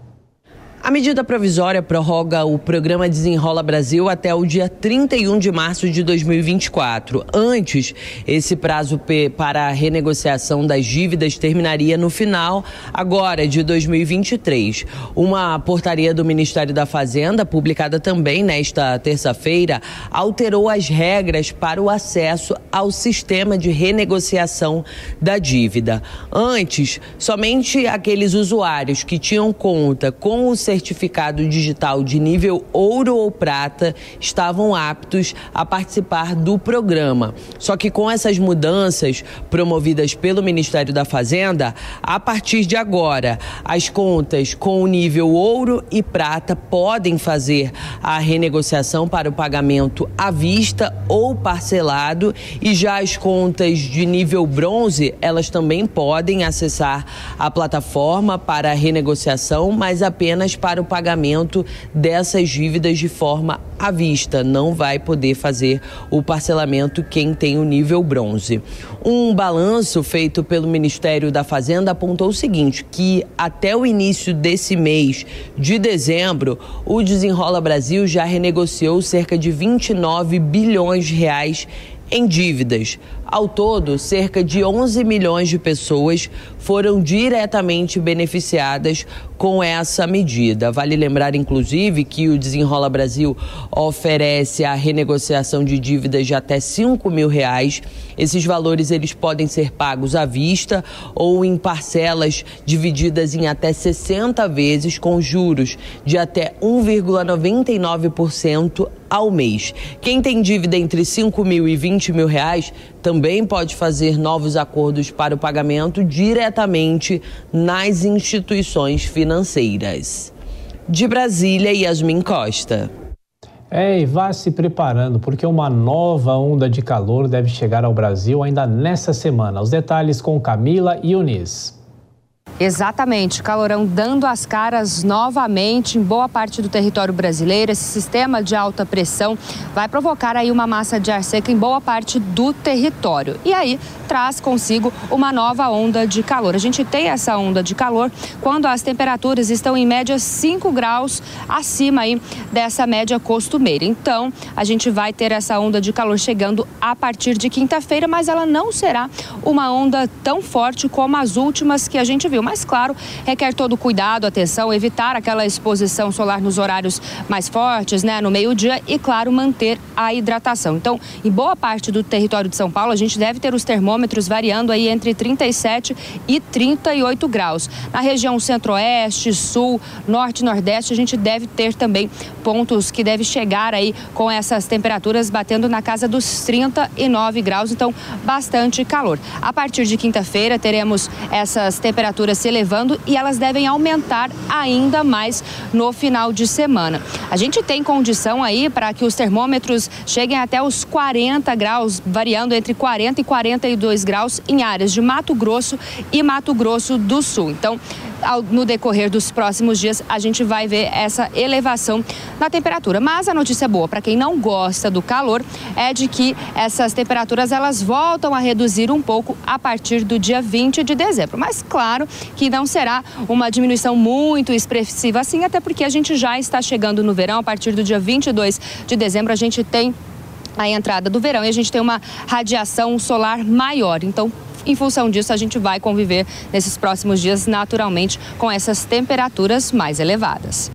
Speaker 17: A medida provisória prorroga o programa Desenrola Brasil até o dia trinta e um de março de dois mil e vinte e quatro. Antes, esse prazo para a renegociação das dívidas terminaria no final, agora, de dois mil e vinte e três. Uma portaria do Ministério da Fazenda, publicada também nesta terça-feira, alterou as regras para o acesso ao sistema de renegociação da dívida. Antes, somente aqueles usuários que tinham conta com o certificado digital de nível ouro ou prata estavam aptos a participar do programa. Só que com essas mudanças promovidas pelo Ministério da Fazenda, a partir de agora, as contas com o nível ouro e prata podem fazer a renegociação para o pagamento à vista ou parcelado, e já as contas de nível bronze, elas também podem acessar a plataforma para a renegociação, mas apenas para o pagamento dessas dívidas de forma à vista. Não vai poder fazer o parcelamento quem tem o nível bronze. Um balanço feito pelo Ministério da Fazenda apontou o seguinte, que até o início desse mês de dezembro, o Desenrola Brasil já renegociou cerca de vinte e nove bilhões de reais em dívidas. Ao todo, cerca de onze milhões de pessoas foram diretamente beneficiadas com essa medida. Vale lembrar, inclusive, que o Desenrola Brasil oferece a renegociação de dívidas de até cinco mil reais. Esses valores eles podem ser pagos à vista ou em parcelas divididas em até sessenta vezes, com juros de até um vírgula noventa e nove por cento ao mês. Quem tem dívida entre cinco mil e vinte mil reais também pode fazer novos acordos para o pagamento diretamente nas instituições financeiras. De Brasília, Yasmin Costa.
Speaker 5: É, e vá se preparando, porque uma nova onda de calor deve chegar ao Brasil ainda nessa semana. Os detalhes com Camila e Eunice.
Speaker 18: Exatamente, calorão dando as caras novamente em boa parte do território brasileiro. Esse sistema de alta pressão vai provocar aí uma massa de ar seca em boa parte do território. E aí traz consigo uma nova onda de calor. A gente tem essa onda de calor quando as temperaturas estão em média cinco graus acima aí dessa média costumeira. Então, a gente vai ter essa onda de calor chegando a partir de quinta-feira, mas ela não será uma onda tão forte como as últimas que a gente viu. Mas, claro, requer todo cuidado, atenção, evitar aquela exposição solar nos horários mais fortes, né, no meio-dia e, claro, manter a hidratação. Então, em boa parte do território de São Paulo, a gente deve ter os termômetros variando aí entre trinta e sete e trinta e oito graus. Na região centro-oeste, sul, norte e nordeste, a gente deve ter também pontos que devem chegar aí com essas temperaturas batendo na casa dos trinta e nove graus, então bastante calor. A partir de quinta-feira, teremos essas temperaturas se elevando e elas devem aumentar ainda mais no final de semana. A gente tem condição aí para que os termômetros cheguem até os quarenta graus, variando entre quarenta e quarenta e dois graus em áreas de Mato Grosso e Mato Grosso do Sul. Então, ao, no decorrer dos próximos dias, a gente vai ver essa elevação na temperatura. Mas a notícia boa para quem não gosta do calor é de que essas temperaturas elas voltam a reduzir um pouco a partir do dia vinte de dezembro. Mas, claro, que não será uma diminuição muito expressiva assim, até porque a gente já está chegando no verão. A partir do dia vinte e dois de dezembro a gente tem a entrada do verão e a gente tem uma radiação solar maior. Então, em função disso, a gente vai conviver nesses próximos dias naturalmente com essas temperaturas mais elevadas.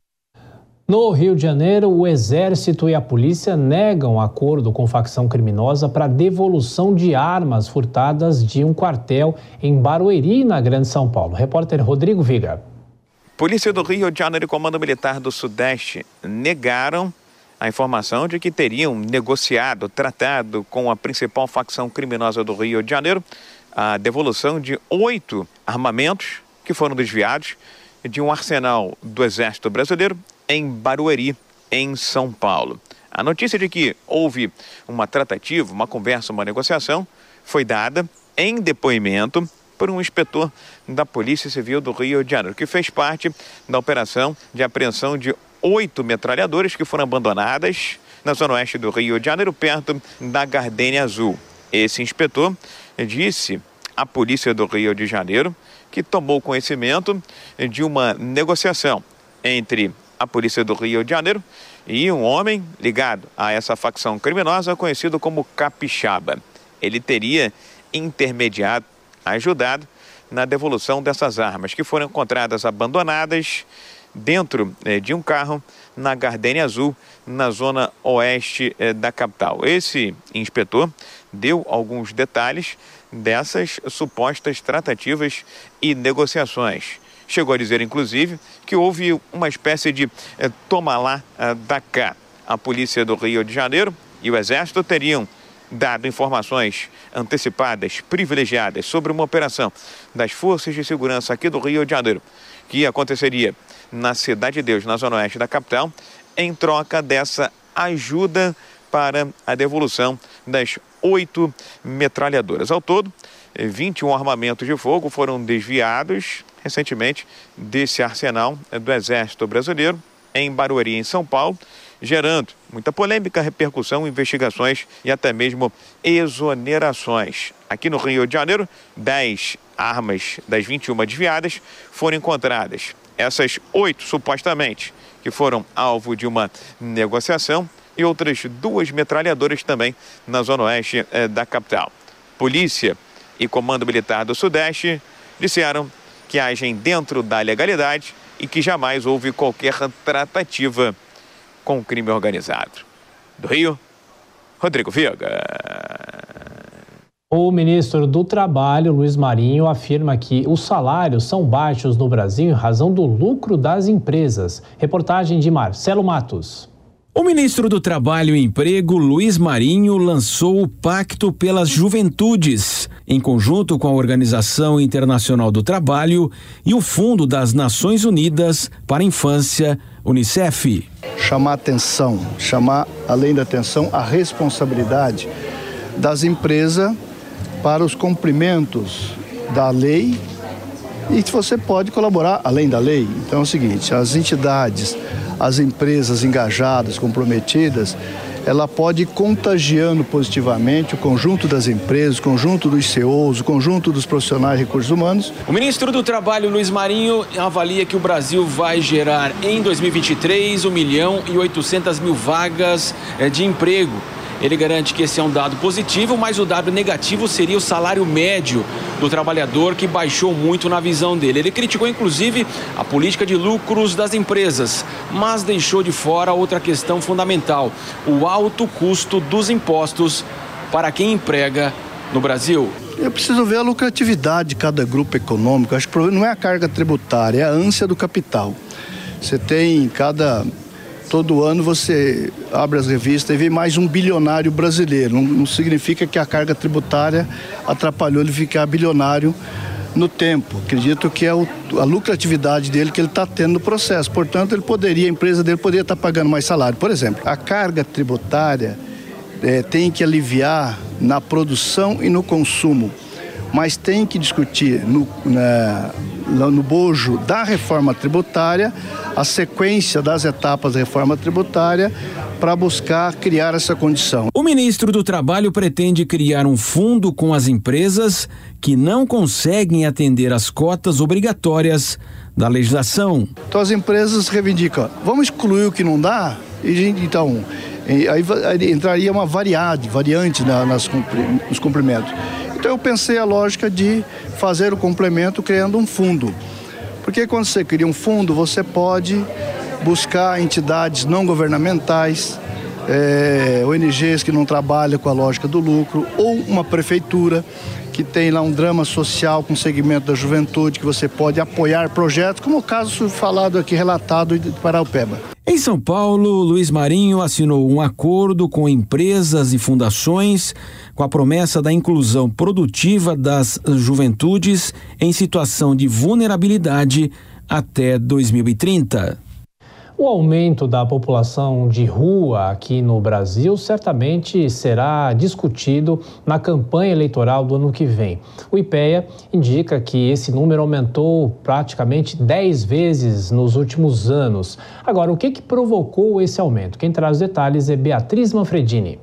Speaker 5: No Rio de Janeiro, o Exército e a polícia negam acordo com facção criminosa para devolução de armas furtadas de um quartel em Barueri, na Grande São Paulo. Repórter Rodrigo Viga.
Speaker 4: Polícia do Rio de Janeiro e Comando Militar do Sudeste negaram a informação de que teriam negociado, tratado com a principal facção criminosa do Rio de Janeiro a devolução de oito armamentos que foram desviados de um arsenal do Exército Brasileiro em Barueri, em São Paulo. A notícia de que houve uma tratativa, uma conversa, uma negociação, foi dada em depoimento por um inspetor da Polícia Civil do Rio de Janeiro, que fez parte da operação de apreensão de oito metralhadoras que foram abandonadas na zona oeste do Rio de Janeiro, perto da Gardênia Azul. Esse inspetor disse à Polícia do Rio de Janeiro que tomou conhecimento de uma negociação entre a Polícia do Rio de Janeiro e um homem ligado a essa facção criminosa conhecido como Capixaba. Ele teria intermediado, ajudado na devolução dessas armas que foram encontradas abandonadas dentro eh, de um carro na Gardênia Azul, na zona oeste eh, da capital. Esse inspetor deu alguns detalhes dessas supostas tratativas e negociações. Chegou a dizer, inclusive, que houve uma espécie de eh, toma lá eh, da cá. A Polícia do Rio de Janeiro e o Exército teriam dado informações antecipadas, privilegiadas, sobre uma operação das Forças de Segurança aqui do Rio de Janeiro, que aconteceria na Cidade de Deus, na zona oeste da capital, em troca dessa ajuda para a devolução das oito metralhadoras. Ao todo, vinte e um armamentos de fogo foram desviados recentemente desse arsenal do Exército Brasileiro em Barueri, em São Paulo, gerando muita polêmica, repercussão, investigações e até mesmo exonerações. Aqui no Rio de Janeiro, dez armas das vinte e uma desviadas foram encontradas. Essas oito, supostamente, que foram alvo de uma negociação, e outras duas metralhadoras também na zona oeste eh, da capital. Polícia e Comando Militar do Sudeste disseram que agem dentro da legalidade e que jamais houve qualquer tratativa com o crime organizado. Do Rio, Rodrigo Viega.
Speaker 5: O ministro do Trabalho, Luiz Marinho, afirma que os salários são baixos no Brasil em razão do lucro das empresas. Reportagem de Marcelo Matos.
Speaker 19: O ministro do Trabalho e Emprego, Luiz Marinho, lançou o Pacto pelas Juventudes, em conjunto com a Organização Internacional do Trabalho e o Fundo das Nações Unidas para a Infância, Unicef.
Speaker 20: Chamar atenção, chamar, além da atenção, a responsabilidade das empresas para os cumprimentos da lei e que você pode colaborar além da lei. Então é o seguinte, as entidades, as empresas engajadas, comprometidas, ela pode ir contagiando positivamente o conjunto das empresas, o conjunto dos C E Os, o conjunto dos profissionais de recursos humanos.
Speaker 19: O ministro do Trabalho, Luiz Marinho, avalia que o Brasil vai gerar em dois mil e vinte e três um milhão e oitocentas mil vagas de emprego. Ele garante que esse é um dado positivo, mas o dado negativo seria o salário médio do trabalhador, que baixou muito na visão dele. Ele criticou, inclusive, a política de lucros das empresas, mas deixou de fora outra questão fundamental: o alto custo dos impostos para quem emprega no Brasil.
Speaker 20: Eu preciso ver a lucratividade de cada grupo econômico. Acho que o problema não é a carga tributária, é a ânsia do capital. Você tem cada... Todo ano você abre as revistas e vê mais um bilionário brasileiro. Não, não significa que a carga tributária atrapalhou ele ficar bilionário no tempo. Acredito que é o, a lucratividade dele que ele está tendo no processo. Portanto, ele poderia, a empresa dele poderia estar pagando mais salário. Por exemplo, a carga tributária é, tem que aliviar na produção e no consumo, mas tem que discutir no, na, no bojo da reforma tributária a sequência das etapas da reforma tributária para buscar criar essa condição.
Speaker 19: O ministro do Trabalho pretende criar um fundo com as empresas que não conseguem atender às cotas obrigatórias da legislação.
Speaker 20: Então as empresas reivindicam, vamos excluir o que não dá? E, então, aí, aí entraria uma variante, variante na, nas, nos cumprimentos. Então eu pensei a lógica de fazer o complemento criando um fundo. Porque quando você cria um fundo, você pode buscar entidades não governamentais, é, O N Gs que não trabalham com a lógica do lucro, ou uma prefeitura que tem lá um drama social com o segmento da juventude, que você pode apoiar projetos, como o caso falado aqui, relatado de Paraupeba.
Speaker 19: Em São Paulo, Luiz Marinho assinou um acordo com empresas e fundações com a promessa da inclusão produtiva das juventudes em situação de vulnerabilidade até dois mil e trinta.
Speaker 5: O aumento da população de rua aqui no Brasil certamente será discutido na campanha eleitoral do ano que vem. O IPEA indica que esse número aumentou praticamente dez vezes nos últimos anos. Agora, o que que provocou esse aumento? Quem traz os detalhes é Beatriz Manfredini.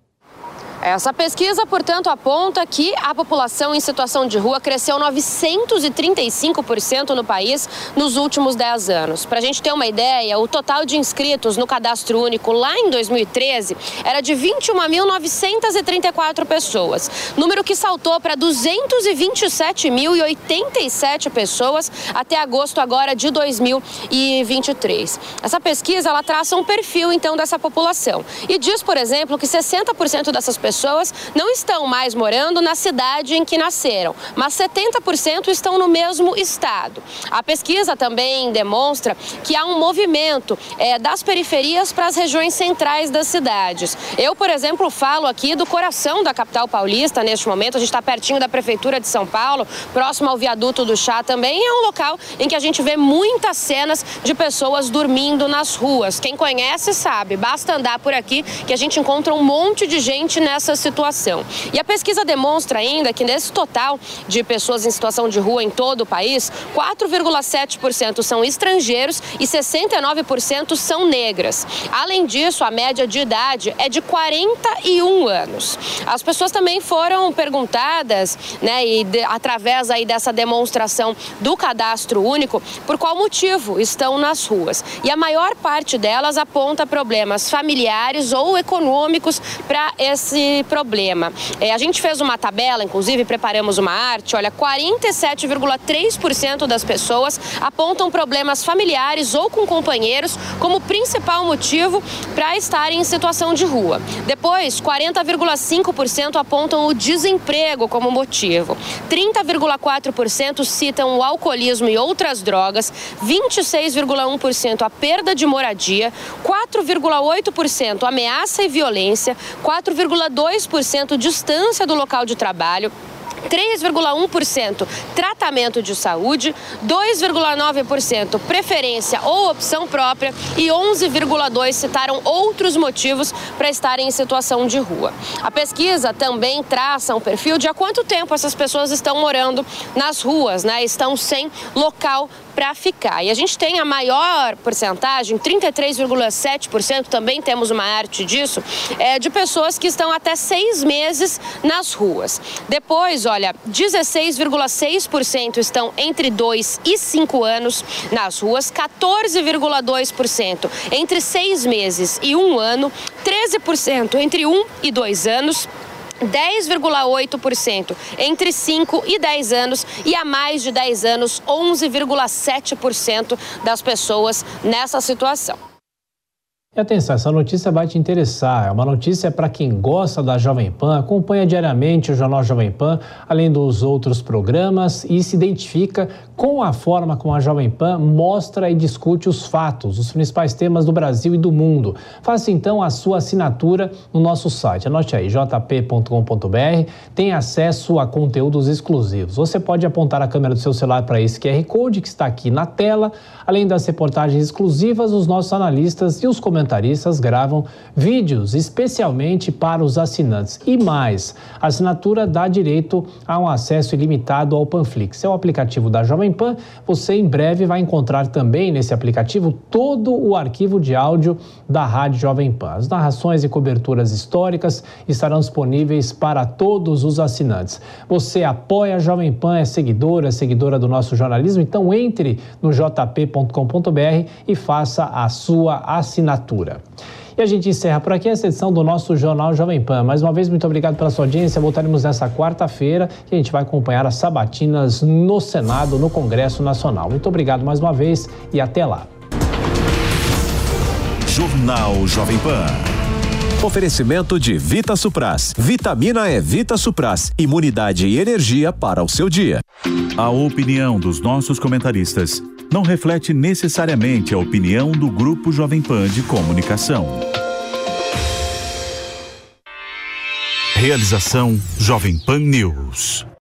Speaker 1: Essa pesquisa, portanto, aponta que a população em situação de rua cresceu novecentos e trinta e cinco por cento no país nos últimos dez anos. Para a gente ter uma ideia, o total de inscritos no Cadastro Único lá em dois mil e treze era de vinte e uma mil novecentas e trinta e quatro pessoas, número que saltou para duzentos e vinte e sete mil e oitenta e sete pessoas até agosto agora de dois mil e vinte e três. Essa pesquisa, ela traça um perfil, então, dessa população e diz, por exemplo, que sessenta por cento dessas pessoas pessoas não estão mais morando na cidade em que nasceram, mas setenta por cento estão no mesmo estado. A pesquisa também demonstra que há um movimento é, das periferias para as regiões centrais das cidades. Eu, por exemplo, falo aqui do coração da capital paulista neste momento. A gente está pertinho da Prefeitura de São Paulo, próximo ao Viaduto do Chá também. É um local em que a gente vê muitas cenas de pessoas dormindo nas ruas. Quem conhece sabe, basta andar por aqui que a gente encontra um monte de gente nessa situação. E a pesquisa demonstra ainda que nesse total de pessoas em situação de rua em todo o país, quatro vírgula sete por cento são estrangeiros e sessenta e nove por cento são negras. Além disso, a média de idade é de quarenta e um anos. As pessoas também foram perguntadas, né, e de, através aí dessa demonstração do Cadastro Único, por qual motivo estão nas ruas. E a maior parte delas aponta problemas familiares ou econômicos para esse problema. É, a gente fez uma tabela, inclusive preparamos uma arte. Olha, quarenta e sete vírgula três por cento das pessoas apontam problemas familiares ou com companheiros como principal motivo para estarem em situação de rua. Depois, quarenta vírgula cinco por cento apontam o desemprego como motivo. trinta vírgula quatro por cento citam o alcoolismo e outras drogas. vinte e seis vírgula um por cento a perda de moradia. quatro vírgula oito por cento ameaça e violência. quatro vírgula dois por cento distância do local de trabalho. três vírgula um por cento tratamento de saúde, dois vírgula nove por cento preferência ou opção própria e onze vírgula dois por cento citaram outros motivos para estarem em situação de rua. A pesquisa também traça um perfil de há quanto tempo essas pessoas estão morando nas ruas, né? Estão sem local para ficar. E a gente tem a maior porcentagem, trinta e três vírgula sete por cento, também temos uma arte disso, é, de pessoas que estão até seis meses nas ruas. Depois, olha, dezesseis vírgula seis por cento estão entre dois e cinco anos nas ruas, quatorze vírgula dois por cento entre seis meses e um ano, treze por cento entre um e dois anos, dez vírgula oito por cento entre cinco e dez anos e há mais de dez anos, onze vírgula sete por cento das pessoas nessa situação.
Speaker 5: E atenção, essa notícia vai te interessar. É uma notícia para quem gosta da Jovem Pan, acompanha diariamente o Jornal Jovem Pan, além dos outros programas, e se identifica com a forma como a Jovem Pan mostra e discute os fatos, os principais temas do Brasil e do mundo. Faça então a sua assinatura no nosso site. Anote aí, j p ponto com ponto b r, tem acesso a conteúdos exclusivos. Você pode apontar a câmera do seu celular para esse Q R Code que está aqui na tela. Além das reportagens exclusivas, os nossos analistas e os comentaristas comentaristas gravam vídeos especialmente para os assinantes. E mais, a assinatura dá direito a um acesso ilimitado ao Panflix. É o aplicativo da Jovem Pan. Você em breve vai encontrar também nesse aplicativo todo o arquivo de áudio da Rádio Jovem Pan. As narrações e coberturas históricas estarão disponíveis para todos os assinantes. Você apoia a Jovem Pan, é seguidora, é seguidora do nosso jornalismo, então entre no j p ponto com ponto b r e faça a sua assinatura. E a gente encerra por aqui essa edição do nosso Jornal Jovem Pan. Mais uma vez, muito obrigado pela sua audiência. Voltaremos nessa quarta-feira e a gente vai acompanhar as sabatinas no Senado, no Congresso Nacional. Muito obrigado mais uma vez e até lá.
Speaker 14: Jornal Jovem Pan.
Speaker 6: Oferecimento de Vita Supras. Vitamina E Vita Supras. Imunidade e energia para o seu dia.
Speaker 14: A opinião dos nossos comentaristas não reflete necessariamente a opinião do Grupo Jovem Pan de Comunicação. Realização Jovem Pan News.